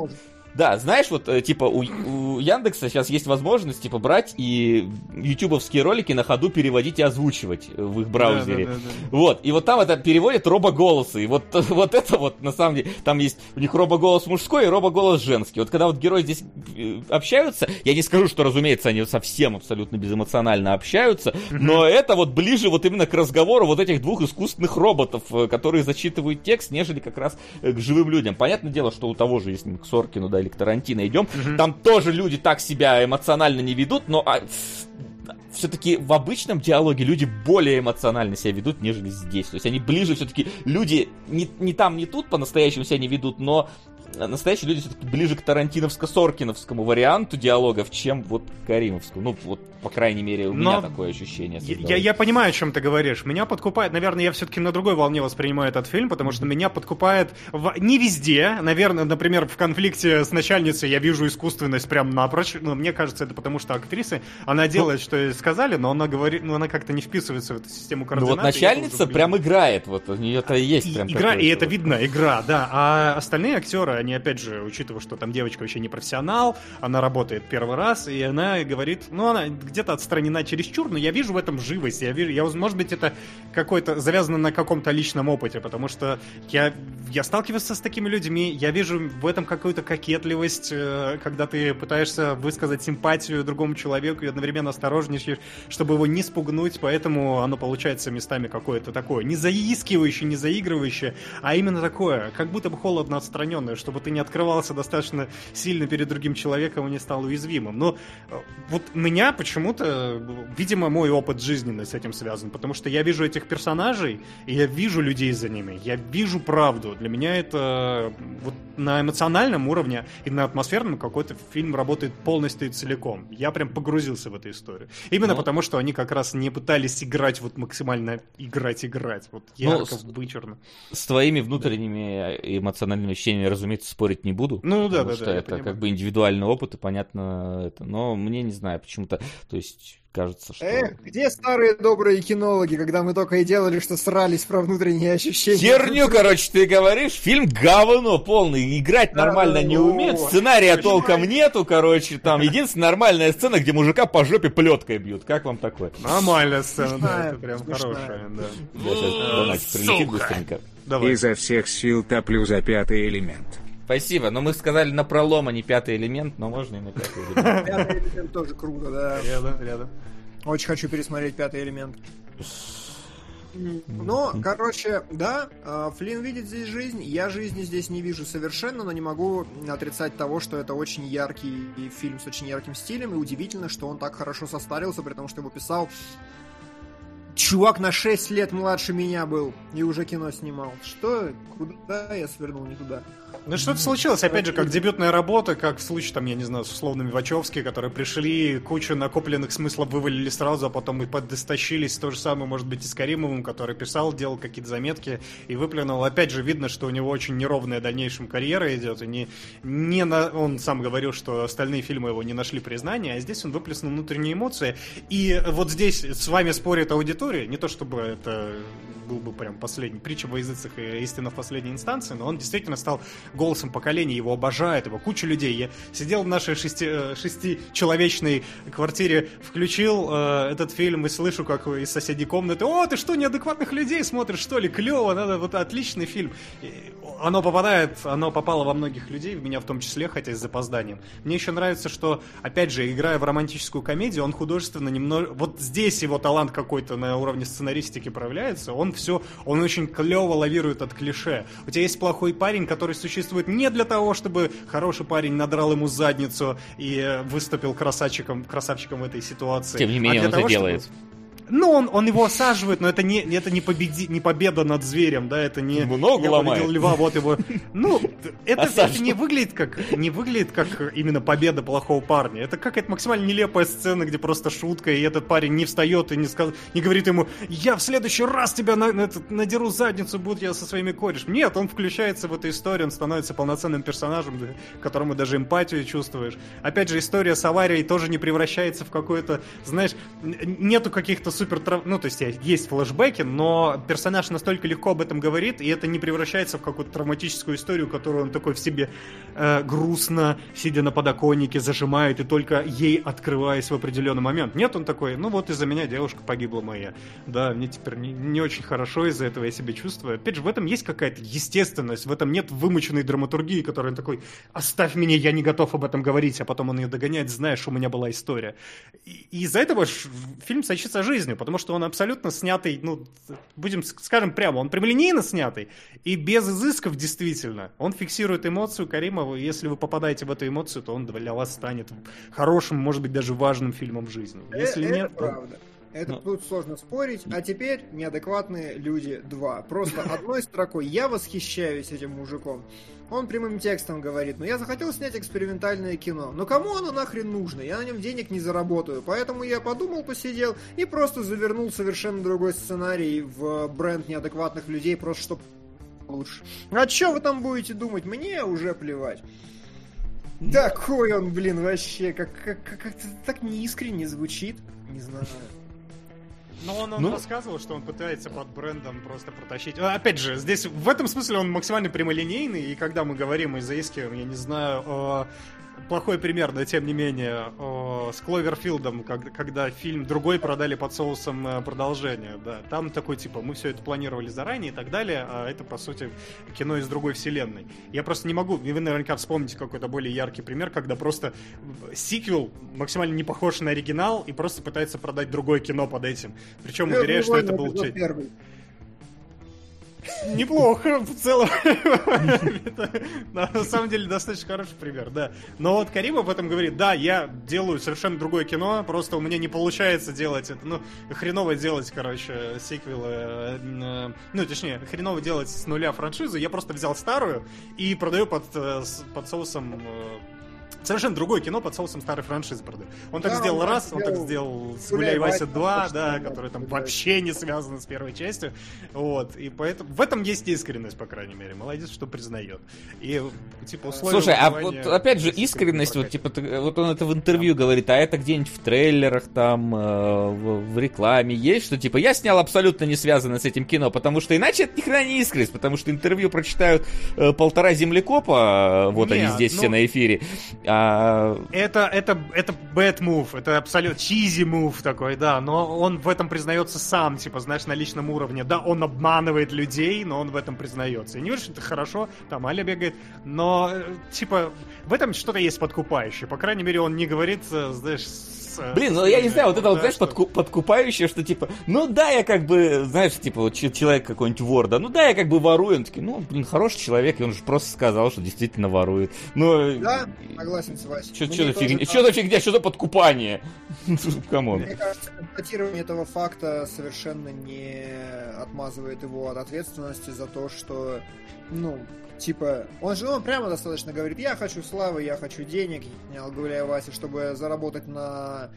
Да, знаешь, вот, типа, у Яндекса сейчас есть возможность, типа, брать и ютубовские ролики на ходу переводить и озвучивать в их браузере. Да. Вот, и вот там это переводят робоголосы, и вот это вот, на самом деле, там есть у них робоголос мужской и робоголос женский. Вот когда вот герои здесь общаются, я не скажу, что, разумеется, они совсем абсолютно безэмоционально общаются, но это вот ближе вот именно к разговору вот этих двух искусственных роботов, которые зачитывают текст, нежели как раз к живым людям. Понятное дело, что у того же, если мы к Соркину, да, или к Тарантино идем, там тоже люди так себя эмоционально не ведут, но все-таки в обычном диалоге люди более эмоционально себя ведут, нежели здесь. То есть они ближе все-таки, люди не там, не тут по-настоящему себя не ведут, но настоящие люди все-таки ближе к тарантиновско-соркиновскому варианту диалогов, чем вот к каримовскому. Ну, вот, по крайней мере, у меня такое ощущение. Я понимаю, о чем ты говоришь. Меня подкупает, наверное, я все-таки на другой волне воспринимаю этот фильм, потому что меня подкупает не везде. Наверное, например, в конфликте с начальницей я вижу искусственность прям напрочь. Но мне кажется, это потому что актриса, она делает, что ей сказали, но она говорит, она как-то не вписывается в эту систему координат. Ну вот начальница прям играет, вот у нее-то есть прям игра, и это видно, игра, да. А остальные актеры, они, опять же, учитывая, что там девочка вообще не профессионал, она работает первый раз, и она говорит, она где-то отстранена чересчур, но я вижу в этом живость, может быть, это какой-то завязано на каком-то личном опыте, потому что я сталкивался с такими людьми, я вижу в этом какую-то кокетливость, когда ты пытаешься высказать симпатию другому человеку и одновременно осторожничаешь, чтобы его не спугнуть, поэтому оно получается местами какое-то такое не заискивающее, не заигрывающее, а именно такое, как будто бы холодно отстраненное, чтобы ты не открывался достаточно сильно перед другим человеком и не стал уязвимым. Но вот меня почему-то, видимо, мой опыт жизненный с этим связан, потому что я вижу этих персонажей, и я вижу людей за ними, я вижу правду. Для меня это вот на эмоциональном уровне и на атмосферном какой-то фильм работает полностью и целиком. Я прям погрузился в эту историю. Именно потому, что они как раз не пытались играть, вот максимально играть, вот ярко, вычурно. С твоими внутренними эмоциональными ощущениями, разумеется, спорить не буду. Потому что это как бы индивидуальный опыт, и понятно это. Но мне, не знаю, почему-то, то есть... Кажется, что... где старые добрые кинологи, когда мы только и делали, что срались про внутренние ощущения? Херню, короче, ты говоришь, фильм говно полный, играть нормально не умеет, сценария толком нету, короче, там единственная нормальная сцена, где мужика по жопе плеткой бьют. Как вам такое? Нормальная сцена, да, это прям хорошая, да. Я сейчас донатик прилетит быстренько. Изо всех сил топлю за 5-й элемент. Спасибо, но мы сказали на пролом, а не 5-й элемент, но можно и на 5-й элемент. 5-й элемент тоже круто, да. Рядом. Очень хочу пересмотреть 5-й элемент. Ну, короче, да, Флинн видит здесь жизнь, я жизни здесь не вижу совершенно, но не могу отрицать того, что это очень яркий фильм с очень ярким стилем, и удивительно, что он так хорошо состарился, при том, что его писал чувак на 6 лет младше меня был и уже кино снимал. Что? Куда я свернул? Не туда. Ну что-то случилось, опять же, как дебютная работа, как в случае, там, я не знаю, с условными Вачовски, которые пришли, кучу накопленных смыслов вывалили сразу, а потом и подостащились. То же самое, может быть, и с Каримовым, который писал, делал какие-то заметки и выплюнул. Опять же, видно, что у него очень неровная дальнейшая карьера идет, и он сам говорил, что остальные фильмы его не нашли признания, а здесь он выплеснул внутренние эмоции. И вот здесь с вами спорит аудитория, не то чтобы это был бы прям последний притча во языцах и истина в последней инстанции, но он действительно стал голосом поколения, его обожает, его куча людей. Я сидел в нашей шестичеловечной квартире, включил этот фильм и слышу, как из соседней комнаты: «О, ты что, неадекватных людей смотришь, что ли? Клево, надо, вот отличный фильм». Оно попало во многих людей, в меня в том числе, хотя и с запозданием. Мне еще нравится, что, опять же, играя в романтическую комедию, он художественно немного... Вот здесь его талант какой-то на уровне сценаристики проявляется, он очень клево лавирует от клише. У тебя есть плохой парень, который существует не для того, чтобы хороший парень надрал ему задницу и выступил красавчиком в этой ситуации. Тем не менее, он это делает. Ну, он его осаживает, но это не победа над зверем, да, это не... Много я ломает. победил льва, вот его... Ну, это не выглядит как именно победа плохого парня. Это какая-то максимально нелепая сцена, где просто шутка, и этот парень не встает и не говорит ему: я в следующий раз тебя надеру задницу, буду я со своими корешами. Нет, он включается в эту историю, он становится полноценным персонажем, которому даже эмпатию чувствуешь. Опять же, история с аварией тоже не превращается в какое-то, знаешь, нету каких-то супер... Ну, то есть есть флешбеки, но персонаж настолько легко об этом говорит, и это не превращается в какую-то травматическую историю, которую он такой в себе грустно, сидя на подоконнике, зажимает, и только ей открываясь в определенный момент. Нет, он такой: ну вот из-за меня девушка погибла моя. Да, мне теперь не очень хорошо из-за этого я себя чувствую. Опять же, в этом есть какая-то естественность, в этом нет вымученной драматургии, которая такой: оставь меня, я не готов об этом говорить, а потом он ее догоняет: знаешь, у меня была история. И из-за этого фильм сочится жизнью, потому что он абсолютно снятый, ну, скажем прямо, он прямолинейно снятый, и без изысков действительно. Он фиксирует эмоцию Каримова, и если вы попадаете в эту эмоцию, то он для вас станет хорошим, может быть, даже важным фильмом в жизни. Если это нет, правда. Это тут сложно спорить. А теперь «Неадекватные люди 2». Просто одной строкой: я восхищаюсь этим мужиком. Он прямым текстом говорит: ну я захотел снять экспериментальное кино. Но кому оно нахрен нужно? Я на нем денег не заработаю. Поэтому я подумал, посидел и просто завернул совершенно другой сценарий в бренд неадекватных людей, просто чтобы лучше. А чё вы там будете думать? Мне уже плевать. Такой он, блин, вообще, как-то так неискренне звучит. Не знаю. Но он рассказывал, что он пытается под брендом просто протащить. Опять же, здесь в этом смысле он максимально прямолинейный, и когда мы говорим и заискиваем, я не знаю, плохой пример, но тем не менее, с Кловерфилдом, когда фильм другой продали под соусом продолжения, да, там такой типа: мы все это планировали заранее и так далее, а это, по сути, кино из другой вселенной. Я просто не могу, и вы наверняка вспомните какой-то более яркий пример, когда просто сиквел максимально не похож на оригинал и просто пытается продать другое кино под этим. Причем уверяю, что это был... Неплохо, в целом. На самом деле достаточно хороший пример, да. Но вот Каримов в этом говорит: да, я делаю совершенно другое кино, просто у меня не получается делать это. Ну, хреново делать, короче, сиквелы. Ну, точнее, хреново делать с нуля франшизу. Я просто взял старую и продаю под соусом... Совершенно другое кино под соусом старой франшизы продаю. Он так сделал раз, он так сделал с «Гуляй, Вася 2», да, который там вообще не связан с первой частью. Вот, и поэтому в этом есть искренность, по крайней мере. Молодец, что признает. И, типа, условия... Слушай, а вот опять же искренность, вот, типа, вот он это в интервью говорит, а это где-нибудь в трейлерах, там, в рекламе есть, что, типа, я снял абсолютно не связанное с этим кино, потому что иначе это ни хрена не искренность, потому что интервью прочитают 1,5 землекопа, вот они здесь все на эфире. Это bad move, это абсолютно cheesy move такой, да, но он в этом признается сам, типа, знаешь, на личном уровне. Да, он обманывает людей, но он в этом признается. Я не говорю, что это хорошо, там Аля бегает, но, типа, в этом что-то есть подкупающее. По крайней мере, он не говорит, знаешь... Блин, ну я не знаю, вот это вот, знаешь, подкупающее, что типа, ну да, я как бы, знаешь, типа, вот человек какой-нибудь вор, да, ну да, я как бы ворую, он такой: ну, блин, хороший человек, и он же просто сказал, что действительно ворует. Ну, да, согласен с Васей. Что за фигня, что за подкупание? Камон. Мне кажется, констатирование этого факта совершенно не отмазывает его от ответственности за то, что, ну... Типа, он прямо достаточно говорит: я хочу славы, я хочу денег, я снял «Гуляй, Вася», чтобы заработать на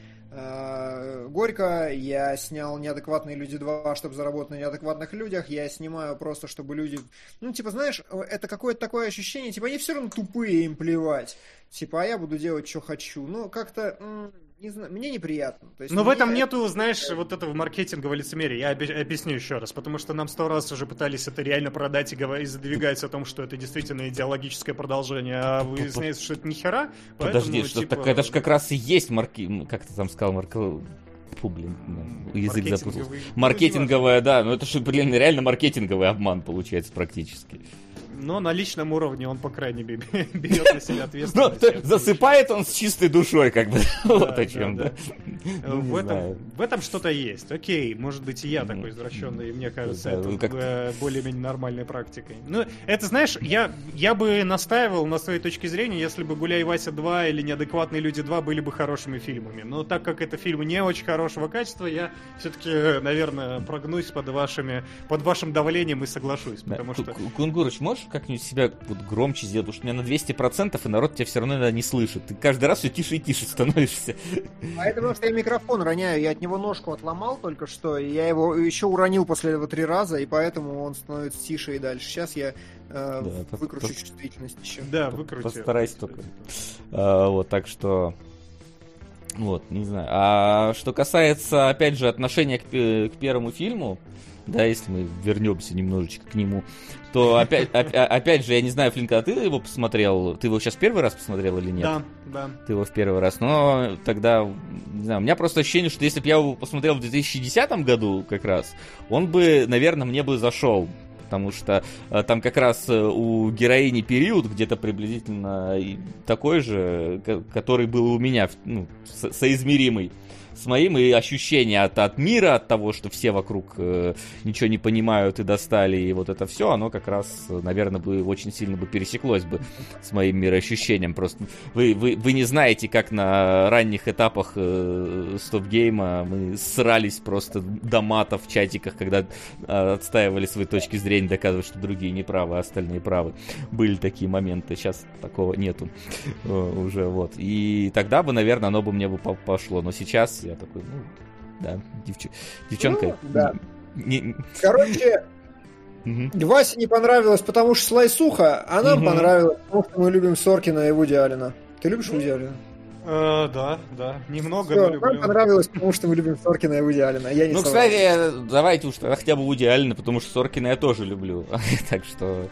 Горько, я снял «Неадекватные люди 2», чтобы заработать на неадекватных людях, я снимаю просто, чтобы люди... Ну, типа, знаешь, это какое-то такое ощущение, типа, они все равно тупые, им плевать. Типа, а я буду делать, что хочу. Ну, как-то... Не знаю, мне неприятно. То есть, но в этом нету, знаешь, вот этого маркетингового лицемерия. Я объясню еще раз, потому что нам 100 раз уже пытались это реально продать и задвигать о том, что это действительно идеологическое продолжение, а выясняется, что это ни хера. Подожди, что типа... это же как раз и есть как ты там сказал, блин, язык запутался. Маркетинговая, да, но это же, блин, реально маркетинговый обман получается практически. Но на личном уровне он, по крайней мере, берет на себя ответственность. Засыпает он с чистой душой, как бы. Вот о чем, да. В этом что-то есть. Окей, может быть, и я такой извращенный, и мне кажется, это более-менее нормальной практикой. Ну, это, знаешь, я бы настаивал на своей точке зрения, если бы «Гуляй, Вася 2» или «Неадекватные люди 2» были бы хорошими фильмами. Но так как это фильмы не очень хорошего качества, я все-таки, наверное, прогнусь под вашим давлением и соглашусь. Потому что... Кунгурыч, можешь как-нибудь себя вот громче сделать? Потому что у меня на 200%, и народ тебя все равно иногда не слышит. Ты каждый раз все тише и тише становишься. А это потому что я микрофон роняю. Я от него ножку отломал только что, и я его еще уронил после этого 3 раза, и поэтому он становится тише и дальше. Сейчас я выкручу чувствительность еще. Да, выкрути. Постарайся только. Вот, так что... Вот, не знаю. А что касается, опять же, отношения к первому фильму, да, если мы вернемся немножечко к нему, то опять же, я не знаю, Флинн, когда ты его посмотрел, ты его сейчас первый раз посмотрел или нет? Да. Ты его в первый раз, но тогда, не знаю, у меня просто ощущение, что если бы я его посмотрел в 2010 году как раз, он бы, наверное, мне бы зашел. Потому что там как раз у героини период где-то приблизительно такой же, который был у меня, ну, соизмеримый с моим, и ощущение от мира, от того, что все вокруг ничего не понимают и достали, и вот это все, оно как раз, наверное, бы очень сильно бы пересеклось бы с моим мироощущением. Просто вы не знаете, как на ранних этапах стоп-гейма мы срались просто до мата в чатиках, когда отстаивали свои точки зрения, доказывая, что другие неправы, а остальные правы. Были такие моменты, сейчас такого нету уже, вот. И тогда бы, наверное, оно бы мне бы пошло, но сейчас я такой, ну, да, девчонка. Ну, да. Короче, Васе не понравилось, потому что слайсуха, а нам понравилось, потому что мы любим Соркина и Вуди Аллена. Ты любишь Вуди Аллена? Да, немного, но люблю. Нам понравилось, потому что мы любим Соркина и Вуди Аллена. Ну, кстати, давайте уж хотя бы Вуди Аллена, потому что Соркина я тоже люблю. Так что...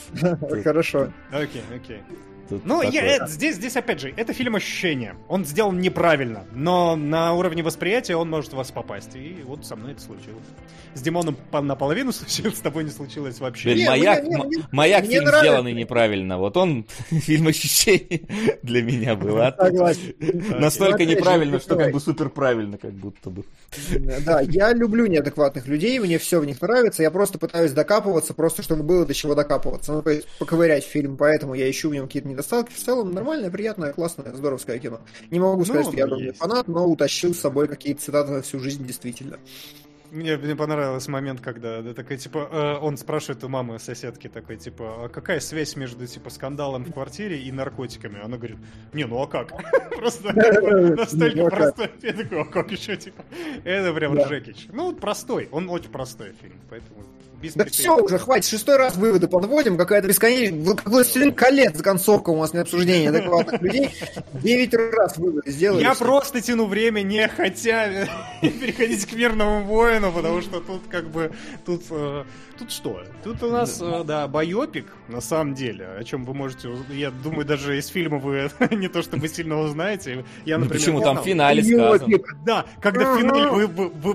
Хорошо. Окей. Ну, здесь опять же, это фильм ощущения. Он сделан неправильно, но на уровне восприятия он может в вас попасть. И вот со мной это случилось. С Димоном наполовину случилось, с тобой не случилось вообще. Маяк фильм сделанный неправильно. Вот он фильм ощущений для меня был. Настолько неправильно, что как бы супер правильно, как будто бы. Да, я люблю неадекватных людей, мне все в них нравится. Я просто пытаюсь докапываться, просто чтобы было до чего докапываться. Ну, то есть поковырять фильм, поэтому я ищу в нем какие-то недостатки. В целом нормальное, приятное, классное, здоровское кино. Не могу сказать, что я огромный фанат, но утащил с собой какие-то цитаты на всю жизнь действительно. Мне понравился момент, когда такой, типа, он спрашивает у мамы соседки, такой, типа, а какая связь между, типа, скандалом в квартире и наркотиками? Она говорит, не, ну а как? Просто настолько простой. Я такой, а как еще, типа? Это прям Жекич. Ну, простой, он очень простой фильм, поэтому... Да все уже, хватит, 6-й раз выводы подводим, какая-то бесконечная... Как «Властелин колец» концовка у нас на обсуждение адекватных людей. 9 раз выводы сделали. Я просто тяну время, не хотя переходить к «Мирному воину», потому что тут как бы... Тут что? Тут у нас, да, байопик, на самом деле, о чем вы можете... Я думаю, даже из фильма вы не то чтобы сильно узнаете. Я, например, почему там в финале сказано? Да, когда в финале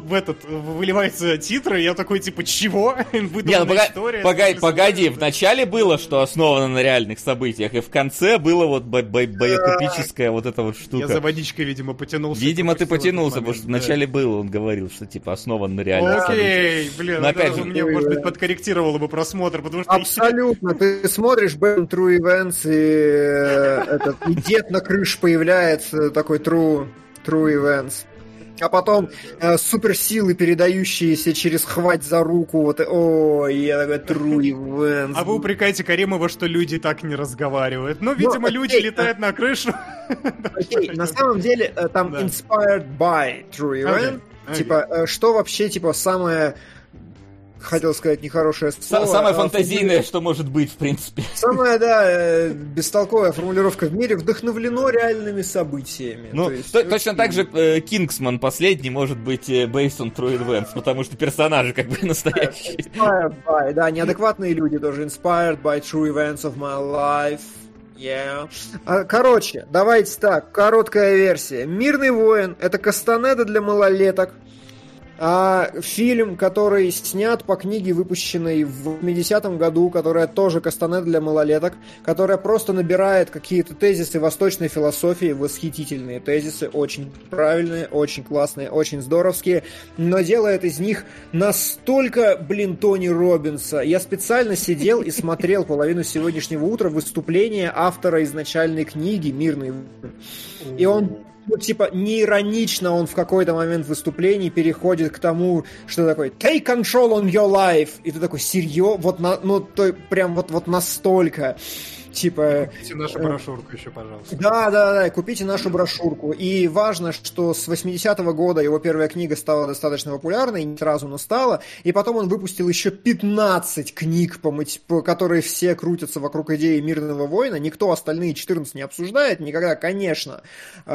выливаются титры, я такой, типа, чего? Погоди, в начале было, что основано на реальных событиях, и в конце было вот байопическая вот эта вот штука. Я за водичкой, видимо, потянулся. Видимо, ты потянулся, потому что в начале было, он говорил, что типа основан на реальных событиях. Окей, блин, опять же, мне, может быть, подкорректировало бы просмотр, потому что... Абсолютно, ты смотришь Batman True Events, и дед на крыше появляется, такой True Events. А потом суперсилы, передающиеся через хвать за руку. Вот, я такой true events. А вы упрекаете Каримова, что люди так не разговаривают. Ну, видимо, люди летают на крышу. Окей, на самом деле, там inspired by true event. Типа, что вообще, типа, самое... Хотел сказать нехорошее слово. Самое фантазийное, что может быть, в принципе. Самая, да, бестолковая формулировка в мире вдохновлено реальными событиями. Ну, точно так же Кингсман последний может быть based on true events, потому что персонажи как бы настоящие. Inspired by, да, неадекватные люди тоже. Inspired by true events of my life. Yeah. Короче, давайте так, короткая версия. «Мирный воин» — это Кастанеда для малолеток. Фильм, который снят по книге, выпущенной в 80-м году, которая тоже кастанет для малолеток, которая просто набирает какие-то тезисы восточной философии, восхитительные тезисы, очень правильные, очень классные, очень здоровские, но делает из них настолько, Тони Роббинса. Я специально сидел и смотрел половину сегодняшнего утра выступление автора изначальной книги «Мирный». И он... не иронично он в какой-то момент выступлений переходит к тому, что такое «Take control on your life!» И ты такой, серьезно? Прям настолько. Купите нашу брошюрку еще, пожалуйста. Да, купите нашу брошюрку. И важно, что с 80-го года его первая книга стала достаточно популярной, не сразу, но стала. И потом он выпустил еще 15 книг, которые все крутятся вокруг идеи мирного воина. Никто остальные 14 не обсуждает никогда, конечно.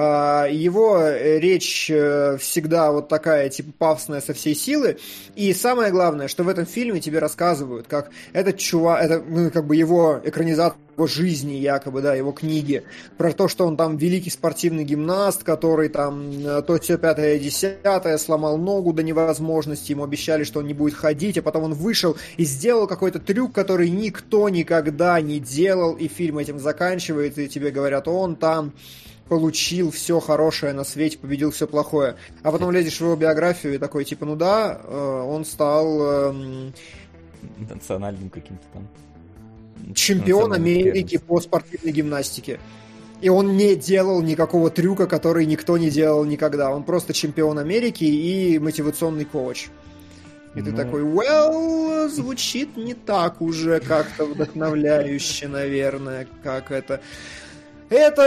Его речь всегда вот такая, пафосная со всей силы. И самое главное, что в этом фильме тебе рассказывают, как этот чувак, его экранизация его жизни, якобы, да, его книги, про то, что он там великий спортивный гимнаст, который там то все 5-10 сломал ногу до невозможности, ему обещали, что он не будет ходить, а потом он вышел и сделал какой-то трюк, который никто никогда не делал, и фильм этим заканчивается, и тебе говорят, он там получил все хорошее на свете, победил все плохое. А потом лезешь в его биографию и такой, он стал... национальным каким-то там... чемпион Америки по спортивной гимнастике. И он не делал никакого трюка, который никто не делал никогда. Он просто чемпион Америки и мотивационный коуч. И ты такой, звучит не так уже как-то вдохновляюще, наверное, как это. Это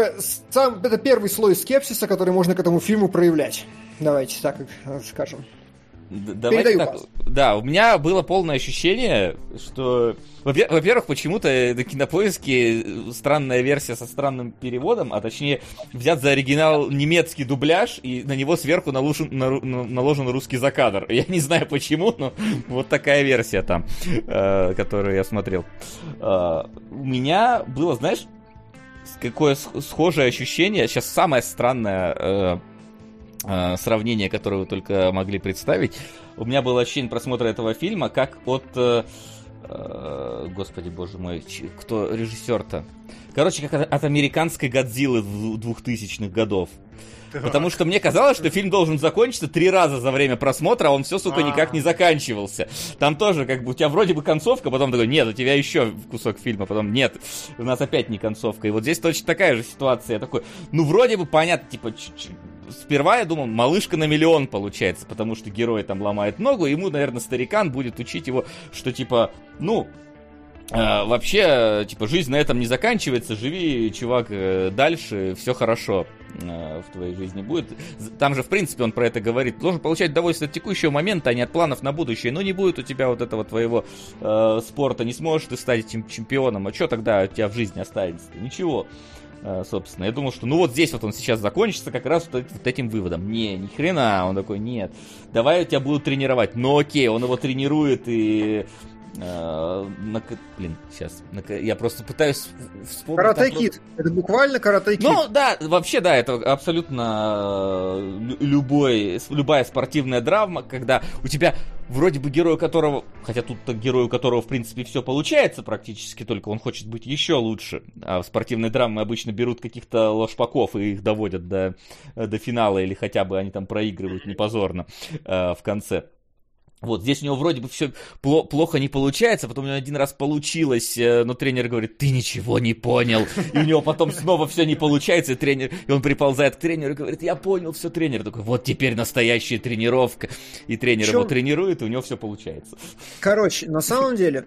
это первый слой скепсиса, который можно к этому фильму проявлять. Давайте так скажем. Давайте так. Да, у меня было полное ощущение, что, во-первых, почему-то на Кинопоиске странная версия со странным переводом, а точнее взят за оригинал немецкий дубляж, и на него сверху наложен русский закадр. Я не знаю почему, но вот такая версия там, которую я смотрел. У меня было, знаешь, какое схожее ощущение, сейчас самое странное... сравнение, которое вы только могли представить. У меня было ощущение просмотра этого фильма, как от... Господи, боже мой, кто режиссер-то? Короче, как от американской Годзиллы 2000-х годов. Потому что мне казалось, что фильм должен закончиться 3 раза за время просмотра, а он все, сука, никак не заканчивался. Там тоже, у тебя вроде бы концовка, потом такой, нет, у тебя еще кусок фильма, потом нет, у нас опять не концовка. И вот здесь точно такая же ситуация. Я такой, вроде бы понятно, сперва я думал, малышка на миллион получается, потому что герой там ломает ногу, и ему, наверное, старикан будет учить его, что вообще, жизнь на этом не заканчивается, живи, чувак, дальше, все хорошо в твоей жизни будет. Там же, в принципе, он про это говорит. Должен получать удовольствие от текущего момента, а не от планов на будущее. Не будет у тебя вот этого твоего спорта, не сможешь ты стать этим чемпионом. А что тогда у тебя в жизни останется? Ничего. Собственно, я думал, что здесь он сейчас закончится как раз вот этим выводом. Ни хрена. Он такой, нет, давай я тебя буду тренировать. Окей, он его тренирует и... сейчас. Я просто пытаюсь вспомнить. Карате-кид. Это буквально карате-кид. Да, вообще, да, это абсолютно любая спортивная драма, когда у тебя вроде бы герой, у которого, хотя тут-то герой, у которого, в принципе, все получается практически, только он хочет быть еще лучше. А в спортивной драме обычно берут каких-то лошпаков и их доводят до финала, или хотя бы они там проигрывают непозорно в конце. Вот, здесь у него вроде бы все плохо не получается, потом у него один раз получилось, но тренер говорит, ты ничего не понял, и у него потом снова все не получается, и он приползает к тренеру и говорит, я понял все, тренер такой, вот теперь настоящая тренировка, и тренер его тренирует, и у него все получается. Короче, на самом деле,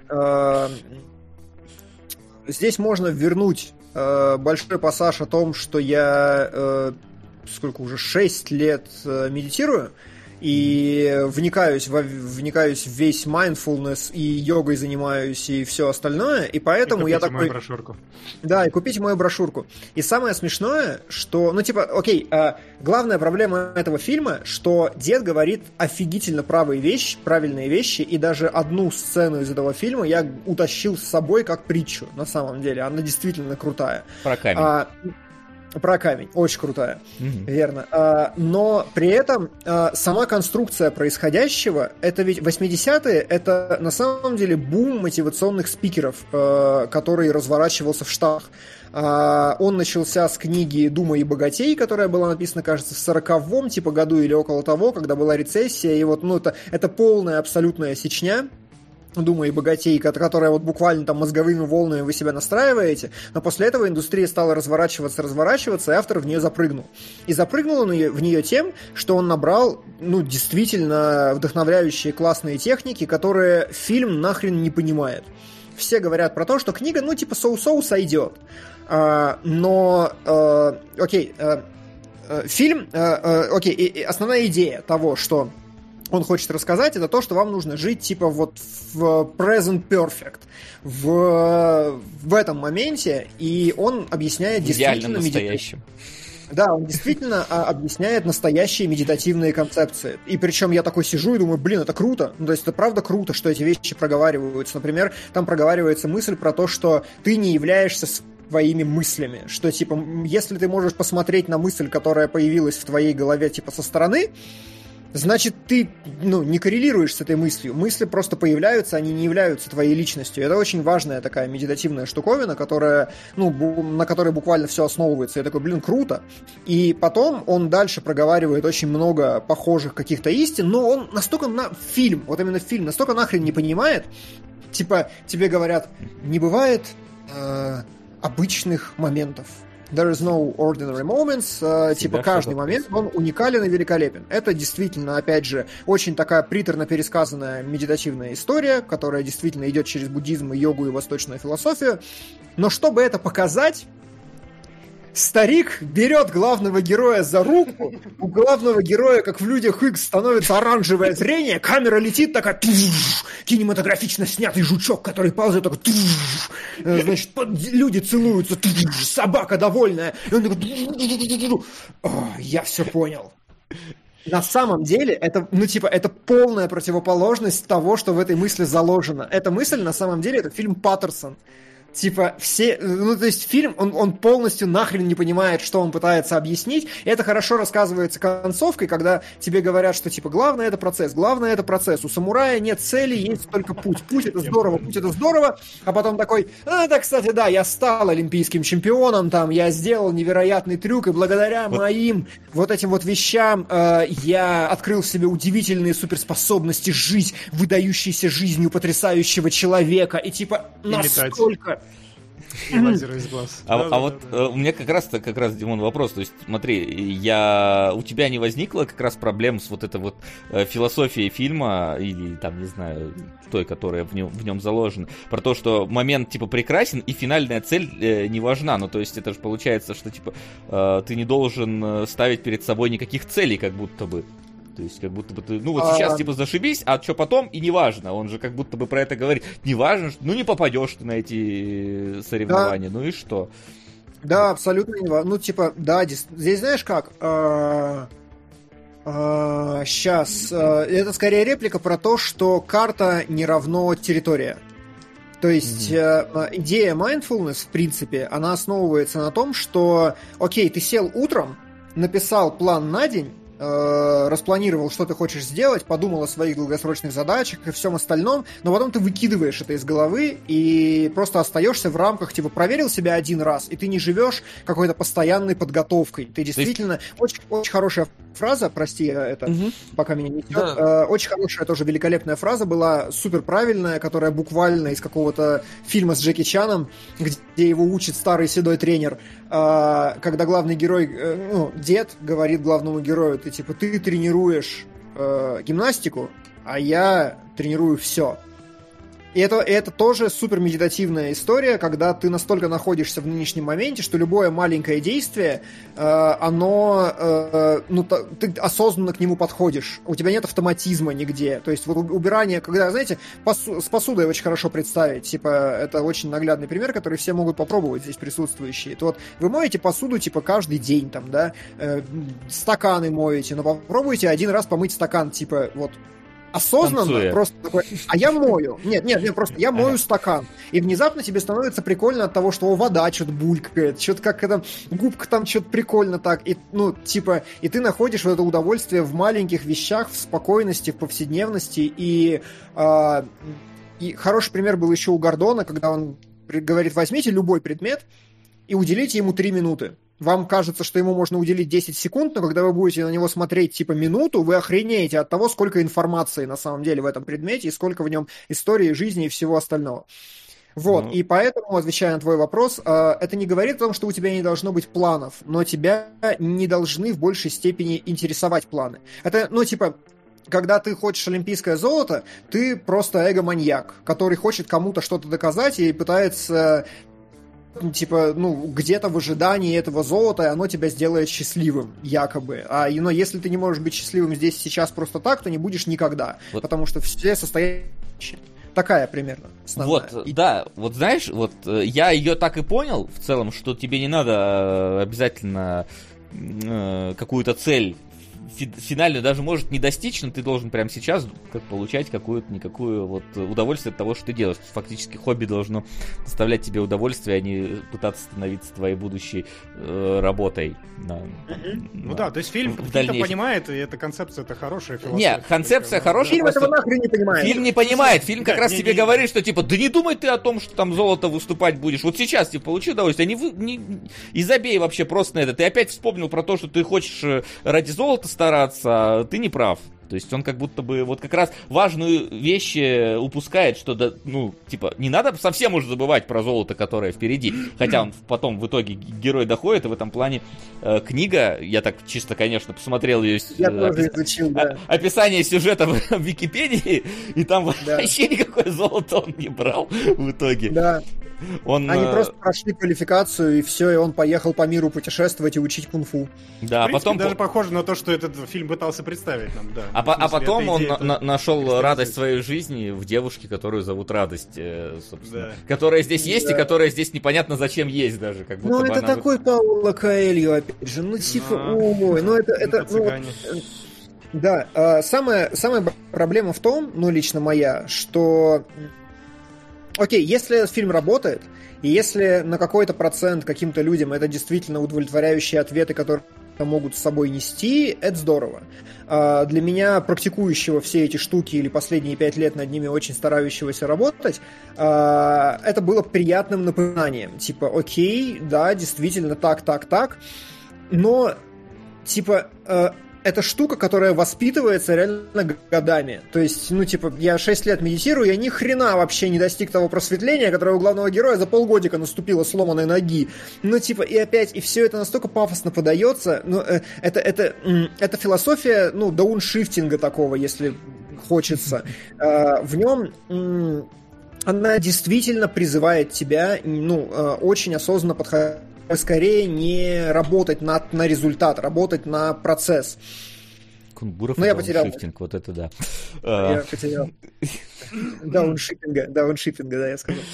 здесь можно вернуть большой пассаж о том, что я, уже 6 лет медитирую, и вникаюсь в весь mindfulness, и йогой занимаюсь, и все остальное, и поэтому я такой... Купите мою брошюрку. Да, и купите мою брошюрку. И самое смешное, что, главная проблема этого фильма, что дед говорит офигительно правильные вещи, и даже одну сцену из этого фильма я утащил с собой как притчу, на самом деле. Она действительно крутая. Про камень. Про камень. Очень крутая. Верно. Но при этом сама конструкция происходящего, это ведь 80-е, это на самом деле бум мотивационных спикеров, который разворачивался в Штатах. Он начался с книги «Думай и богатей», которая была написана, кажется, в 40-м типа году или около того, когда была рецессия, и вот, ну, это полная абсолютная сечня. «Думай и богатей», которая вот буквально там мозговыми волнами вы себя настраиваете, но после этого индустрия стала разворачиваться, и автор в нее запрыгнул. И запрыгнул он в нее тем, что он набрал, ну, действительно вдохновляющие классные техники, которые фильм нахрен не понимает. Все говорят про то, что книга, ну, типа, соу-соу сойдет. Фильм, основная идея того, что он хочет рассказать, это то, что вам нужно жить типа вот в present perfect, в этом моменте, и он объясняет действительно настоящем. Да, он действительно объясняет настоящие медитативные концепции. И причем я такой сижу и думаю, блин, это круто. Ну, то есть это правда круто, что эти вещи проговариваются. Например, там проговаривается мысль про то, что ты не являешься своими мыслями. Что, типа, если ты можешь посмотреть на мысль, которая появилась в твоей голове, типа, со стороны, значит, ты, ну, не коррелируешь с этой мыслью. Мысли просто появляются, они не являются твоей личностью. Это очень важная такая медитативная штуковина, которая, ну, на которой буквально все основывается. Я такой, блин, круто. И потом он дальше проговаривает очень много похожих каких-то истин, но он настолько фильм настолько нахрен не понимает. Типа, тебе говорят, не бывает обычных моментов. There is no ordinary moments. Типа каждый момент, он уникален и великолепен. Это действительно, опять же, очень такая приторно пересказанная медитативная история, которая действительно идет через буддизм, и йогу, и восточную философию. Но чтобы это показать, старик берет главного героя за руку, у главного героя, как в «Людях Икс», становится оранжевое зрение, камера летит, такая кинематографично снятый жучок, который ползет, такой значит, люди целуются, собака довольная, и он такой я все понял. На самом деле, это, ну, типа, это полная противоположность того, что в этой мысли заложено. Эта мысль, на самом деле, это фильм «Паттерсон». Типа, все... Ну, то есть фильм, он полностью нахрен не понимает, что он пытается объяснить. И это хорошо рассказывается концовкой, когда тебе говорят, что, типа, главное это процесс. У самурая нет цели, есть только путь. Путь это здорово. А потом такой, да, кстати, да, я стал олимпийским чемпионом, там, я сделал невероятный трюк, и благодаря моим вот этим вот вещам я открыл в себе удивительные суперспособности жить выдающейся жизнью потрясающего человека. И, типа, насколько... И лазеры из глаз. У меня как раз, Димон, вопрос. То есть, смотри, у тебя не возникло как раз проблем с вот этой вот философией фильма, или там, не знаю, той, которая в нем заложена, про то, что момент, типа, прекрасен, и финальная цель не важна. Ну, то есть, это же получается, что, типа, ты не должен ставить перед собой никаких целей, как будто бы. То есть, как будто бы ты, ну вот сейчас, типа, зашибись, а что потом, и неважно. Он же как будто бы про это говорит. Неважно, ну не попадешь ты на эти соревнования, ну и что? Да, абсолютно не важно. Ну, типа, да, здесь знаешь как? Сейчас. Это скорее реплика про то, что карта не равно территория. То есть идея mindfulness, в принципе, она основывается на том, что, окей, ты сел утром, написал план на день, распланировал, что ты хочешь сделать, подумал о своих долгосрочных задачах и всем остальном, но потом ты выкидываешь это из головы и просто остаешься в рамках, типа, проверил себя один раз, и ты не живешь какой-то постоянной подготовкой. Ты действительно... Очень, очень хорошая фраза, прости, это пока меня не идет. Да. Очень хорошая, тоже великолепная фраза была, супер правильная, которая буквально из какого-то фильма с Джеки Чаном, где его учит старый седой тренер, когда главный герой, дед говорит главному герою, ты типа, ты тренируешь гимнастику, а я тренирую все. И это тоже супер медитативная история, когда ты настолько находишься в нынешнем моменте, что любое маленькое действие, ты осознанно к нему подходишь. У тебя нет автоматизма нигде. То есть вот убирание, когда, знаете, с посудой очень хорошо представить. Типа, это очень наглядный пример, который все могут попробовать здесь присутствующие. Это вот вы моете посуду, типа, каждый день, там, да, стаканы моете, но попробуйте один раз помыть стакан, типа, вот, осознанно, танцуя. просто такой, а я мою. Нет, просто я мою стакан. И внезапно тебе становится прикольно от того, что вода что-то булькает, что-то как это, губка там что-то прикольно так. И, ну, типа, и ты находишь вот это удовольствие в маленьких вещах, в спокойности, в повседневности. И хороший пример был еще у Гордона, когда он говорит, возьмите любой предмет и уделите ему 3 минуты. Вам кажется, что ему можно уделить 10 секунд, но когда вы будете на него смотреть типа минуту, вы охренеете от того, сколько информации на самом деле в этом предмете, и сколько в нем истории, жизни и всего остального. Вот, и поэтому, отвечая на твой вопрос, это не говорит о том, что у тебя не должно быть планов, но тебя не должны в большей степени интересовать планы. Это, ну, типа, когда ты хочешь олимпийское золото, ты просто эго-маньяк, который хочет кому-то что-то доказать и пытается... типа, ну, где-то в ожидании этого золота, и оно тебя сделает счастливым, якобы. Но если ты не можешь быть счастливым здесь сейчас просто так, то не будешь никогда. Вот. Потому что все состояния... Такая примерно основная. Вот, да, вот знаешь, вот я ее так и понял в целом, что тебе не надо обязательно какую-то цель финально даже может не достичь, но ты должен прямо сейчас получать какую-то-никакую вот удовольствие от того, что ты делаешь. Фактически хобби должно доставлять тебе удовольствие, а не пытаться становиться твоей будущей работой. Ну да, то есть фильм это понимает, и эта концепция это хорошая философия. Нет, концепция хорошая. Фильм этого нахрен не понимает. Фильм не понимает. Фильм как раз тебе говорит, что типа, да не думай ты о том, что там золото выступать будешь. Вот сейчас ты получи удовольствие, и забей вообще просто на это. Ты опять вспомнил про то, что ты хочешь ради золота стараться, ты не прав. То есть он как будто бы вот как раз важную вещь упускает, что, да, ну, типа, не надо совсем уже забывать про золото, которое впереди. Хотя он потом в итоге герой доходит, и в этом плане книга, я так чисто, конечно, посмотрел ее изучил, да. Описание сюжета в Википедии, и там вообще никакое золото он не брал в итоге. Да. Они просто прошли квалификацию, и все, и он поехал по миру путешествовать и учить кунг-фу. Да, в принципе, потом даже похоже на то, что этот фильм пытался представить нам, да. А потом он нашел радость своей жизни в девушке, которую зовут Радость, собственно. Да. Которая здесь есть, и которая здесь непонятно зачем есть даже. Как будто это такой Пауло Коэльо, опять же. Ну, типа, ой, ну это... Да, самая проблема в том, ну, лично моя, что... Окей, если этот фильм работает, и если на какой-то процент каким-то людям это действительно удовлетворяющие ответы, которые могут с собой нести, это здорово. Для меня, практикующего все эти штуки или последние 5 лет над ними очень старающегося работать, это было приятным напоминанием. Типа, окей, да, действительно так, но, типа... это штука, которая воспитывается реально годами. То есть, ну, типа, я 6 лет медитирую, я ни хрена вообще не достиг того просветления, которое у главного героя за полгодика наступило сломанной ноги. Ну, типа, и опять, и все это настолько пафосно подается. Ну, это философия, ну, дауншифтинга такого, если хочется. В нем она действительно призывает тебя, ну, очень осознанно подходить. Скорее не работать на результат, работать на процесс. Кунгуров и дауншифтинг, вот это да. Я потерял. Дауншиппинга, да, я сказал.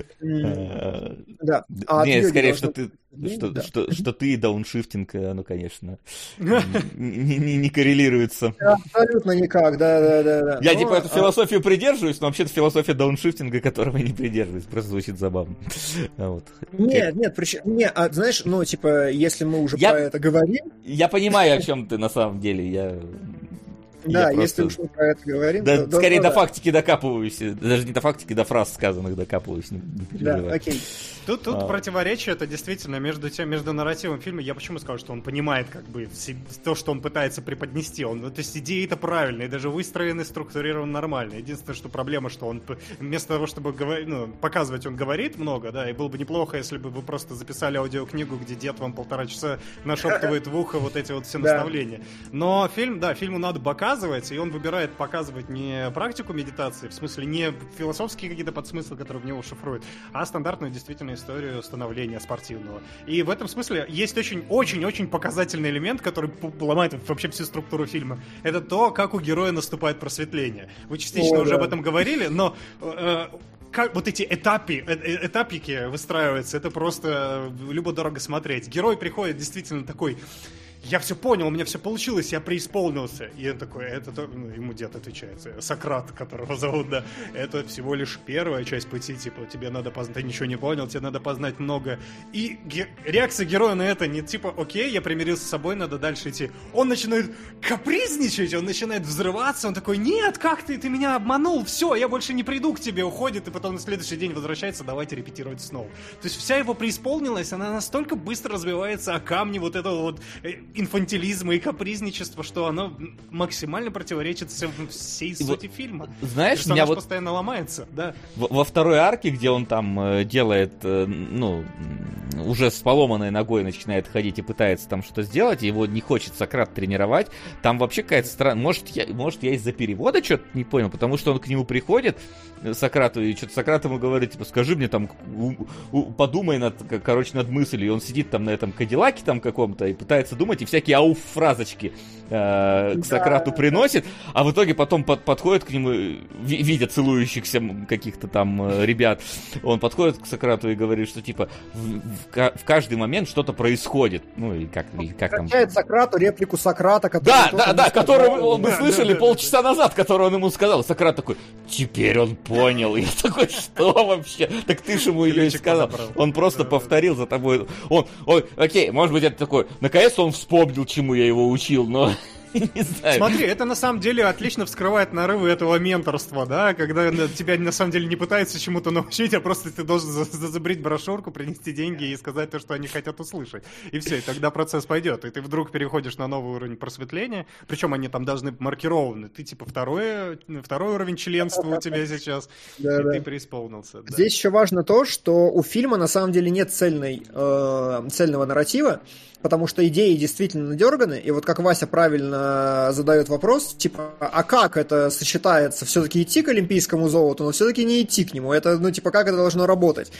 Да. Нет, скорее, что ты и дауншифтинг, ну, конечно, не коррелируется. Абсолютно никак, да. Я типа эту философию придерживаюсь, но вообще-то философия дауншифтинга, которого я не придерживаюсь, просто звучит забавно. Нет, знаешь, ну, типа, если мы уже про это говорим... Я понимаю, о чем ты на самом деле, Да, если уж мы про это говорим... Да, скорее до фактики докапываюсь. Даже не до фактики, до фраз сказанных докапываюсь. Не переживай. Да, окей. Тут противоречие, это действительно между нарративом фильма. Я почему сказал, что он понимает как бы то, что он пытается преподнести. То есть идеи-то правильные, даже выстроены, структурированы нормально. Единственное, что проблема, что он вместо того, чтобы показывать, он говорит много, да, и было бы неплохо, если бы вы просто записали аудиокнигу, где дед вам 1,5 часа нашептывает в ухо вот эти вот все наставления. Но фильму надо показывать, и он выбирает показывать не практику медитации, в смысле не философские какие-то подсмыслы, которые в него шифруют, а стандартную действительно историю становления спортивного. И в этом смысле есть очень-очень показательный элемент, который ломает вообще всю структуру фильма. Это то, как у героя наступает просветление. Вы частично уже об этом говорили, но... как вот эти этапики выстраиваются, это просто любо-дорого смотреть. Герой приходит действительно такой я все понял, у меня все получилось, я преисполнился. И он такой, ему дед отвечает, Сократ, которого зовут, да, это всего лишь первая часть пути, типа, тебе надо познать, ты ничего не понял, тебе надо познать много. И реакция героя на это не типа, окей, я примирился с собой, надо дальше идти. Он начинает капризничать, он начинает взрываться, он такой, нет, как ты меня обманул, все, я больше не приду к тебе, уходит, и потом на следующий день возвращается, давайте репетировать снова. То есть вся его преисполнилась, она настолько быстро разбивается о камни вот этого вот инфантилизма и капризничества, что оно максимально противоречит всей сути фильма. Знаешь, персонаж меня вот постоянно ломается, да. Во второй арке, где он там делает, уже с поломанной ногой начинает ходить и пытается там что-то сделать, его не хочет Сократ тренировать, там вообще какая-то странная... Может, я из-за перевода что-то не понял, потому что он к нему приходит, Сократу, и что-то Сократ ему говорит, типа, скажи мне там, подумай над мыслью, и он сидит там на этом кадиллаке там каком-то и пытается думать, и всякие ауф-фразочки к Сократу приносит, а в итоге потом подходит к нему, видя целующихся каких-то там ребят, он подходит к Сократу и говорит, что типа в каждый момент что-то происходит. Ну и как там... Сократу реплику Сократа, которую мы слышали полчаса назад, которую он ему сказал. Сократ такой, теперь он понял. И я такой, что вообще? Так ты же ему ее и сказал. Он просто повторил за тобой. Окей, может быть это такой, наконец-то он вспомнил, чему я его учил, но... Не знаю. Смотри, это на самом деле отлично вскрывает нарывы этого менторства, да, когда тебя на самом деле не пытаются чему-то научить, а просто ты должен зазубрить брошюрку, принести деньги и сказать то, что они хотят услышать. И все, и тогда процесс пойдет. И ты вдруг переходишь на новый уровень просветления, причем они там должны маркированы. Ты типа второй уровень членства у тебя сейчас, и ты преисполнился. Да. Здесь еще важно то, что у фильма на самом деле нет цельного нарратива, потому что идеи действительно надерганы, и вот как Вася правильно задает вопрос, типа, а как это сочетается? Все-таки идти к олимпийскому золоту, но все-таки не идти к нему. Это, как это должно работать?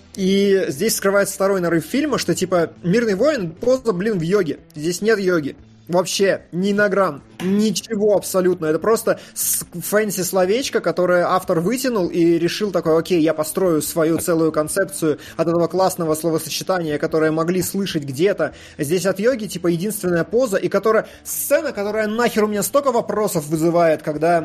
И здесь скрывается второй нарыв фильма, что, типа, «Мирный воин» поза, в йоге. Здесь нет йоги. Вообще, ни на грамм. Ничего абсолютно. Это просто фэнси-словечко, которое автор вытянул и решил такой, окей, я построю свою целую концепцию от этого классного словосочетания, которое могли слышать где-то. Здесь от йоги, типа, единственная поза, и сцена, которая нахер у меня столько вопросов вызывает, когда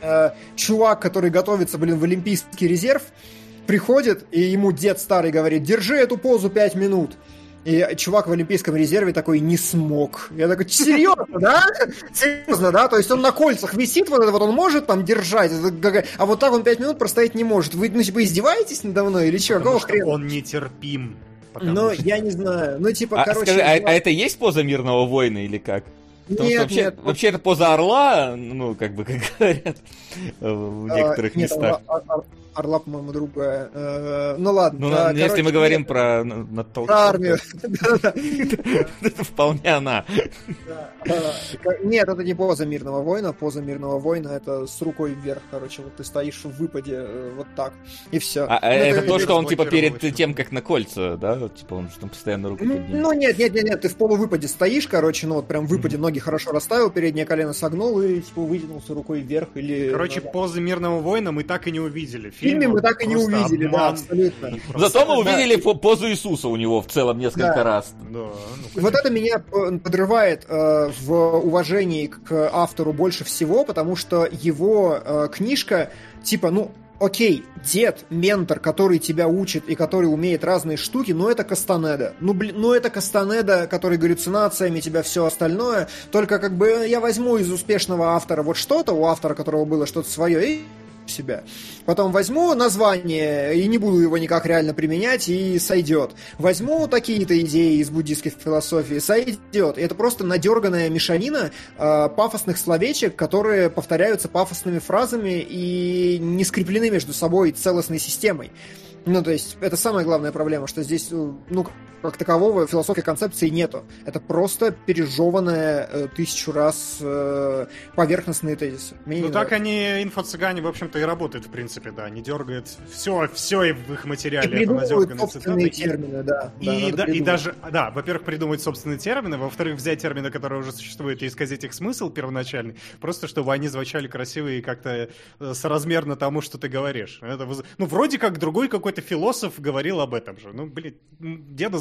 чувак, который готовится, в Олимпийский резерв, приходит, и ему дед старый говорит, держи эту позу 5 минут. И чувак в Олимпийском резерве такой не смог. Я такой, серьезно, да? Серьезно, да? То есть он на кольцах висит, вот это вот он может там держать, а вот так он 5 минут простоять не может. Вы, издеваетесь надо мной или что? Потому что он нетерпим. Я не знаю. Скажи, а это есть поза мирного воина или как? Потому что вообще это поза орла, как говорят в некоторых местах. Орла, по-моему, другая. Ну ладно. Если мы говорим про армию. Это вполне она. Нет, это не поза мирного воина. Поза мирного воина это с рукой вверх, вот ты стоишь в выпаде вот так, и все. А это то, что он типа перед тем, как на кольца, да? Типа он же там постоянно руку поднимает. Нет, ты в полувыпаде стоишь, прям в выпаде ноги хорошо расставил, переднее колено согнул и типа вытянулся рукой вверх или... Позы мирного воина мы так и не увидели. В фильме мы так и не увидели, обман. Да, абсолютно. Зато мы увидели позу Иисуса у него в целом несколько раз. Да. Вот это меня подрывает в уважении к автору больше всего, потому что его книжка, типа, окей, дед, ментор, который тебя учит и который умеет разные штуки, но это Кастанеда. Это Кастанеда, который галлюцинациями, тебя все остальное. Только я возьму из успешного автора вот что-то, у автора, которого было что-то свое, и себя. Потом возьму название и не буду его никак реально применять, и сойдет. Возьму такие-то идеи из буддийской философии, сойдет. И это просто надерганная мешанина пафосных словечек, которые повторяются пафосными фразами и не скреплены между собой целостной системой. То есть, это самая главная проблема, что здесь, как такового философской концепции нету. Это просто пережеванная 1000 раз поверхностные тезисы. Так они, инфо-цыгане, в общем-то, и работают, в принципе, да. Они дергают все в их материале. И придумывают собственные термины, да. И даже, во-первых, придумать собственные термины, во-вторых, взять термины, которые уже существуют, и исказить их смысл первоначальный, просто чтобы они звучали красиво и как-то соразмерно тому, что ты говоришь. Это, вроде как другой какой-то философ говорил об этом же. Деда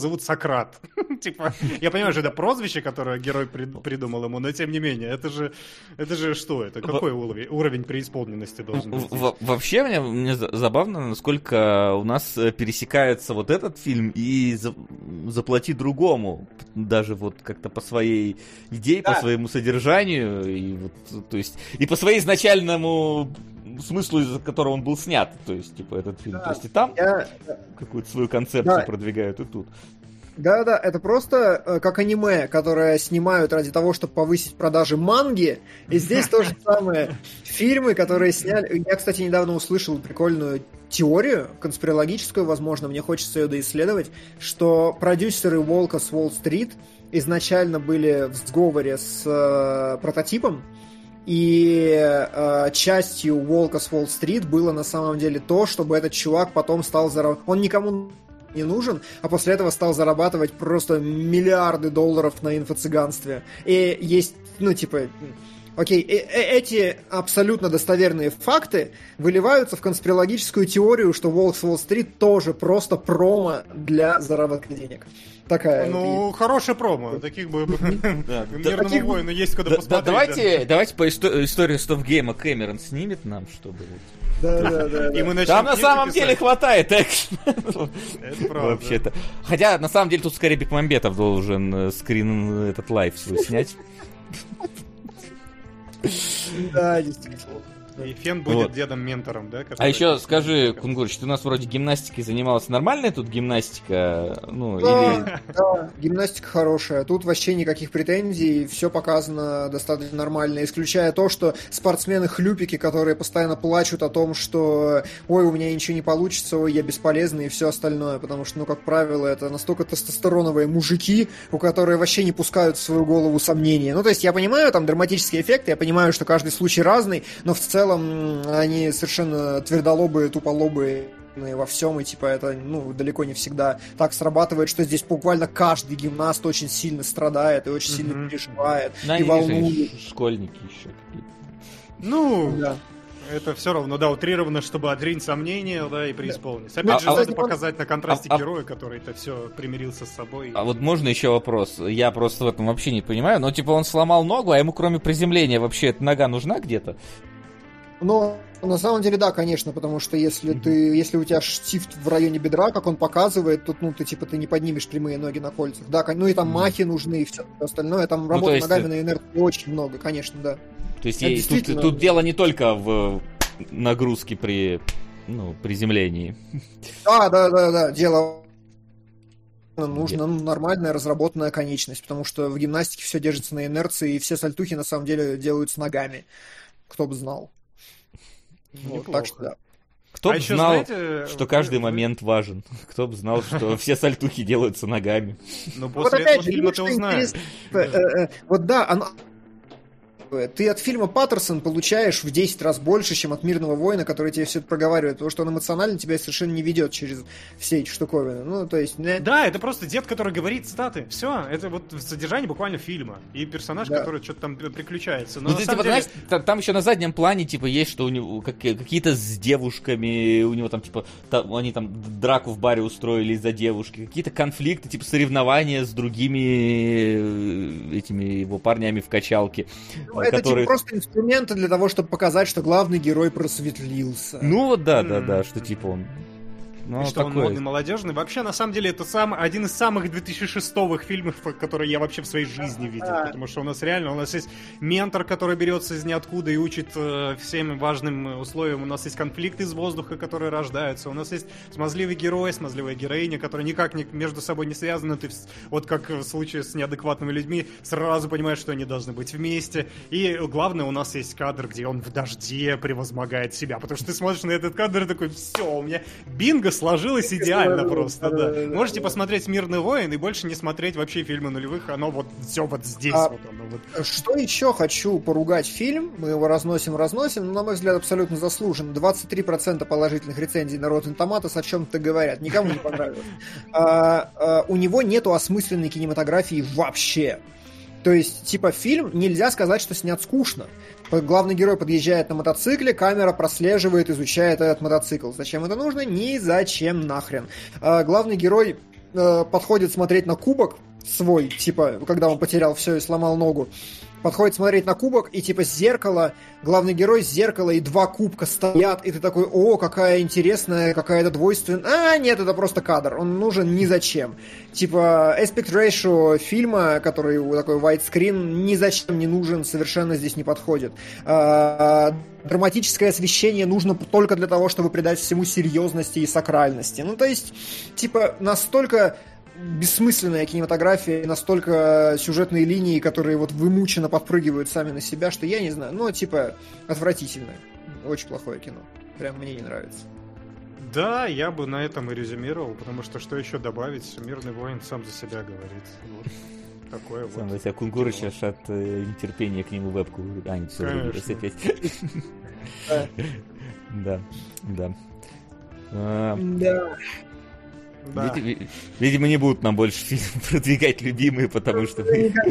зовут Сократ. Типа, я понимаю, что это прозвище, которое герой придумал ему, но тем не менее, это же что это? Какой уровень преисполненности должен быть? Вообще, мне забавно, насколько у нас пересекается вот этот фильм и «Заплати другому», даже вот как-то по своей идее, по своему содержанию, и вот, то есть, и по своей изначальному смыслу, из-за которого он был снят, то есть, типа, этот фильм. То есть и там какую-то свою концепцию продвигают, и тут. Да-да, это просто как аниме, которое снимают ради того, чтобы повысить продажи манги. И здесь то же самое. Фильмы, которые сняли... Я, кстати, недавно услышал прикольную теорию, конспирологическую, возможно, мне хочется ее доисследовать, что продюсеры «Волка с Уолл-стрит» изначально были в сговоре с прототипом, и частью «Волка с Уолл-стрит» было на самом деле то, чтобы этот чувак потом стал зарабатывать. Он никому не нужен, а после этого стал зарабатывать просто миллиарды долларов на инфо-цыганстве. И есть, окей, эти абсолютно достоверные факты выливаются в конспирологическую теорию, что «Волк с Уолл-стрит» тоже просто промо для заработка денег. Такая. Ну, хорошая промо. Таких бы «Мирному воину» есть куда посмотреть. Давайте по истории Стофгейма Кэмерон снимет нам, чтобы... Да. Там на самом деле хватает экшена. Это правда. Вообще-то. Хотя, на самом деле, тут скорее Бекмамбетов должен скрин этот лайв свой снять. Да, действительно. И Фен будет дедом-ментором, да? А еще скажи, Кунгурыч, ты у нас вроде гимнастикой занималась. Нормальная тут гимнастика? Да, гимнастика хорошая. Тут вообще никаких претензий. Все показано достаточно нормально. Исключая то, что спортсмены-хлюпики, которые постоянно плачут о том, что ой, у меня ничего не получится, ой, я бесполезный и все остальное. Потому что, как правило, это настолько тестостероновые мужики, у которых вообще не пускают в свою голову сомнения. То есть я понимаю, там драматические эффекты, я понимаю, что каждый случай разный, но в целом они совершенно твердолобые, туполобые во всем, и это далеко не всегда так срабатывает, что здесь буквально каждый гимнаст очень сильно страдает и очень сильно переживает, и волнует. Школьники еще какие-то. Да. Это все равно, утрировано, чтобы отринуть сомнения, и преисполниться. Опять же, надо показать на контрасте героя, который это все примирился с собой. А вот можно еще вопрос? Я просто в этом вообще не понимаю, но он сломал ногу, а ему кроме приземления вообще эта нога нужна где-то? Но на самом деле, да, конечно, потому что если у тебя штифт в районе бедра, как он показывает, тут, ты не поднимешь прямые ноги на кольцах. Да, и там махи нужны, и все остальное. Там работы ногами на инерции очень много, конечно, да. То есть тут дело не только в нагрузке при приземлении. Да. Дело нужна нормальная разработанная конечность, потому что в гимнастике все держится на инерции, и все сальтухи на самом деле делаются ногами. Кто бы знал. Так что да. Кто бы знал, что каждый момент важен. Кто бы знал, что все сальтухи делаются ногами. Но после этого фильма ты узнаешь. Ты от фильма «Паттерсон» получаешь в 10 раз больше, чем от «Мирного воина», который тебе все это проговаривает, потому что он эмоционально тебя совершенно не ведет через все эти штуковины. Да, это просто дед, который говорит цитаты. Все, это вот содержание буквально фильма. И персонаж, который что-то там приключается. Но знаешь, там еще на заднем плане, есть, что у него какие-то с девушками, у него там, они там драку в баре устроили из-за девушки, какие-то конфликты, соревнования с другими этими его парнями в качалке. Это просто инструменты для того, чтобы показать, что главный герой просветлился. Что он... что он модный, молодежный. Вообще, на самом деле, это один из самых 2006-х фильмов, которые я вообще в своей жизни видел. Потому что у нас есть ментор, который берется из ниоткуда и учит всем важным условиям. У нас есть конфликты из воздуха, которые рождаются. У нас есть смазливый герой, смазливая героиня, которые никак между собой не связаны. Ты, вот как в случае с неадекватными людьми, сразу понимаешь, что они должны быть вместе. И главное, у нас есть кадр, где он в дожде превозмогает себя. Потому что ты смотришь на этот кадр и такой: все, у меня бинго сложилось идеально просто, да. Можете посмотреть «Мирный воин» и больше не смотреть вообще фильмы нулевых, оно вот все вот здесь. Что еще хочу поругать фильм, мы его разносим, но, на мой взгляд, абсолютно заслуженно. 23% положительных рецензий на Rotten Tomatoes о чем-то говорят, никому не понравилось. У него нету осмысленной кинематографии вообще. То есть, фильм нельзя сказать, что снят скучно. Главный герой подъезжает на мотоцикле, камера прослеживает, изучает этот мотоцикл. Зачем это нужно? Ни зачем нахрен. Главный герой подходит смотреть на кубок свой, типа, когда он потерял все и сломал ногу, подходит смотреть на кубок, и типа зеркало, главный герой зеркало, и 2 кубка стоят, и ты такой, о, какая интересная, какая-то двойственная... нет, это просто кадр, он нужен ни зачем. Типа, aspect ratio фильма, который такой widescreen, ни зачем не нужен, совершенно здесь не подходит. Драматическое освещение нужно только для того, чтобы придать всему серьезности и сакральности. Ну, то есть, типа, настолько... бессмысленная кинематография, настолько сюжетные линии, которые вот вымученно подпрыгивают сами на себя, что я не знаю, ну, типа, отвратительное. Очень плохое кино. Прям мне не нравится. Да, я бы на этом и резюмировал, потому что еще добавить? «Мирный воин» сам за себя говорит. Вот. Такое сам вот. за себя кунгурыч аж от нетерпения к нему вебку. Не все опять. Да. Да. Да. Видимо, не будут нам больше фильм продвигать любимые, потому что...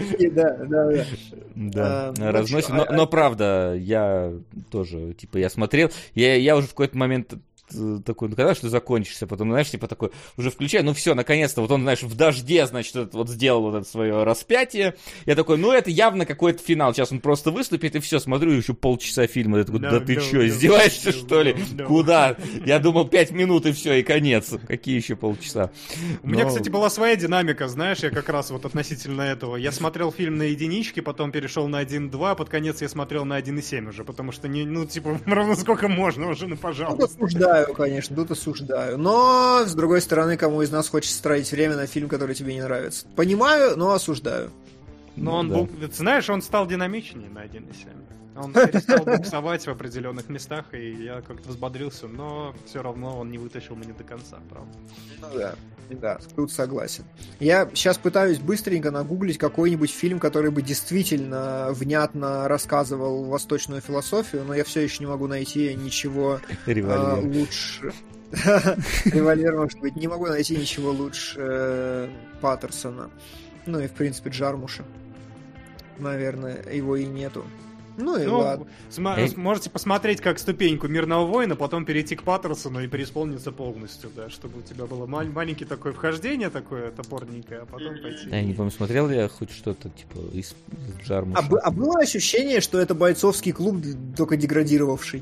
Да, разносим. Но правда, я тоже, типа, я смотрел, я уже в какой-то момент такой, ну когда что закончишься, потом, знаешь, типа такой, уже включаю, ну все, наконец-то, вот он, знаешь, в дожде, значит, вот сделал вот это свое распятие, я такой, ну это явно какой-то финал, сейчас он просто выступит, и все, смотрю, еще полчаса фильма, я такой, да ты что, издеваешься, что ли? Куда? Я думал, 5 минут, и все, и конец. Какие еще полчаса? У меня, кстати, была своя динамика, знаешь, я как раз вот относительно этого, я смотрел фильм на единичке, потом перешел на 1.2, под конец я смотрел на 1.7 уже, потому что, ну, типа, ровно сколько можно уже, ну, пожалуйста. Конечно, тут осуждаю. Но, с другой стороны, кому из нас хочется тратить время на фильм, который тебе не нравится? Понимаю, но осуждаю. Но он был, знаешь, он стал динамичнее на 1.7. Он перестал буксовать в определенных местах, и я как-то взбодрился, но все равно он не вытащил меня до конца, правда. Ну да, тут согласен. Я сейчас пытаюсь быстренько нагуглить какой-нибудь фильм, который бы действительно внятно рассказывал восточную философию, но я все еще не могу найти ничего лучше. Револьвер, может быть. Не могу найти ничего лучше Паттерсона. Ну и, в принципе, Джармуша. Наверное, его и нету. Ну и ладно. Можете посмотреть как ступеньку «Мирного воина», потом перейти к Паттерсону и переисполниться полностью, да, чтобы у тебя было маленький такое вхождение, такое топорненькое, а потом пойти. Я не помню, смотрел ли я хоть что-то типа из Джармуша. А было ощущение, что это бойцовский клуб, только деградировавший?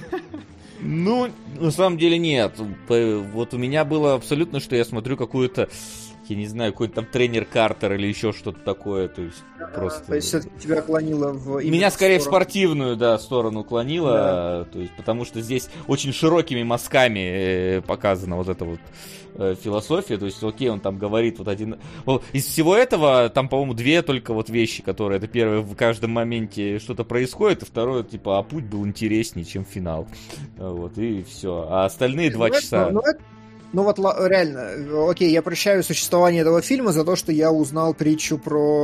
Ну, на самом деле нет. Вот у меня было абсолютно, что я смотрю какую-то, я не знаю, какой-то там тренер Картер или еще что-то такое, то есть просто... То есть все-таки тебя клонило в... Меня скорее в спортивную, да, сторону клонило, то есть потому что здесь очень широкими мазками показана вот эта вот философия, то есть, окей, он там говорит вот один... Из всего этого, там, по-моему, 2 только вот вещи, которые... Это первое, в каждом моменте что-то происходит, и второе, типа, а путь был интереснее, чем финал. Вот, и все. А остальные 2 часа... Ну вот реально, окей, я прощаю существование этого фильма за то, что я узнал притчу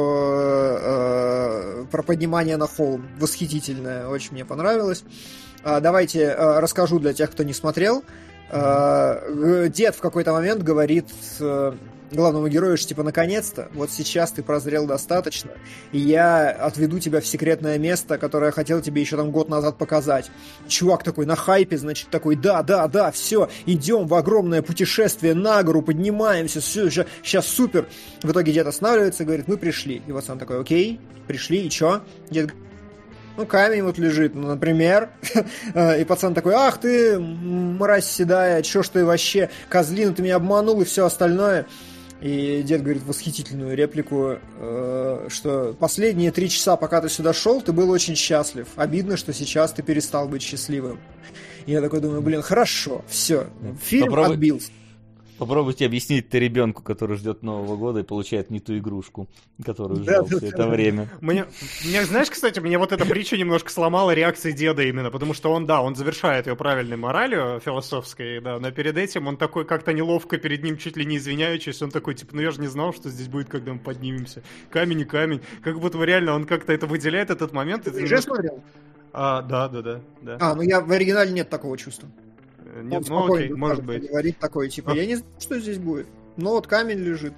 про поднимание на холм. Восхитительная, очень мне понравилось. Давайте расскажу для тех, кто не смотрел. Дед в какой-то момент говорит главному герою, что типа наконец-то, вот сейчас ты прозрел достаточно, и я отведу тебя в секретное место, которое я хотел тебе еще там год назад показать. Чувак такой на хайпе, значит, такой, да, все, идем в огромное путешествие на гору, поднимаемся, все, сейчас супер. В итоге дед останавливается и говорит, мы пришли. И вот он такой, окей, пришли, и чё? Дед говорит, ну, камень вот лежит, ну, например. И пацан такой, ах ты, мразь седая, чё ж ты вообще, козлина, ты меня обманул и все остальное. И дед говорит восхитительную реплику, что последние 3 часа, пока ты сюда шел, ты был очень счастлив. Обидно, что сейчас ты перестал быть счастливым. И я такой думаю, блин, хорошо, все, фильм отбился. Попробуйте объяснить это ребенку, который ждет Нового года и получает не ту игрушку, которую ждал все это время. Мне, знаешь, кстати, мне вот эта притча немножко сломала реакции деда именно, потому что он завершает ее правильной моралью философской, да, но перед этим он такой как-то неловко перед ним, чуть ли не извиняючись, он такой, типа, ну я же не знал, что здесь будет, когда мы поднимемся. Камень и камень. Как будто реально он как-то это выделяет, этот момент. Ты уже смотрел? Да. Ну я в оригинале нет такого чувства. Нет, ну окей, может быть. Говорит такой, типа, я не знаю, что здесь будет. Но вот камень лежит.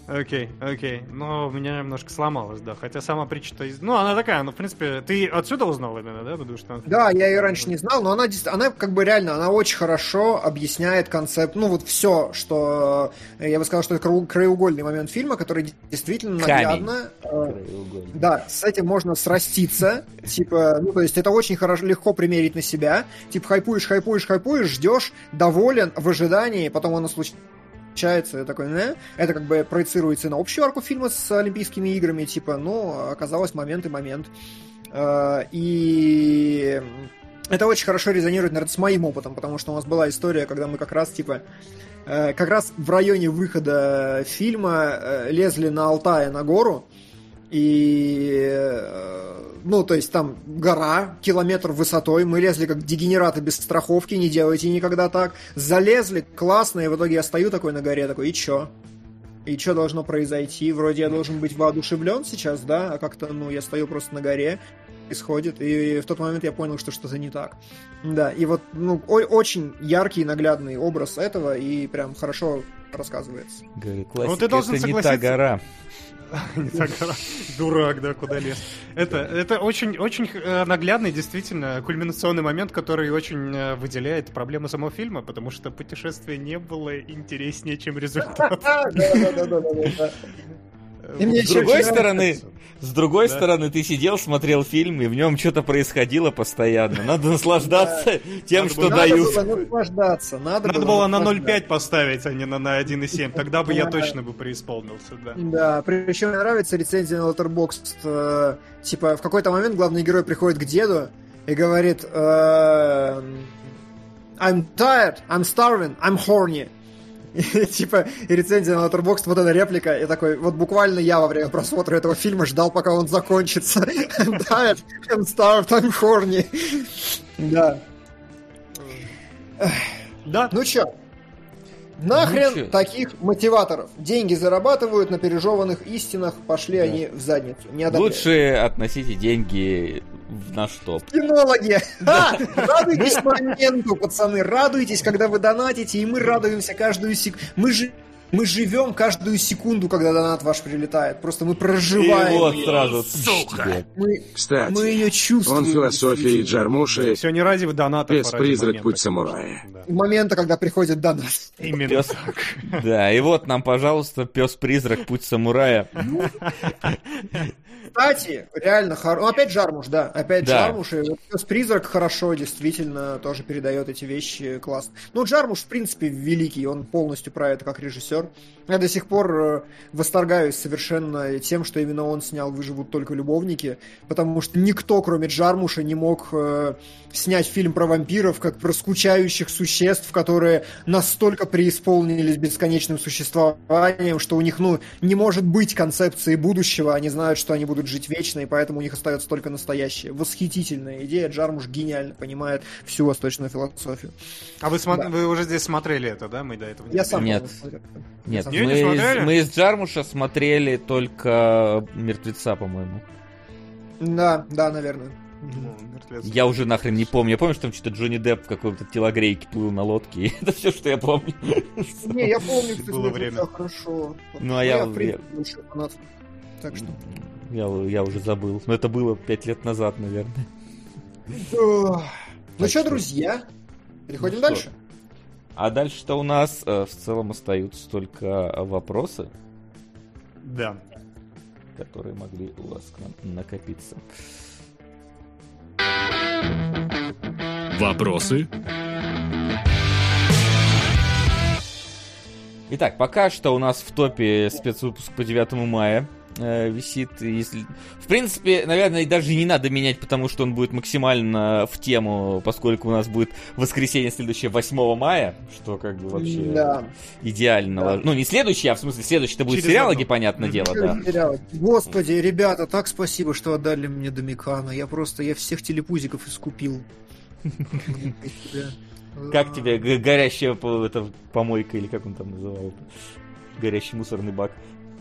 Окей. Но у меня немножко сломалось, да. Хотя сама притча-то... Ну, она такая, ну, в принципе... Ты отсюда узнал именно, да? Потому что... Да, я ее раньше не знал, но она как бы реально, она очень хорошо объясняет концепт, ну, вот все, что... Я бы сказал, что это краеугольный момент фильма, который действительно наглядно... Да, с этим можно сраститься, типа, ну, то есть это очень легко примерить на себя. Типа, хайпуешь, ждешь, доволен, в ожидании, потом оно случается, такой, это как бы проецируется на общую арку фильма с Олимпийскими играми, типа, ну, оказалось момент. И это очень хорошо резонирует, наверное, с моим опытом, потому что у нас была история, когда мы как раз, типа, как раз в районе выхода фильма лезли на Алтае на гору, и, ну, то есть там гора, километр высотой, мы лезли как дегенераты без страховки, не делайте никогда так, залезли, классно, и в итоге я стою такой на горе, такой, и чё? И что должно произойти? Вроде я должен быть воодушевлен сейчас, да, а как-то, ну, я стою просто на горе, исходит, и в тот момент я понял, что что-то не так. Да, и вот, ну, очень яркий, наглядный образ этого, и прям хорошо рассказывается. Говорю, классика, ты должен это согласиться... не та гора. Не та гора. Дурак, да, куда лез. Это очень наглядный, действительно, кульминационный момент, который очень выделяет проблему самого фильма, потому что путешествие не было интереснее, чем результат. Да. С другой стороны, ты сидел, смотрел фильм, и в нем что-то происходило постоянно. Надо наслаждаться тем, что дают. Надо было на 0,5 поставить, а не на 1,7. Тогда бы я точно бы преисполнился, да. Да, причем мне нравится рецензия на Letterboxd. Типа, в какой-то момент главный герой приходит к деду и говорит: I'm tired, I'm starving, I'm horny. И, типа, рецензия на Letterboxd, вот эта реплика, и такой, вот буквально я во время просмотра этого фильма ждал, пока он закончится. I'm tired, I'm starved, I'm horny. Да. Да. Ну чё? Нахрен таких мотиваторов. Деньги зарабатывают на пережеванных истинах, пошли они в задницу. Лучше относите деньги в наш топ. Кинологи! Радуйтесь моменту, пацаны, радуйтесь, когда вы донатите, и мы радуемся каждую секунду. Мы живем каждую секунду, когда донат ваш прилетает. Просто мы проживаем. И вот сразу. Сука! Кстати, мы ее чувствуем. Он философии Джармуши. Все не ради доната. Призрак путь самурая. Момента, когда приходит донат. Именно так. Да, и вот нам, пожалуйста, пес-призрак путь самурая. Кстати, реально хорошо. Ну, опять Джармуш, да. Опять Джармуш. И вот пес-призрак хорошо, действительно, тоже передает эти вещи классно. Ну, Джармуш, в принципе, великий. Он полностью про это как режиссер. Я до сих пор восторгаюсь совершенно тем, что именно он снял «Выживут только любовники», потому что никто, кроме Джармуша, не мог снять фильм про вампиров, как про скучающих существ, которые настолько преисполнились бесконечным существованием, что у них, ну, не может быть концепции будущего, они знают, что они будут жить вечно, и поэтому у них остается только настоящее. Восхитительная идея, Джармуш гениально понимает всю восточную философию. А вы уже здесь смотрели это, да? Мы до этого не Я сам Нет, мы из Джармуша смотрели только «Мертвеца», по-моему. Да, наверное. Я уже нахрен не помню. Я помню, что там что-то Джонни Депп в какой-то телогрейке плыл на лодке. И это все, что я помню. Не, я помню, что было время хорошо. Ну, а я так что... Я уже забыл. Но это было 5 лет назад, наверное. Ну что, друзья, переходим дальше. А дальше-то у нас в целом остаются только вопросы. Да. Которые могли у вас к нам накопиться. Вопросы? Итак, пока что у нас в топе спецвыпуск по 9 мая висит. Если... В принципе, наверное, даже не надо менять, потому что он будет максимально в тему, поскольку у нас будет воскресенье следующее 8 мая, что как бы вообще идеально. Да. Ну, не следующий, а в смысле следующий-то будет сериалоги, понятное дело, да. Господи, ребята, так спасибо, что отдали мне Домикана. Я всех телепузиков искупил. Как тебе горящая помойка, или как он там называет? Горящий мусорный бак.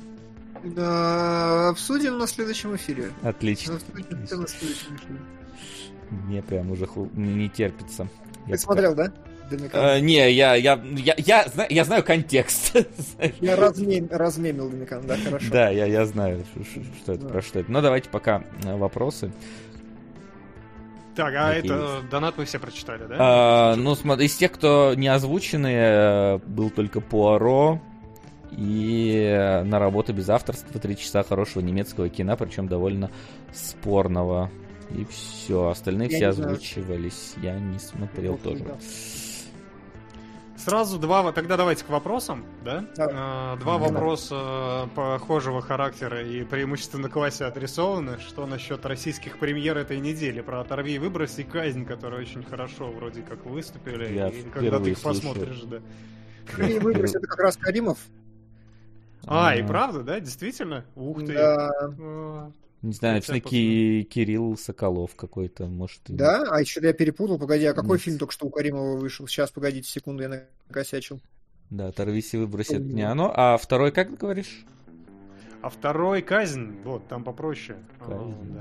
Да, обсудим на следующем эфире. Отлично. На следующем эфире. Мне прям уже не терпится. Ты смотрел, да? Домикана? Не, я знаю контекст. Я размемил Домикана, да, хорошо. Да, я знаю, что это, про что это. Но давайте пока вопросы. Так, это донат мы все прочитали, да? Ну, смотри, из тех, кто не озвученные, был только Пуаро и «На работу без авторства» 3 часа хорошего немецкого кино, причем довольно спорного. И все, остальные все озвучивались. Я не смотрел тоже. Сразу тогда давайте к вопросам, да? Два вопроса похожего характера и преимущественно классе отрисованы. Что насчет российских премьер этой недели? Про «Оторви и выбрось» и «Казнь», которые очень хорошо вроде как выступили. Я и когда ты их слышу. посмотришь, да. «Оторви и выбрось» — это как раз Каримов. И правда, да? Действительно? Ух ты. Да. Не знаю, написано Кирилл Соколов какой-то, может... Да? А еще я перепутал, погоди, а какой фильм только что у Каримова вышел? Сейчас, погодите секунду, я накосячил. Да, «Оторвись и выбрось» — это не оно. А второй, как ты говоришь? А второй «Казнь», вот, там попроще. «Казнь».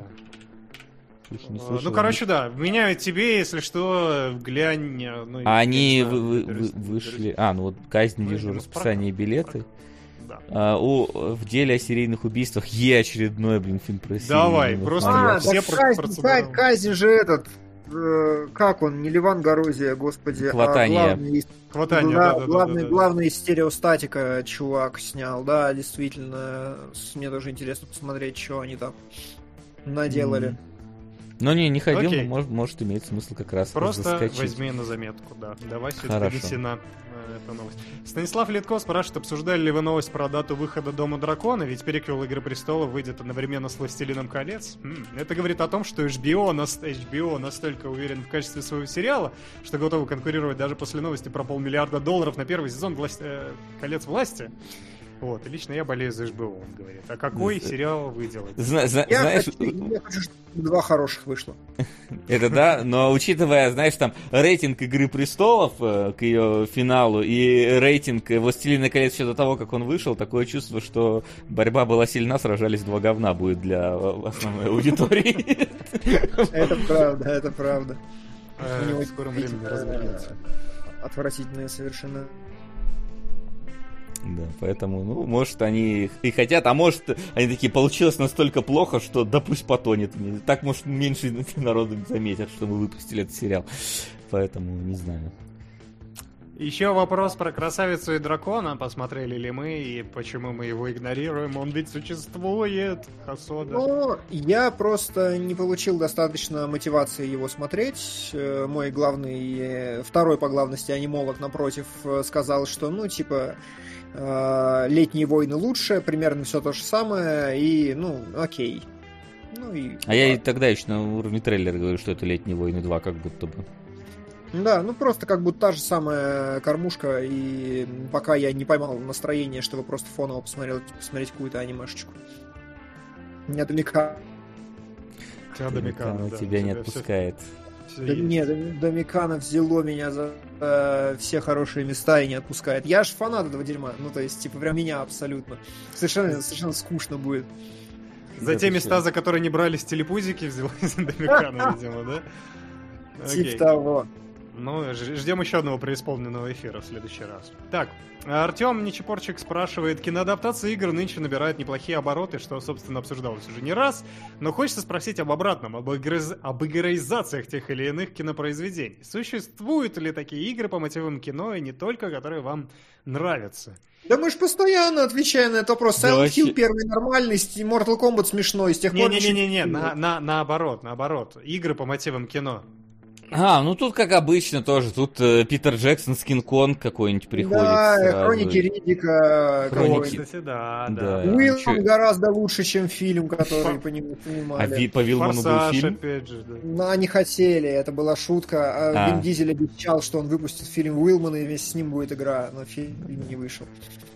Ну, короче, да, меняют тебе, если что, глянь... Они вышли... ну вот «Казнь», вижу расписание и билеты. Да. В деле о серийных убийствах очередной, фильм про серийных. Давай, просто все процедуры. «Казнь» же этот... Как он? Не Леван Горозия, господи. «Хватание». Главный из «Стереостатика» чувак снял. Да, действительно. Мне тоже интересно посмотреть, что они там наделали. Ну, не ходил, но может иметь смысл как раз просто заскочить. Возьми на заметку, да. Давай все-таки донесена эта новость. Станислав Литко спрашивает, обсуждали ли вы новость про дату выхода «Дома дракона», ведь переквел «Игры престолов» выйдет одновременно с «Властелином колец». Это говорит о том, что HBO настолько уверен в качестве своего сериала, что готовы конкурировать даже после новости про $500 миллиарда на первый сезон «Колец власти». Вот, и лично я болею за HBO, он говорит. А какой сериал вы делаете? Я хочу, чтобы 2 хороших вышло. Это да, но учитывая, знаешь, там рейтинг «Игры престолов» к ее финалу и рейтинг «Властелина колец» еще до того, как он вышел, такое чувство, что борьба была сильна, сражались 2 говна будет для основной аудитории. Это правда. В скором времени развернется. Отвратительные совершенно. Да, поэтому, может, они и хотят, а может, они такие, получилось настолько плохо, что да пусть потонет. Так, может, меньше народу заметят, что мы выпустили этот сериал. Поэтому, не знаю. Еще вопрос про «Красавицу и дракона». Посмотрели ли мы и почему мы его игнорируем? Он ведь существует, Хасода. Я просто не получил достаточно мотивации его смотреть. Мой второй по главности анимолог, напротив, сказал, что, «Летние войны» лучше, примерно все то же самое, и, окей. Я и тогда еще на уровне трейлера говорю, что это «Летние войны 2», как будто бы. Да, просто как будто та же самая кормушка, и пока я не поймал настроение, чтобы просто фоново посмотреть какую-то анимешечку. Не Домикана. Тебя не отпускает. Нет, Домикана взяло меня за все хорошие места и не отпускает. Я ж фанат этого дерьма. Прям меня абсолютно. Совершенно скучно будет. За те места, за которые не брались телепузики, взяло из Домикана, видимо, да? Типа того. Ждем еще одного преисполненного эфира в следующий раз. Так, Артем Нечепорчик спрашивает, киноадаптация игр нынче набирает неплохие обороты, что, собственно, обсуждалось уже не раз, но хочется спросить об обратном, об игроизациях тех или иных кинопроизведений. Существуют ли такие игры по мотивам кино, и не только, которые вам нравятся? Да мы же постоянно отвечаем на этот вопрос. Silent Hill первый нормальный, Mortal Kombat смешной, с тех пор... Не-не-не, наоборот. Игры по мотивам кино. Тут как обычно тоже. Тут Питер Джексон с Кинг-Конг какой-нибудь приходит. Да, сразу. «Хроники Риддика». Кстати, да. Уилман гораздо лучше, чем фильм, который по нему снимали. По Вилману был фильм? Опять же, да. Но они хотели, это была шутка. Вин Дизель обещал, что он выпустит фильм Уилмана, и вместе с ним будет игра, но фильм не вышел.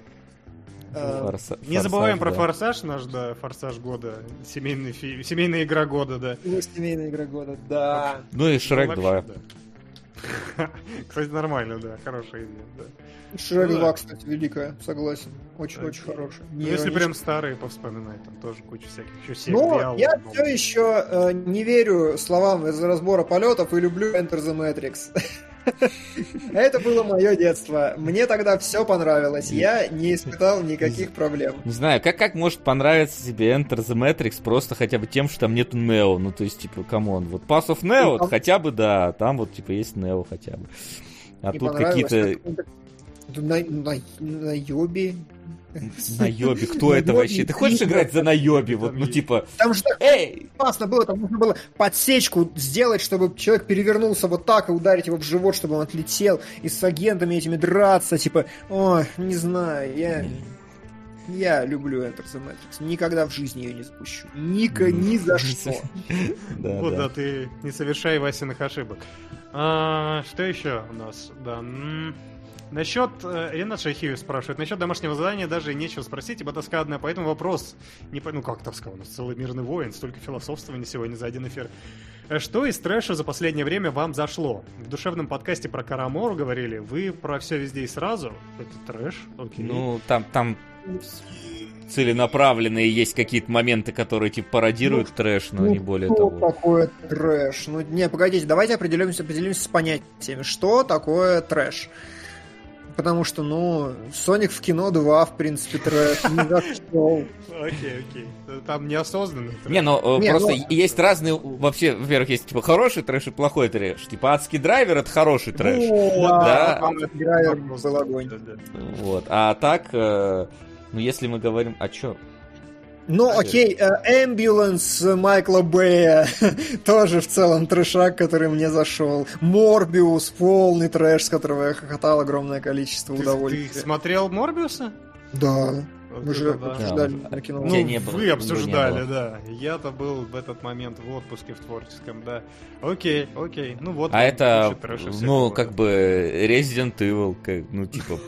Не забываем про «Форсаж» наш, да, «Форсаж года», семейная игра года, да. Семейная игра года, да. И «Шрек 2». Кстати, нормально, да, хорошая идея, да. «Шрек 2», кстати, великая, согласен. Очень хорошая. Если прям старые повспоминать, там тоже куча всяких еще сериалов. Но я все еще не верю словам из разбора полетов и люблю Enter the Matrix. Это было мое детство. Мне тогда все понравилось. Я не испытал никаких проблем. Не знаю, как может понравиться тебе Enter the Matrix просто хотя бы тем, что там нету Нео. Ну, то есть, типа, камон. Вот Path of Neo, хотя бы, да, там вот, типа, есть Нео хотя бы. А тут какие-то... Наёби. Наёби, кто это вообще? Ты хочешь играть за Наёби? Вот, ну типа... Там же так классно было, там нужно было подсечку сделать, чтобы человек перевернулся вот так и ударить его в живот, чтобы он отлетел, и с агентами этими драться, типа, ой, не знаю, я люблю Enter the Matrix. Никогда в жизни ее не запущу. Ни за что. Вот, да, ты не совершай Васиных ошибок. Что еще у нас? Да. Насчет, Ренат Шахиев спрашивает, насчет домашнего задания даже нечего спросить, ибо тоска одна, поэтому вопрос, ну как тоска, у нас целый мирный воин, столько философствования сегодня за один эфир. Что из трэша за последнее время вам зашло? В душевном подкасте про Карамору говорили, вы про все везде и сразу? Это трэш? Окей. Ну, там целенаправленные есть какие-то моменты, которые типа пародируют трэш, но не более того. Что такое трэш? Ну, не, погодите, давайте определимся с понятиями. Что такое трэш? Потому что, ну, Соник в кино 2, в принципе, трэш. Окей. Там неосознанно трэш. Не, ну, просто есть разные... Вообще, во-первых, есть, типа, хороший трэш и плохой трэш. Типа, адский драйвер — это хороший трэш. Да, адский драйвер был огонь. Вот. А так, ну, если мы говорим... А чё? Ну, окей, Ambulance Майкла Бэя тоже в целом трэшак, который мне зашел. Морбиус, полный трэш, с которого я хохотал огромное количество удовольствия. Ты смотрел Морбиуса? Да. Мы же обсуждали на кино. Вы обсуждали, да. Я-то был в этот момент в отпуске в творческом, да. Окей. Ну вот. А это, ну, как бы Resident Evil, ну, типа...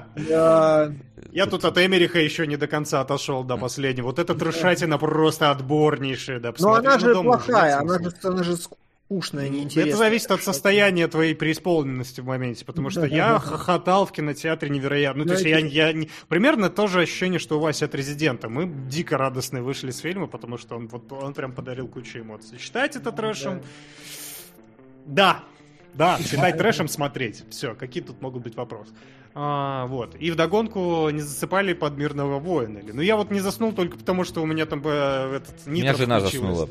Я тут от Эмериха еще не до конца отошел до последнего. Вот эта трешатина просто отборнейшая, да. Но она же плохая, она же скучная, неинтересная. Это зависит от состояния твоей преисполненности в моменте, потому что я хохотал в кинотеатре невероятно. Ну, то есть я примерно то же ощущение, что у Васи от «Резидента». Мы дико радостные вышли с фильма, потому что он прям подарил кучу эмоций. Считать это трэшем? Да, считать трэшем смотреть. Все, какие тут могут быть вопросы? Вот. И вдогонку не засыпали под «Мирного воина». Ну, я вот не заснул только потому, что у меня там меня жена заснула.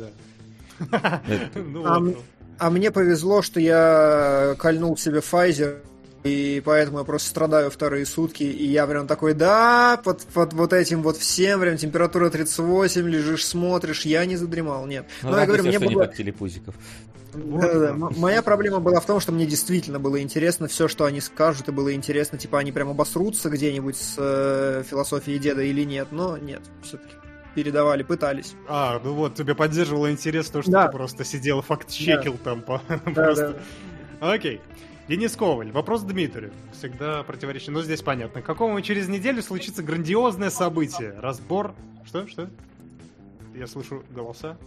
А мне повезло, что я кольнул себе Pfizer, и поэтому я просто страдаю вторые сутки, и я прям такой, да, под вот этим вот всем, прям температура 38, лежишь, смотришь, я не задремал, нет. Но я говорю, мне было... не под телепузиков. Да. Моя проблема была в том, что мне действительно было интересно все, что они скажут, и было интересно, типа, они прям обосрутся где-нибудь с философией деда или нет, но нет, все-таки передавали, пытались. Ну вот, тебе поддерживало интерес то, что ты просто сидел, факт-чекил там. Просто. Окей. Денис Коваль. Вопрос Дмитрию. Всегда противоречие, но здесь понятно. Какому через неделю случится грандиозное событие? Разбор... Что? Я слышу голоса.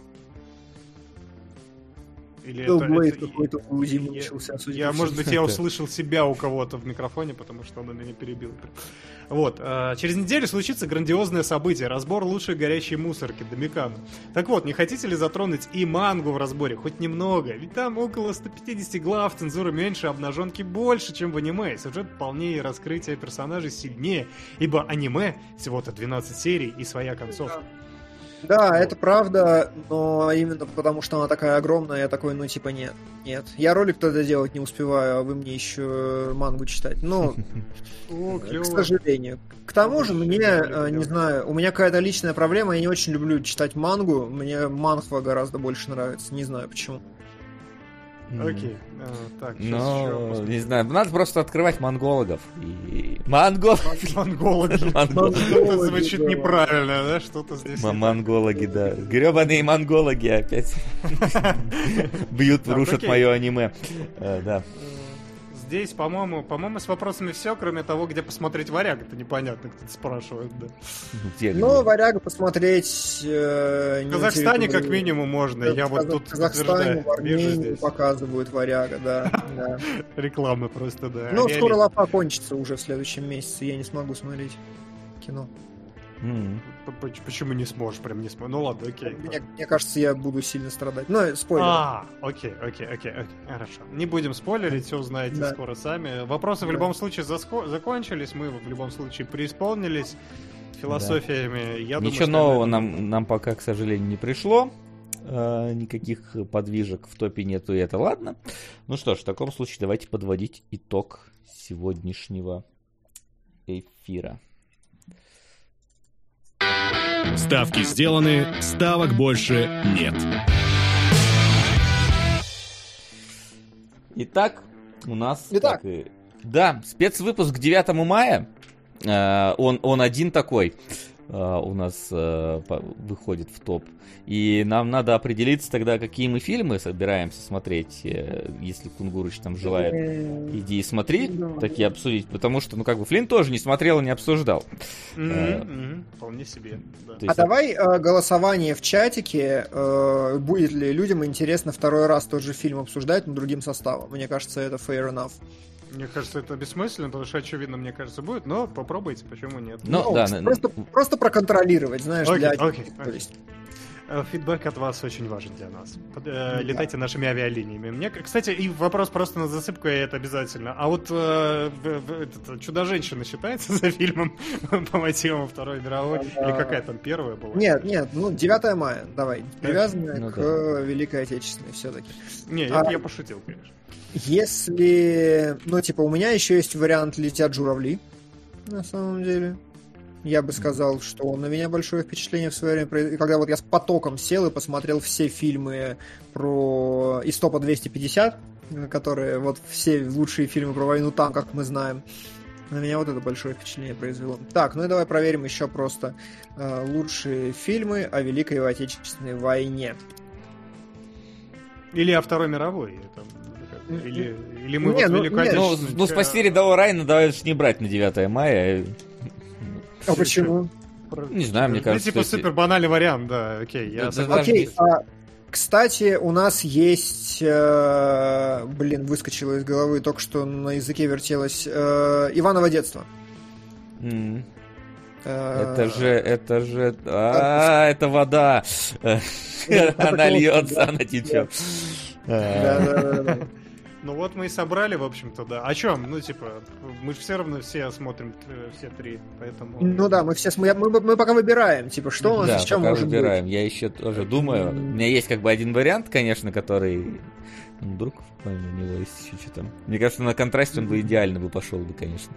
Или это какой-то Узи мучился. Может быть, я услышал себя у кого-то в микрофоне, потому что он меня перебил. Вот. Через неделю случится грандиозное событие. Разбор лучшей горячей мусорки Домикану. Так вот, не хотите ли затронуть и мангу в разборе? Хоть немного. Ведь там около 150 глав, цензура меньше, обнаженки больше, чем в аниме. Сюжет полнее, раскрытие персонажей сильнее. Ибо аниме всего-то 12 серий и своя концовка. Да, это правда, но именно потому, что она такая огромная, я такой, ну, типа, нет. Я ролик тогда делать не успеваю, а вы мне еще мангу читать. Ну, к сожалению. К тому же, мне, не знаю, у меня какая-то личная проблема, я не очень люблю читать мангу, мне манхва гораздо больше нравится, не знаю почему. Окей. Так, ну, не знаю, надо просто открывать монгологов. Монгологи. Это звучит неправильно, да? Что-то здесь. Монгологи, да. Гребаные монгологи опять бьют, рушат мое аниме. Да. Здесь, по-моему, с вопросами все, кроме того, где посмотреть «Варяг». Это непонятно, кто-то спрашивает, да. Ну, «Варяга» посмотреть... В Казахстане как минимум можно. Я вот тут в Казахстане, в Армении показывают «Варяга», да. Реклама просто, да. Ну, скоро лафа кончится уже в следующем месяце, я не смогу смотреть кино. Почему не сможешь? Прям не сможешь. Ну ладно, окей. Мне кажется, я буду сильно страдать. Ну, спойлер. Окей. Хорошо. Не будем спойлерить, все узнаете скоро сами. Вопросы в любом случае закончились, мы в любом случае преисполнились философиями. Я думаю, ничего нового нам пока, к сожалению, не пришло. Никаких подвижек в топе нету, и это ладно. Ну что ж, в таком случае давайте подводить итог сегодняшнего эфира. Ставки сделаны, ставок больше нет. Итак, у нас... Да, спецвыпуск к 9 мая. Он один такой. У нас выходит в топ. И нам надо определиться тогда, какие мы фильмы собираемся смотреть. Если Кунгурыч там желает, иди и смотри, такие обсудить. Потому что, Флинн тоже не смотрел и не обсуждал. Вполне себе. Да. А давай голосование в чатике. Будет ли людям интересно второй раз тот же фильм обсуждать, но другим составом? Мне кажется, это fair enough. Мне кажется, это бессмысленно, потому что, очевидно, мне кажется, будет, но попробуйте, почему нет. Просто проконтролировать, знаешь, Окей. Фидбэк от вас очень важен для нас. Летайте нашими авиалиниями. Мне, кстати, и вопрос просто на засыпку, и это обязательно. А вот «Чудо-женщина» считается за фильмом по мотивам Второй мировой? Или какая там первая была? Нет, 9 мая, давай. Привязанная к Великой Отечественной все-таки. Не, я пошутил, конечно. Если... у меня еще есть вариант «Летят журавли», на самом деле. Я бы сказал, что он на меня большое впечатление в свое время произвел. Когда я с потоком сел и посмотрел все фильмы из топа 250, которые все лучшие фильмы про войну там, как мы знаем, на меня это большое впечатление произвело. Так, и давай проверим еще просто лучшие фильмы о Великой Отечественной войне. Или о Второй мировой. Или мы Великой Отечественной... «Спасти рядового Райана» давай не брать на 9 мая. А почему? Не знаю, мне кажется... супер банальный вариант, да, окей. Окей, кстати, у нас есть... выскочило из головы, только что на языке вертелось. «Иваново детство». Это же... это вода. Она льется, она течет. Да. Ну вот мы и собрали, в общем-то, да. О чем? Мы же все равно все смотрим все три, поэтому... мы пока выбираем, что у нас, с чем может выбираем. быть. Я еще тоже думаю. У меня есть один вариант, конечно, который... Вдруг у него есть еще что-то. Мне кажется, на контрасте он бы идеально пошел, конечно.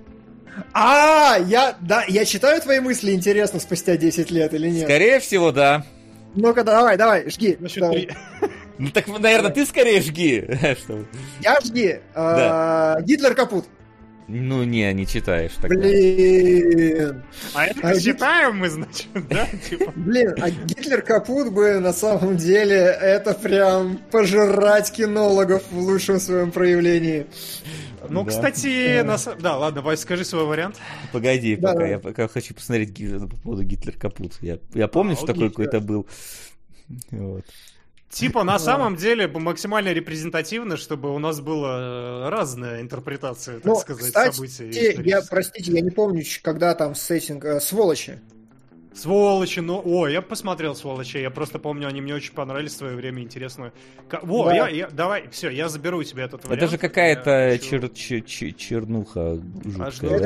Я читаю твои мысли, интересно, спустя 10 лет или нет? Скорее всего, да. Ну-ка, давай, жги. Ну так, наверное, ты скорее жги. Я жги. Гитлер капут. Не читаешь тогда. Блин. А это читаем мы, значит, да? Блин, а Гитлер капут бы на самом деле это прям пожирать кинологов в лучшем своем проявлении. Ну, да. Кстати, да, ладно, Вась, скажи свой вариант. Погоди, я пока хочу посмотреть по поводу Гитлер капут. Я помню, что такой какой-то был. Вот. На самом деле, максимально репрезентативно, чтобы у нас была разная интерпретация, так сказать, событий. Я не помню, когда там сеттинг «Сволочи». Сволочи, я посмотрел «Сволочи», я просто помню, они мне очень понравились в свое время, интересно. Давай, все, я заберу у тебя этот вариант. Это же какая-то чернуха жуткая,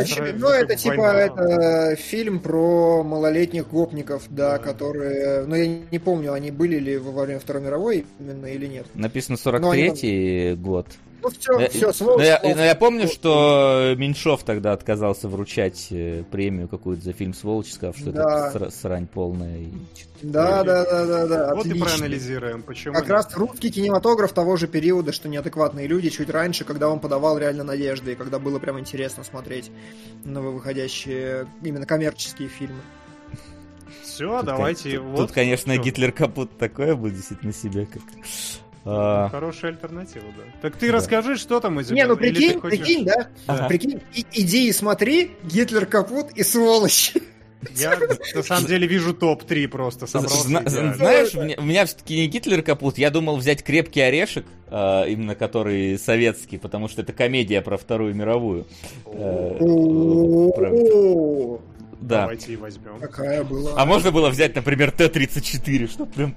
это фильм про малолетних гопников, да, которые... я не помню, они были ли во время Второй мировой именно или нет. Написано 43-й год. Все, но я помню, что Меньшов тогда отказался вручать премию какую-то за фильм «Сволочь», сказав, что это срань полная. Да. Вот отлично. И проанализируем, почему. Как раз русский кинематограф того же периода, что «Неадекватные люди», чуть раньше, когда он подавал реально надежды, и когда было прям интересно смотреть нововыходящие именно коммерческие фильмы. Все, давайте. Тут, конечно, Гитлер капут такое будет действительно себе как... Хорошая альтернатива, да. Так ты расскажи, что там у тебя. Прикинь, да? Ага. Прикинь, иди и смотри «Гитлер капут» и «Сволочи». Я, на самом деле, вижу топ-3 просто собрался. Знаешь, у меня все-таки не Гитлер капут, я думал взять «Крепкий орешек», именно который советский, потому что это комедия про Вторую мировую. Да. Давайте и возьмем. Какая была? А можно было взять, например, Т-34, что прям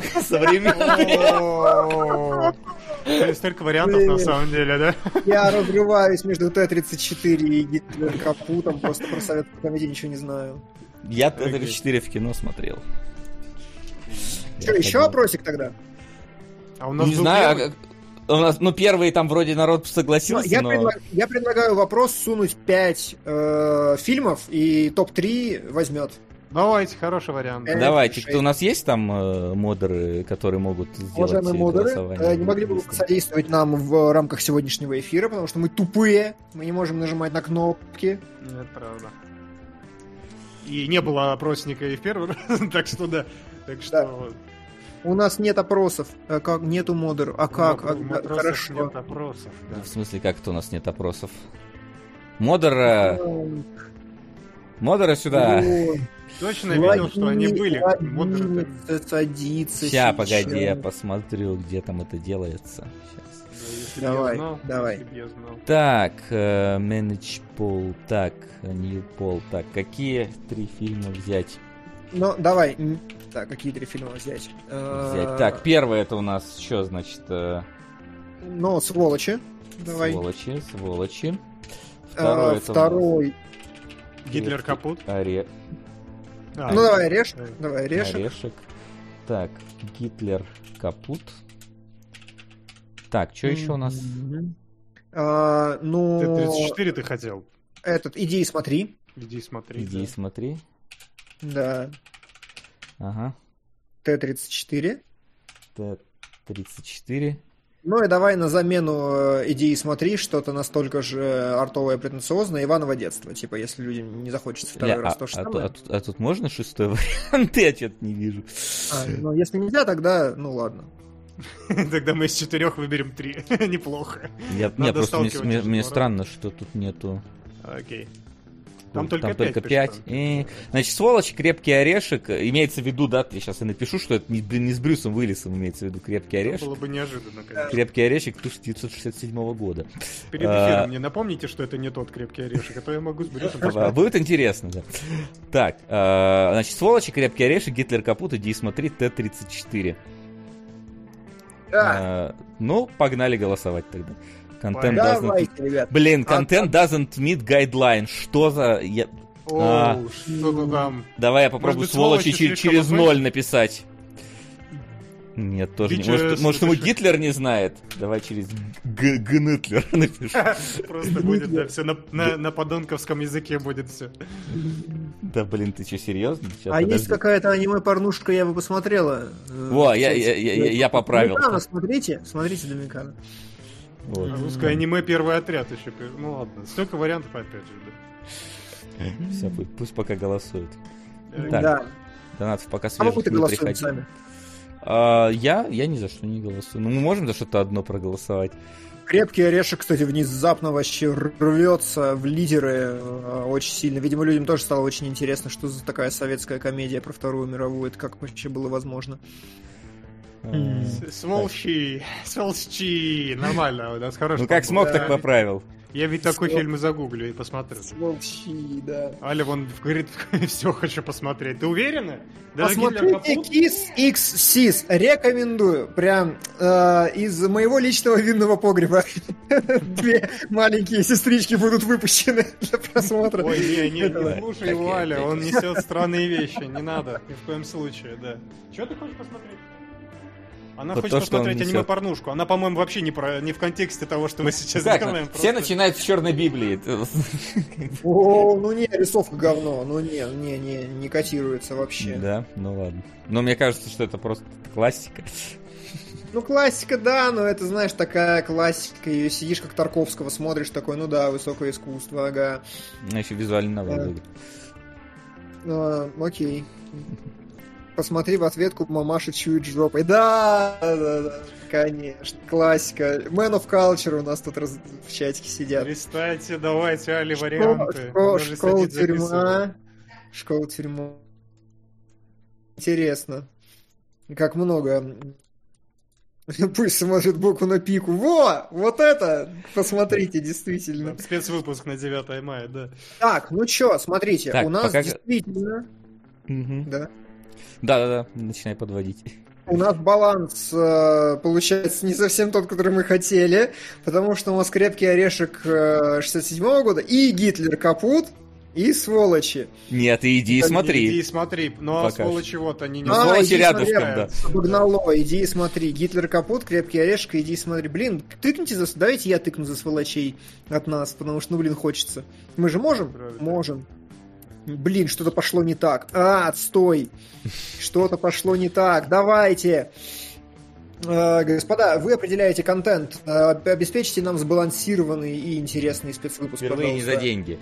современный. Есть столько вариантов на самом деле, да? Я разрываюсь между Т-34 и Гитлер Капутом, просто про советскую комедию ничего не знаю. Я Т-34 в кино смотрел. Что, еще опросик тогда? А у нас Не был знаю, первый? у нас, первый там вроде народ согласился, Я но... предлагаю вопрос сунуть 5 фильмов, и топ-3 возьмет. Давайте, хороший вариант. Давайте, кто у нас есть там модеры, которые могут сделать Уважаемые модеры, голосование? не могли бы вы содействовать нам в рамках сегодняшнего эфира, потому что мы тупые, мы не можем нажимать на кнопки. Это правда. И не было опросника и в первый раз, так что да. Так что... У нас нет опросов, как нету модеров, а как? Хорошо. Нет опросов, да. В смысле, как это у нас нет опросов? Модера сюда. Точно видел, что они были. Модеры. Садится. Сейчас, погоди, я посмотрю, где там это делается. Сейчас. Давай. Так, Manage Poll, так, New Poll, так, какие 3 фильма взять? Ну, давай. Так, какие 3 фильма взять? Так, первое это у нас что, значит? Ну, «Сволочи». Давай. Сволочи. Второй. Гитлер Капут. Ну, давай Орешек. Орешек. Так, Гитлер Капут. Так, что еще у нас? Ну... Т-34 ты хотел? «Иди и смотри». Иди и смотри. Да. Ага. Т-34. Т-34. Ну и давай на замену «Иди и смотри» что-то настолько же артовое и претенциозное «Иваново детство». Типа, если людям не захочется второй раз то же самое. А тут можно 6-й вариант? Я что-то не вижу. Ну, если нельзя, тогда, ну ладно. Тогда мы из 4 выберем 3. Неплохо. Нет, просто мне странно, что тут нету... Окей. Там только 5. Значит, «Сволочь», «Крепкий орешек». Имеется в виду, да, я сейчас и напишу, что это не с Брюсом Уиллисом имеется в виду «Крепкий орешек». Было бы неожиданно, конечно. «Крепкий орешек» 1967 года. Перед эфиром мне напомните, что это не тот «Крепкий орешек», а то я могу с Брюсом посмотреть. Будет интересно, да. Так, значит, «Сволочь», «Крепкий орешек», «Гитлер Капут», «Иди и смотри», Т-34. Ну, погнали голосовать тогда. Контент контент doesn't meet guideline. Что за... Что-то там... Давай я попробую «Сволочи» через 0 написать. Нет, тоже не. Может, ему Гитлер не знает? Давай через Гнитлер напишу. Просто будет, да, все на подонковском языке будет все. Да, блин, ты что, серьезно? Есть какая-то аниме-порнушка, я бы посмотрела. Во, я поправил. Смотрите Доминикана. Русское аниме «Первый отряд» еще. Ну ладно, столько вариантов опять же, да. Все, пусть пока голосуют. Да. Донатов пока свежих не приходили. Я ни за что не голосую. Ну, мы можем за что-то одно проголосовать. «Крепкий орешек», кстати, внезапно вообще рвется в лидеры очень сильно. Видимо, людям тоже стало очень интересно, что за такая советская комедия про Вторую мировую. Это как вообще было возможно. Сволчи, нормально, у нас хороший. Ну как смог, так поправил. Я ведь такой фильм и загуглю и посмотрю. Сволчи, да. Аля вон говорит, все хочу посмотреть. Ты уверена? Посмотрите Kiss X Sis. Рекомендую. Прям из моего личного винного погреба 2 маленькие сестрички будут выпущены для просмотра. Ой, не слушай его, Аля, он несет странные вещи. Не надо, ни в коем случае, да. Что ты хочешь посмотреть? Она хочет посмотреть аниме-порнушку. Она, по-моему, вообще не в контексте того, что мы сейчас делаем. Все начинают с Черной Библии. Ну не, рисовка говно. Ну не котируется вообще. Да, ну ладно. Но мне кажется, что это просто классика. Ну классика, да, но это, знаешь, такая классика. Ее сидишь как Тарковского, смотришь такой, ну да, высокое искусство, ага. Ну еще визуально новое. Окей. Посмотри в ответку, мамаша чует жопой. Да, конечно, классика. Man of Culture у нас тут в чатике сидят. Листайте, давайте, Али, варианты. Школа-тюрьма. Школа-тюрьма. Интересно. Как много Пусть смотрит Боку на пику. Во! Вот это! Посмотрите, действительно. Спецвыпуск на 9 мая, да. Так, ну чё, смотрите, Так, у нас пока- действительно... Да. Да, начинай подводить. У нас баланс получается не совсем тот, который мы хотели, потому что у нас «Крепкий орешек» 67-го года и «Гитлер капут», и «Сволочи». Нет, ты иди и смотри. Иди и смотри. Но Пока сволочи вот они не... Ну, сволочи иди рядышком, смотри, да. Обогнало, иди и смотри. «Гитлер капут», «Крепкий орешек», иди и смотри. Блин, тыкните за... Давайте я тыкну за «Сволочей» от нас, потому что, хочется. Мы же можем? Правильно. Можем. Блин, что-то пошло не так. Отстой. Что-то пошло не так. Давайте. Господа, вы определяете контент. Обеспечьте нам сбалансированный и интересный спецвыпуск, Впервые не за пожалуйста. деньги.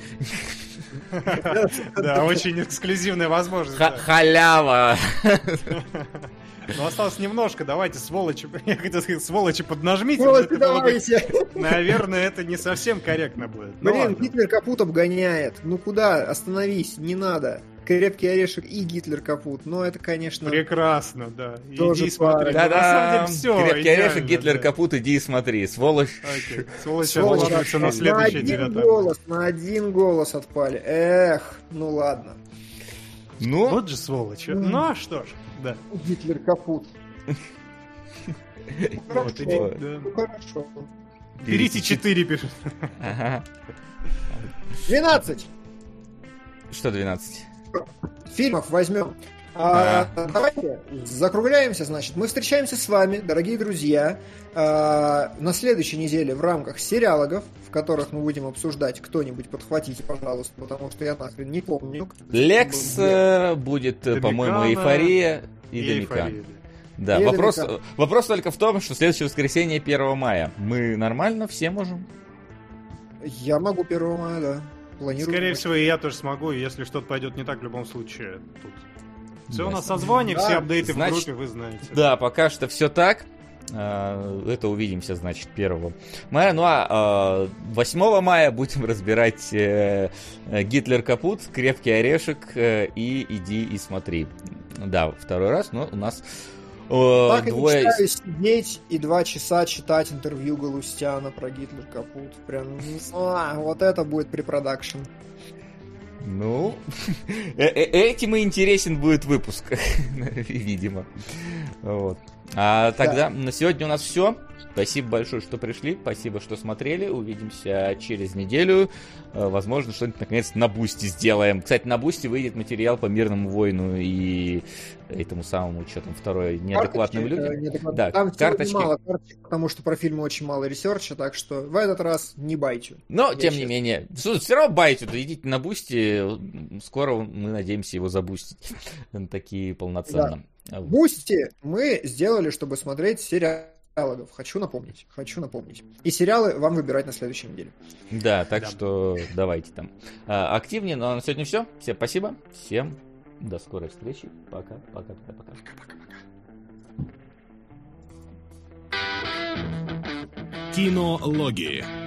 Да, очень эксклюзивная возможность. да. Халява. Но осталось немножко, давайте, сволочи, я хотел сказать, сволочи поднажмите. Сволочи, но это было бы- давайте. Наверное, это не совсем корректно будет. Ну Блин, ладно. Гитлер капут обгоняет. Ну куда? Остановись, не надо. «Крепкий орешек» и «Гитлер капут». Но это, конечно... Прекрасно, да. Тоже Иди смотри. пара. Ну, на самом Да-да. деле все. Крепкий орешек, Гитлер капут, иди и смотри. Сволочь. Окей. Сволочи Сволочи отложатся на на следующий один 9. голос, на один голос отпали. Эх, ну ладно. Ну, Вот же сволочи. Ну а что ж, да. «Гитлер капут». Вот, иди, Хорошо. да. Ну хорошо. Берите 4 пишет. Ага. 12 Что 12? фильмов возьмем. Давайте закругляемся, значит. Мы встречаемся с вами, дорогие друзья, на следующей неделе в рамках сериалогов, в которых мы будем обсуждать. Кто-нибудь подхватите, пожалуйста, потому что я нахрен не помню. Лекс будет, по-моему, Домикана «Эйфория» и И «Домикан». эйфория, да. Да, И вопрос, «Домикан». вопрос только в том, что следующее воскресенье 1 мая. Мы нормально все можем? Я могу 1 мая, да. Планирую. Скорее всего, и я тоже смогу, и если что-то пойдет не так, в любом случае, тут. Все у нас Ясно. созвоне, все Да, апдейты значит, в группе, вы знаете. Да, пока что все так. Это увидимся, значит, 1 мая. Ну а 8 мая будем разбирать «Гитлер капут», «Крепкий орешек» и «Иди и смотри». Да, второй раз, но у нас Так и двое... мечтаю сидеть и 2 часа читать интервью Галустяна про «Гитлер капут». Прям, вот это будет препродакшн. Ну, этим и интересен будет выпуск, видимо. Вот. А тогда на сегодня у нас все. Спасибо большое, что пришли. Спасибо, что смотрели. Увидимся через неделю. Возможно, что-нибудь наконец на Бусти сделаем. Кстати, на Бусти выйдет материал по «Мирному войну» и этому самому, что там, второе, неадекватным людям. Да, Там карточки. мало карточек, потому что про фильмы очень мало ресерча, так что в этот раз не байте. Но, тем не честно. менее, все равно байте, да идите на Бусти. Скоро мы надеемся его забустить. Такие полноценно. Вот. Бусти мы сделали, чтобы смотреть сериалов. Хочу напомнить. И сериалы вам выбирать на следующей неделе. Да, так Да. что давайте там активнее. Ну а на сегодня все. Всем спасибо. Всем до скорой встречи. Пока. Кинологии.